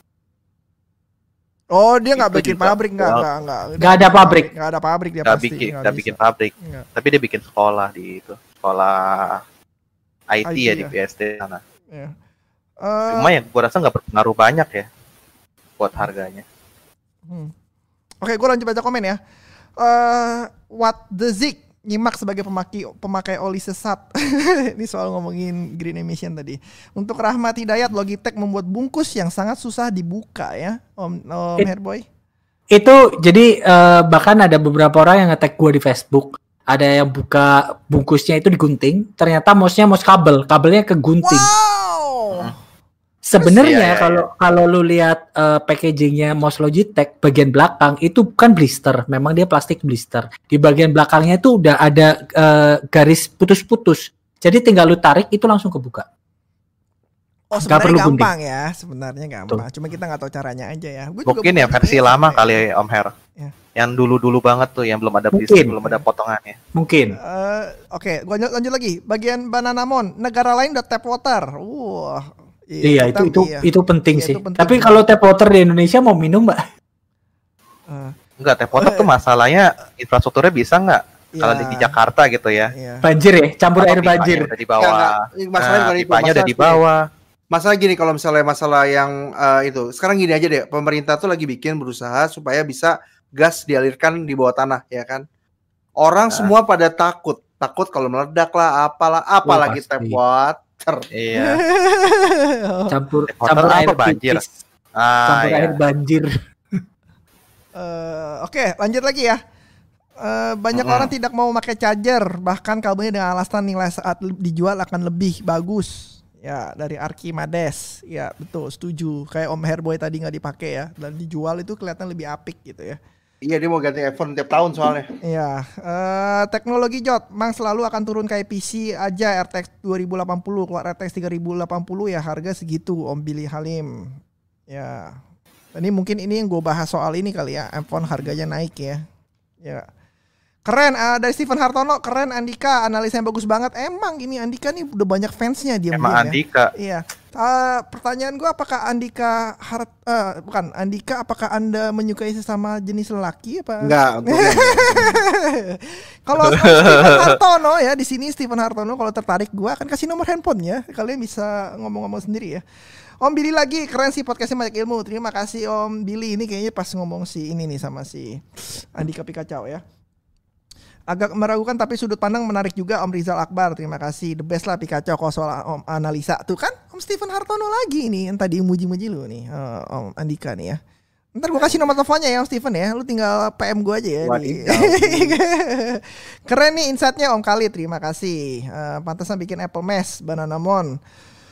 Oh dia nggak bikin pabrik nggak ada pabrik. Nggak ada pabrik dia nggak pasti. Nggak bikin pabrik. Enggak. Tapi dia bikin sekolah di itu, sekolah IT ya di BSD sana. Ya. Cuma ya gue rasa nggak berpengaruh banyak ya buat harganya. Oke, gue lanjut baca komen ya. What the Zik nyimak sebagai pemakai oli sesat. Ini soal ngomongin green emission tadi. Untuk Rahmat Hidayat, Logitech membuat bungkus yang sangat susah dibuka ya, Om Hairboy. Itu jadi bahkan ada beberapa orang yang nge-tag gue di Facebook. Ada yang buka bungkusnya itu digunting, ternyata mouse-nya mouse kabelnya kegunting. Wow. Sebenarnya kalau lu lihat packagingnya mouse Logitech bagian belakang itu bukan blister, memang dia plastik blister. Di bagian belakangnya itu udah ada garis putus-putus. Jadi tinggal lu tarik itu langsung kebuka. Oh sebenarnya gampang gunting. Ya, sebenarnya gampang. Cuma kita nggak tahu caranya aja ya. Mungkin ya versi lama kali Om Her. Ya. Yang dulu banget tuh yang belum ada blister, belum ada potongannya. Mungkin. Oke, gua lanjut lagi. Bagian Bananamon, negara lain udah tap water. Iya itu penting sih. Penting. Tapi kalau tap water di Indonesia mau minum Mbak? Enggak, tap water tuh masalahnya infrastrukturnya bisa nggak? Kalau di Jakarta gitu ya. Banjir ya, campur air banjir. Udah di bawah. Masalahnya pipanya udah di bawah. Masalah gini kalau misalnya masalah yang itu. Sekarang gini aja deh, pemerintah tuh lagi bikin berusaha supaya bisa gas dialirkan di bawah tanah ya kan. Orang semua pada takut kalau meledak lah apalagi tap water. Iya. campur air banjir. Air banjir. Oke, lanjut lagi ya. Banyak orang tidak mau pakai charger, bahkan kabelnya dengan alasan nilai saat dijual akan lebih bagus. Ya, dari Archimedes. Ya, betul, setuju. Kayak Om Hairboy tadi nggak dipakai ya, dan dijual itu kelihatan lebih apik gitu ya. Iya, dia mau ganti iPhone tiap tahun soalnya. Iya, teknologi Jot, Mang selalu akan turun kayak PC aja RTX 2080, keluar RTX 3080 ya harga segitu Om Billy Halim. Ya, ini mungkin ini yang gue bahas soal ini kali ya, iPhone harganya naik ya. Ya, keren dari Stephen Hartono, keren Andika, analisanya bagus banget. Emang ini Andika nih udah banyak fansnya dia. Emang Andika. Ya. Iya. Pertanyaan gue, apakah Andika bukan Andika, apakah Anda menyukai sesama jenis lelaki apa? Enggak. Kalau Stephen Hartono ya di sini Stephen Hartono, kalau tertarik gue akan kasih nomor handphonenya, kalian bisa ngomong-ngomong sendiri ya. Om Billy lagi, keren sih podcastnya banyak ilmu. Terima kasih Om Billy, ini kayaknya pas ngomong si ini nih sama si Andika Pikacau ya. Agak meragukan tapi sudut pandang menarik juga Om Rizal Akbar. Terima kasih. The best lah Pikacau kalau soal Om analisa. Tuh kan Om Stephen Hartono lagi nih. Yang tadi muji-muji lu nih Om Andika nih ya. Ntar gue kasih nomor teleponnya ya Om Stephen ya. Lu tinggal PM gue aja ya. Keren nih insight-nya Om Khalid. Terima kasih. Pantesan bikin Apple Mesh Banana Mon.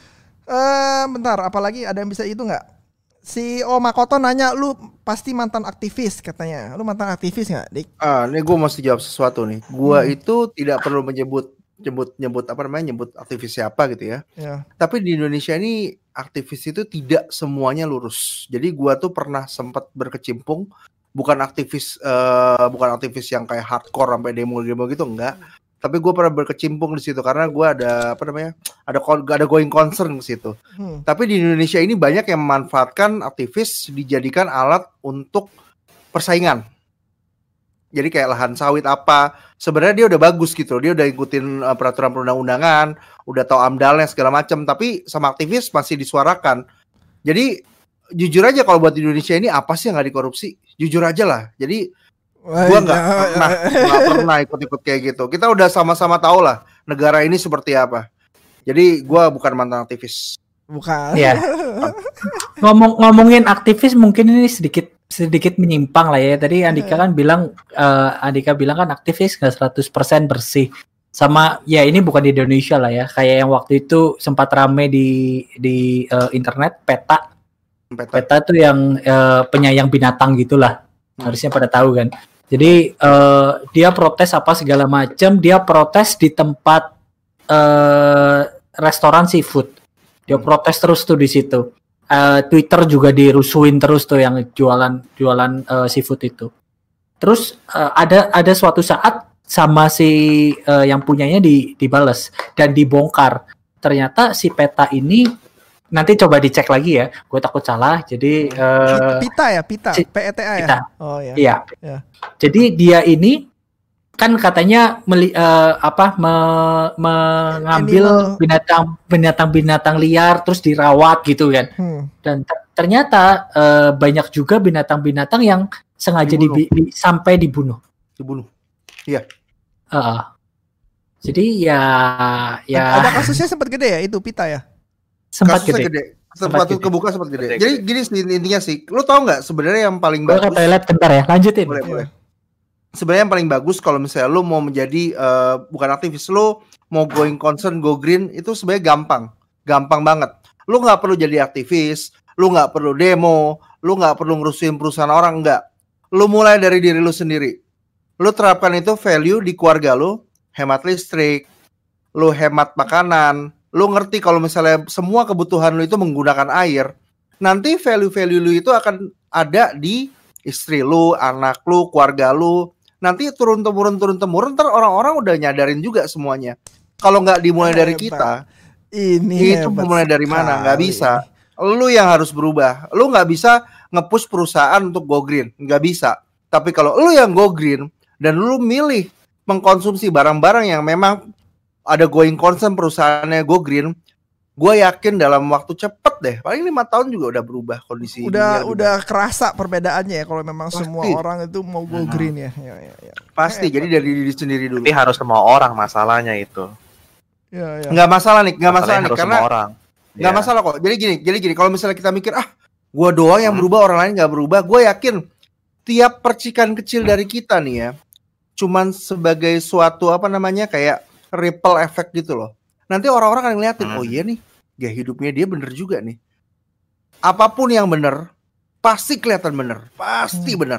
Bentar, apalagi ada yang bisa itu gak? Si Makoto nanya, lu pasti mantan aktivis katanya. Lu mantan aktivis nggak, Dik? Ini gue mesti jawab sesuatu nih. Gue itu tidak perlu nyebut aktivis siapa gitu ya. Tapi di Indonesia ini aktivis itu tidak semuanya lurus. Jadi gue tuh pernah sempat berkecimpung, bukan aktivis yang kayak hardcore sampai demo gitu, enggak. Tapi gue pernah berkecimpung di situ karena gue ada ada going concern di situ. Tapi di Indonesia ini banyak yang memanfaatkan aktivis dijadikan alat untuk persaingan. Jadi kayak lahan sawit apa, sebenarnya dia udah bagus gitu, dia udah ikutin peraturan perundang-undangan, udah tahu amdalnya segala macam, tapi sama aktivis masih disuarakan. Jadi jujur aja kalau buat Indonesia ini apa sih yang nggak dikorupsi? Jujur aja lah. Jadi gue nggak pernah ikut-ikut kayak gitu. Kita udah sama-sama tahu lah negara ini seperti apa. Jadi gue bukan mantan aktivis. Bukan. Ya. Ngomongin aktivis mungkin ini sedikit menyimpang lah ya. Tadi Andika kan bilang kan aktivis nggak 100% bersih. Sama ya ini bukan di Indonesia lah ya. Kayak yang waktu itu sempat rame di internet Peta tuh yang penyayang binatang gitulah. Harusnya pada tahu kan. Jadi dia protes apa segala macam, dia protes di tempat restoran seafood. Dia protes terus tuh di situ. Twitter juga dirusuin terus tuh yang jualan seafood itu. Terus ada suatu saat sama si yang punyanya dibales dan dibongkar. Ternyata si Peta ini nanti coba dicek lagi ya, gue takut salah. Jadi Pita, PETA ya. Pita. Oh ya. Iya. Ya. Jadi dia ini kan katanya mengambil binatang liar terus dirawat gitu kan. Dan ternyata banyak juga binatang-binatang yang sengaja sampai dibunuh. Iya. Jadi ya. Ada kasusnya sempat gede ya itu Pita ya. Sempat gede. Waktu kebuka sempat gede. Jadi gini sih intinya sih, lu tahu nggak sebenarnya yang paling bagus? Ke toilet bentar ya, lanjutin. Boleh. Sebenarnya yang paling bagus kalau misalnya lu mau menjadi bukan aktivis, lu mau going concern, go green, itu sebenarnya gampang banget. Lu nggak perlu jadi aktivis, lu nggak perlu demo, lu nggak perlu ngerusuin perusahaan orang, enggak. Lu mulai dari diri lu sendiri. Lu terapkan itu value di keluarga lu, hemat listrik, lu hemat makanan. Lu ngerti kalau misalnya semua kebutuhan lu itu menggunakan air, nanti value-value lu itu akan ada di istri lu, anak lu, keluarga lu. Nanti turun-temurun ntar orang-orang udah nyadarin juga semuanya. Kalau nggak dimulai dari kita, itu mulai dari mana? Nggak bisa. Lu yang harus berubah. Lu nggak bisa nge-push perusahaan untuk go green. Nggak bisa. Tapi kalau lu yang go green, dan lu milih mengkonsumsi barang-barang yang memang ada going concern perusahaannya go green, gue yakin dalam waktu cepet deh, paling 5 tahun juga udah berubah kondisi. Udah kerasa perbedaannya ya kalau memang pasti. Semua orang itu mau go green ya. Pasti. Jadi dari diri sendiri dulu. Tapi harus semua orang masalahnya itu. Ya. Nggak masalah nih, karena nggak Ya. masalah kok. Jadi gini, kalau misalnya kita mikir gue doang yang berubah, orang lain nggak berubah, gue yakin tiap percikan kecil dari kita nih ya, cuman sebagai suatu kayak ripple effect gitu loh. Nanti orang-orang akan ngeliatin, oh iya nih, gaya hidupnya dia bener juga nih. Apapun yang bener, pasti kelihatan bener, pasti bener.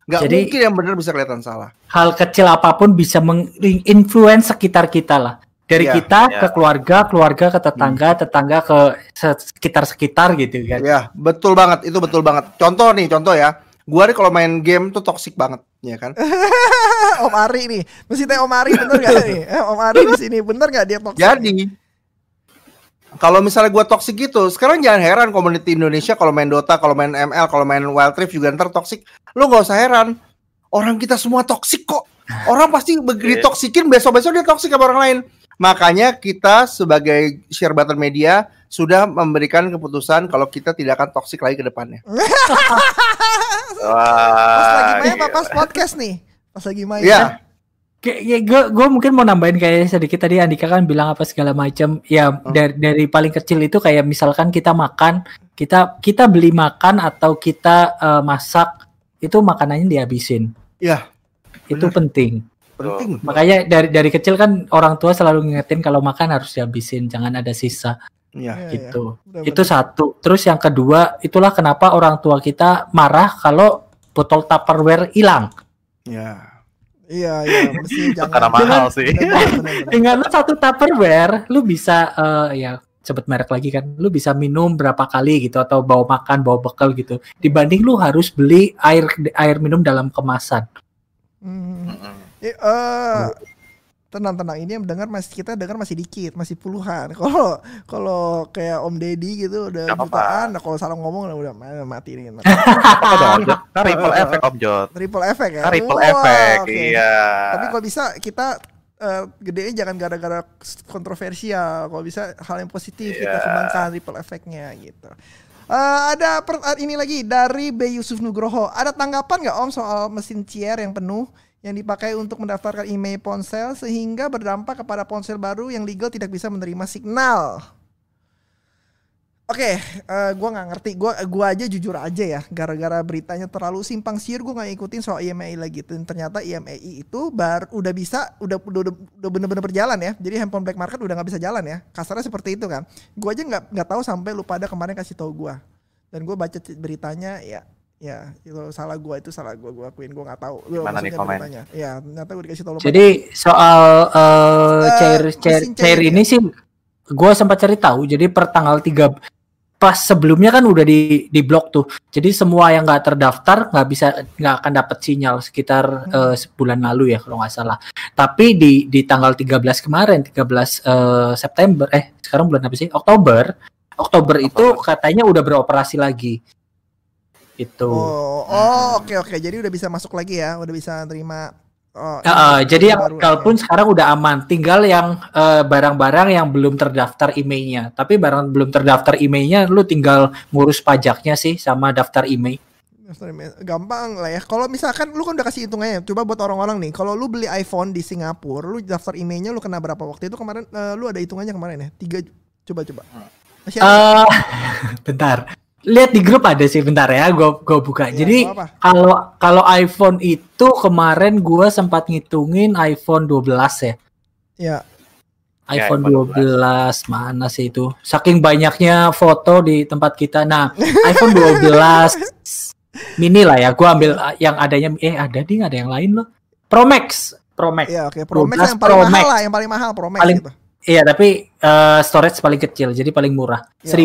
Nggak Jadi- mungkin yang benar bisa kelihatan salah. Hal kecil apapun bisa menginfluence sekitar kita lah. Dari Iya, kita iya. ke keluarga, keluarga ke tetangga, tetangga ke sekitar-sekitar gitu kan. Ya, betul banget. Itu betul banget. Contoh ya. Gua nih kalau main game tuh toksik banget, ya kan? Om Ari nih, mesti tanya Om Ari bener gak nih? Om Ari di sini bener gak dia toxic? Jadi kalau misalnya gua toksik gitu, sekarang jangan heran community Indonesia kalau main Dota, kalau main ML, kalau main Wild Rift juga ntar toksik. Lu nggak usah heran. Orang kita semua toksik kok. Orang pasti ditoksikin, besok-besok dia toksik sama orang lain. Makanya kita sebagai share button media sudah memberikan keputusan kalau kita tidak akan toksik lagi ke depannya. Pas lagi Wah, main apa gila. pas podcast nih? Pas lagi main. Iya. Gue mungkin mau nambahin kayak sedikit tadi Andika kan bilang apa segala macam ya dari paling kecil itu kayak misalkan kita makan kita beli makan atau kita masak itu makanannya dihabisin Iya, itu penting. penting. Makanya dari kecil kan orang tua selalu ngingetin kalau makan harus dihabisin, jangan ada sisa Iya. Iya, gitu. Bener-bener. Itu satu. Terus yang kedua, itulah kenapa orang tua kita marah kalau botol Tupperware hilang. Iya. Iya, mesti jangan. Karena mahal sih. Bener-bener. Dengan lu satu Tupperware, lu bisa ya sebut merek lagi kan, lu bisa minum berapa kali gitu atau bawa makan, bawa bekal gitu. Dibanding lu harus beli air minum dalam kemasan. Hmm. Mm-mm. Tenang. Ini yang kita dengar masih dikit, masih puluhan. Kalau kayak Om Deddy gitu udah Gak apa-apa. jutaan. Nah, kalau salah ngomong udah mati nih. Apa dong? Kan ripple effect Om Jod. Triple effect ya. Kan ripple Wah, effect, oke. iya. Tapi kalau bisa kita gedenya jangan gara-gara kontroversial. Kalau bisa hal yang positif kita Iya. kembangkan ripple effect-nya gitu. Ini lagi dari B. Yusuf Nugroho. Ada tanggapan nggak Om soal mesin CR yang penuh yang dipakai untuk mendaftarkan email ponsel sehingga berdampak kepada ponsel baru yang legal tidak bisa menerima signal? Oke, gue nggak ngerti. Gue aja jujur aja ya, gara-gara beritanya terlalu simpang siur, gue nggak ikutin soal IMEI lagi. Dan ternyata IMEI itu udah bisa, udah bener-bener berjalan ya. Jadi handphone black market udah nggak bisa jalan ya. Kasarnya seperti itu kan. Gue aja nggak tahu sampai lu pada kemarin kasih tahu gue. Dan gue baca beritanya ya itu salah gue akuin, gue nggak tahu. Gimana nih komen? Beritanya. Ya ternyata gue dikasih tahu. Jadi soal mesin cair ini sih gue sempat cari tahu. Jadi per tanggal 3 pas sebelumnya kan udah di blok tuh. Jadi semua yang nggak terdaftar nggak akan dapat sinyal sekitar sebulan lalu ya kalau nggak salah. Tapi di tanggal 13 kemarin, 13 September, sekarang bulan apa sih? Oktober itu katanya udah beroperasi lagi. Itu. Oke. Jadi udah bisa masuk lagi ya, udah bisa terima. Jadi yang baru, kalaupun sekarang udah aman, tinggal yang barang-barang yang belum terdaftar emailnya. Tapi barang belum terdaftar emailnya, lu tinggal ngurus pajaknya sih sama daftar email. Gampang lah ya. Kalau misalkan lu kan udah kasih hitungannya, coba buat orang-orang nih. Kalau lu beli iPhone di Singapura, lu daftar emailnya lu kena berapa waktu itu kemarin? Lu ada hitungannya kemarin ya? 3 coba. Masih ada? Bentar. Lihat di grup ada sih, bentar ya, gue buka. Iya, Jadi apa? kalau iPhone itu kemarin gue sempat ngitungin iPhone 12 ya. Ya. iPhone iPhone 12 mana sih itu? Saking banyaknya foto di tempat kita. Nah, iPhone 12 mini lah ya. Gue ambil yang adanya. Ada ada yang lain loh. Pro Max. Iya, oke. Pro Max 12 yang paling Pro mahal Max. lah, yang paling mahal Pro Max Paling- gitu. Iya, tapi storage paling kecil, jadi paling murah. Ya,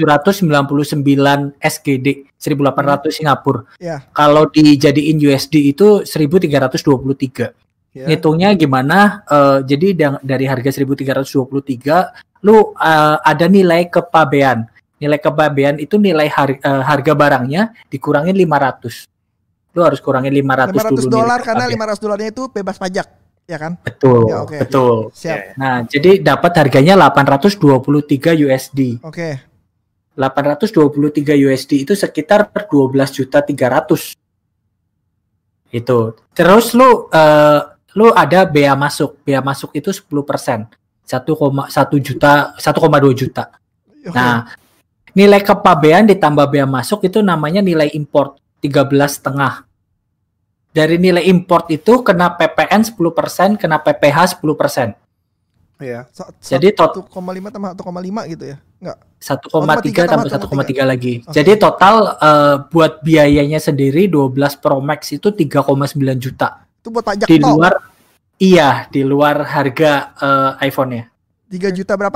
1799 SGD, 1800 Singapura. Ya. Kalau dijadiin USD itu 1323. Ya. Ngitungnya gimana? Jadi dari harga 1323, lu ada nilai kepabean. Nilai kepabean itu nilai harga barangnya dikurangin 500. Lu harus kurangin 500 $500 dulu nilai karena kepabean. $500 itu bebas pajak, ya kan? Betul, Ya, oke. betul. Siap. Nah, jadi dapat harganya 823 USD. Oke. 823 USD itu sekitar 12.300.000. Itu. Terus lu ada bea masuk. Bea masuk itu 10%. 1,2 juta. Oke. Nah, nilai kepabean ditambah bea masuk itu namanya nilai import 13,5. Dari nilai import itu kena PPN 10%, kena PPh 10%. Iya. Jadi 1,5 tambah 1,5 gitu ya? Enggak. 1,3 tambah 1,3 lagi. Oke. Jadi total buat biayanya sendiri 12 Pro Max itu 3,9 juta. Itu buat pajak Di tol. di luar harga iPhone-nya. 3 juta berapa?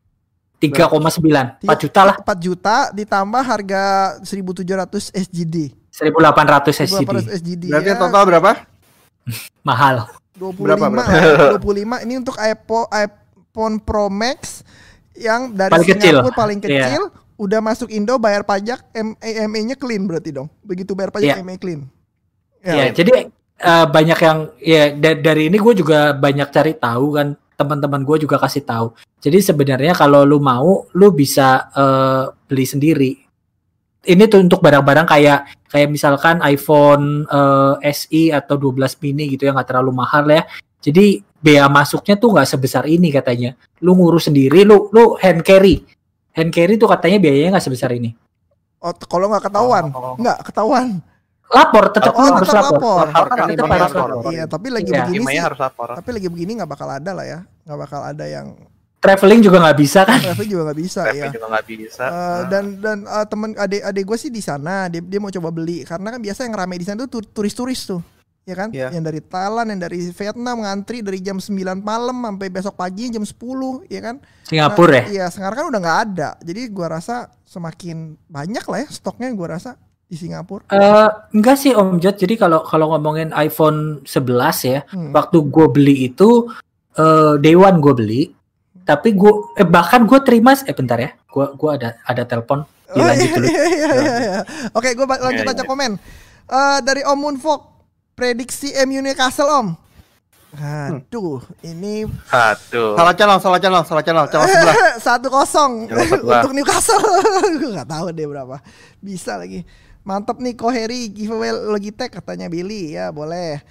3,9. 4 juta lah. 4 juta ditambah harga 1.700 SGD. 1.800 SGD. 1.800 SGD. Berarti ya. total berapa? Mahal. 25 Berapa? 25 ini untuk iPhone Pro Max yang dari Paling kecil. Singapura paling Iya. kecil, udah masuk Indo bayar pajak ME-nya clean berarti dong. Begitu bayar pajak Iya. ME clean. Ya, jadi banyak yang ya dari ini gue juga banyak cari tahu kan, teman-teman gue juga kasih tahu. Jadi sebenarnya kalau lu mau, lu bisa beli sendiri. Ini tuh untuk barang-barang kayak misalkan iPhone SE atau 12 mini gitu yang nggak terlalu mahal ya. Jadi bea masuknya tuh nggak sebesar ini katanya. Lu ngurus sendiri, lu hand carry. Hand carry tuh katanya biayanya nggak sebesar ini. Oh, kalau nggak ketahuan, nggak ketahuan. Lapor, tetap lu harus tetap lapor. lapor. Kan Tetap IMEI harus lapor. lapor. Iya, tapi lagi Iya. begini sih. IMEI harus lapor. Tapi lagi begini nggak bakal ada lah ya. Nggak bakal ada yang Traveling juga nggak bisa kan? travel juga nggak bisa ya. Tapi juga nggak bisa. Dan temen adik gue sih di sana, dia mau coba beli karena kan biasa yang rame di sana tuh turis-turis tuh, ya kan? Iya. Yang dari Thailand, yang dari Vietnam ngantri dari jam 9 malam sampai besok pagi jam 10, ya kan? Singapura ya? Iya, sekarang kan udah nggak ada. Jadi gua rasa semakin banyak lah ya stoknya gua rasa di Singapura. Enggak sih Om Jod. Jadi kalau ngomongin iPhone 11 ya, Hmm. waktu gue beli itu day one gue beli, tapi gue bahkan gue terima bentar ya, gue ada telepon. Dilanjut dulu. Iya. Oke, gue lanjut Iya, baca iya. komen. Dari Om Moonfog, prediksi MU Newcastle Om. Aduh, ini Aduh. Salah channel sebelah. 1-0 Channel sebelah. untuk Newcastle. Gue nggak tahu deh berapa. Bisa lagi. Mantap nih Koheri giveaway Logitech katanya Billy, ya boleh.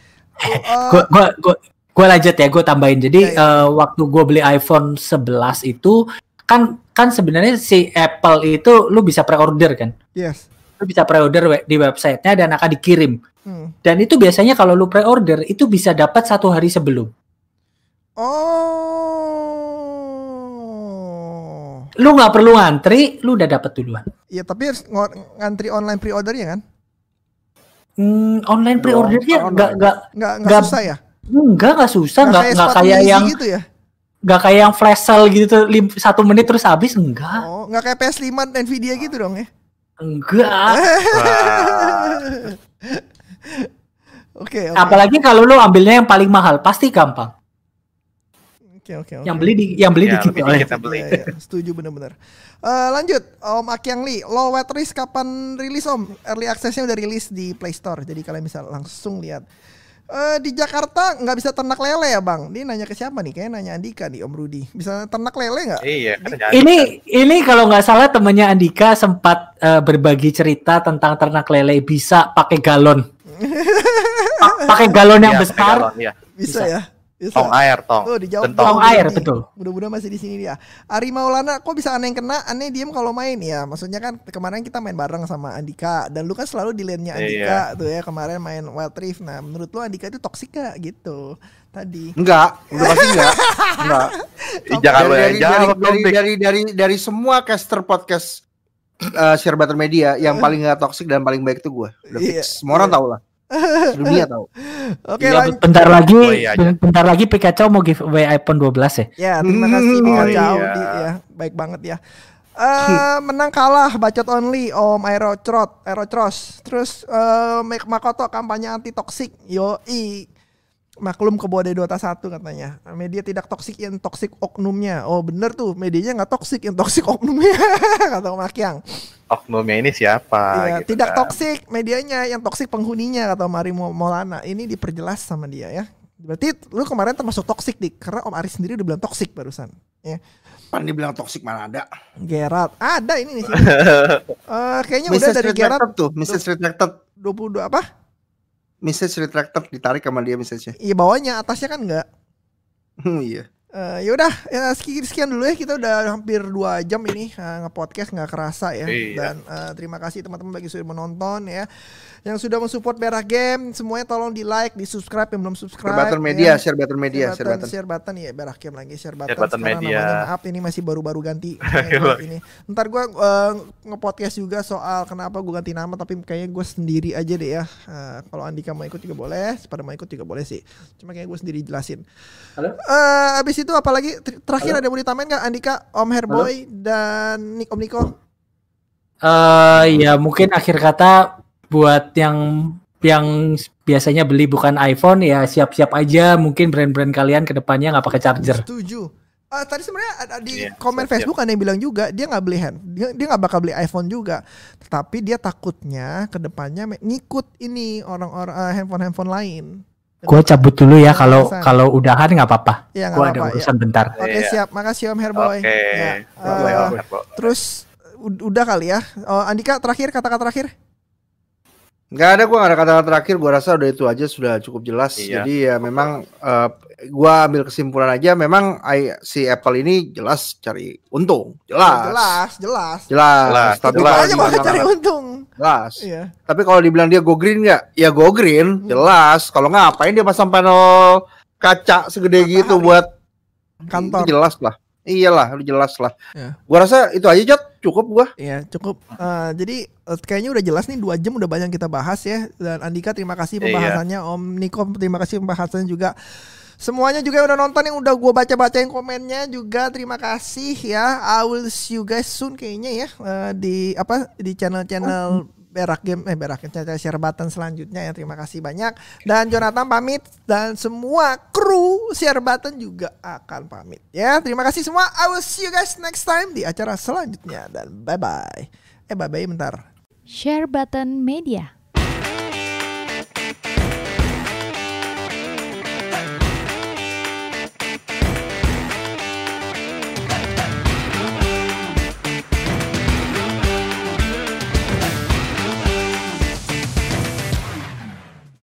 Gue lanjut ya, gue tambahin. Jadi Ya. waktu gue beli iPhone 11 itu kan sebenarnya si Apple itu lu bisa pre-order kan? Yes. Lu bisa pre-order di websitenya dan akan dikirim. Dan itu biasanya kalau lu pre-order itu bisa dapat 1 hari sebelum. Oh. Lu nggak perlu ngantri, lu udah dapat duluan. Iya, tapi harus ngantri online pre-ordernya kan? Online pre-ordernya online. Nggak susah ya? nggak susah, nggak sepatu kayak Yeezy yang gitu ya? nggak kayak yang flash sale gitu tuh 1 menit terus habis, enggak. Oh, nggak kayak PS5 Nvidia gitu dong ya? Enggak. Oke. Apalagi kalau lu ambilnya yang paling mahal, pasti gampang. Oke. Yang beli Ya, dikit lebih oleh. dikit yang beli. Iya, setuju bener-bener. Lanjut, Om Akyang Lee, Low Wet Risk kapan rilis Om? Early access-nya udah rilis di Play Store, jadi kalian bisa langsung lihat. Di Jakarta nggak bisa ternak lele ya Bang? Dia nanya ke siapa nih? Kayaknya nanya Andika nih Om Rudi. Bisa ternak lele nggak? Iya, kan jadi. Ini kalau nggak salah temannya Andika sempat berbagi cerita tentang ternak lele bisa pakai galon. Pakai galon yang Iya, besar. galon, iya. Bisa ya? Bisa. Tong air, tong. Oh, dijawab Gentong. Tong air, betul. Mudah-mudahan masih di sini dia. Ari Maulana, kok bisa aneh yang kena? Aneh diem kalau main ya. Maksudnya kan kemarin kita main bareng sama Andika dan lu kan selalu di lane-nya Andika tuh ya kemarin main Wild Rift. Nah, menurut lu Andika itu toksik gak gitu? Tadi. Enggak, udah pasti enggak. Jangan lu yang jawab dong, Dik. Dari semua caster podcast share Butter Media yang paling enggak toksik dan paling baik itu gue. Udah Iya, fix. Semua orang tahu lah. Dunia tahu. Oke, Ya, lanjut. bentar lagi Pikachu mau giveaway iPhone 12 ya. Ya, terima kasih Oh, Pikachu iya. ya. Baik banget ya. Menang kalah bacot only Om Aerotros. Terus Makoto kampanye anti toksik. Yoi. Maklum kebawa dari Dota 1 katanya. Media tidak toksik, yang toksik oknumnya. Oh bener tuh, medianya nggak toksik, yang toksik oknumnya. Kata Om Akyang. Oknumnya ini siapa? Iya, gitu tidak kan. toksik medianya, yang toksik penghuninya kata Mari Maulana. Ini diperjelas sama dia ya. Berarti lu kemarin termasuk toksik Dik, karena Om Aris sendiri udah bilang toksik barusan. Ya. Pan dibilang toksik mana ada. Gerard, ada ini nih sini. Kayaknya udah dari Gerard tuh, message retracted. 22 apa? Message retracted ditarik sama dia message-nya. Iya bawahnya, atasnya kan enggak. Iya. Yaudah ya, sekian dulu ya, kita udah hampir 2 jam ini nge-podcast, nggak kerasa ya. Iya. Dan terima kasih teman-teman bagi sudah menonton ya, yang sudah mensupport Berak Game. Semuanya tolong di like, di subscribe yang belum subscribe. Share button media, share button media, share button ya, Berak Game lagi share button. Share button Sekarang media. namanya, maaf ini masih baru-baru ganti. Ini ntar gue nge-podcast juga soal kenapa gue ganti nama, tapi kayaknya gue sendiri aja deh ya. Kalau Andika mau ikut juga boleh, pada mau ikut juga boleh sih. Cuma kayaknya gue sendiri jelasin. Halo? Abis itu apalagi terakhir ada mau ditambahin nggak Andika, Om Herboy dan Om Niko? Ya mungkin akhir kata buat yang biasanya beli bukan iPhone ya, siap-siap aja mungkin brand-brand kalian kedepannya nggak pakai charger. Setuju. Tadi sebenarnya ada di Iya, komen siap-siap. Facebook ada yang bilang juga dia nggak beli dia nggak bakal beli iPhone juga, tetapi dia takutnya kedepannya ngikut ini orang-orang handphone lain. Gue cabut dulu ya, kalau Alasan. udahan nggak apa-apa. Iya, nggak Gue ada apa-apa, urusan bentar. Oke, Iya. siap, makasih Om Herboy. Oke. Ya, Boleh, Bro. terus udah kali ya. Andika terakhir, kata-kata terakhir. Nggak ada, gue nggak ada kata-kata terakhir. Gue rasa udah itu aja sudah cukup jelas. Iya. Jadi ya memang gue ambil kesimpulan aja. Memang si Apple ini jelas cari untung, jelas. Jelas. Tapi Jelas. kalau Aja mau dibilang cari untung. jelas. Iya. Tapi kalau dibilang dia go green nggak? Ya go green, jelas. Kalau ngapain dia pasang panel kaca segede gitu buat Kantor. Itu jelas lah. Iyalah, lu jelas lah. Ya. Gua rasa itu aja, Jot. Cukup gua. Iya, cukup. Jadi kayaknya udah jelas nih, 2 jam udah banyak kita bahas ya. Dan Andika terima kasih pembahasannya, Om Niko terima kasih pembahasannya juga. Semuanya juga yang udah nonton, yang udah gue baca-bacain komennya juga terima kasih ya. I will see you guys soon kayaknya ya, di channel Berak Game, share button selanjutnya ya. Terima kasih banyak. Dan Jonathan pamit dan semua kru share button juga akan pamit ya. Terima kasih semua. I will see you guys next time di acara selanjutnya dan bye bye. Bye bye bentar. Share Button Media.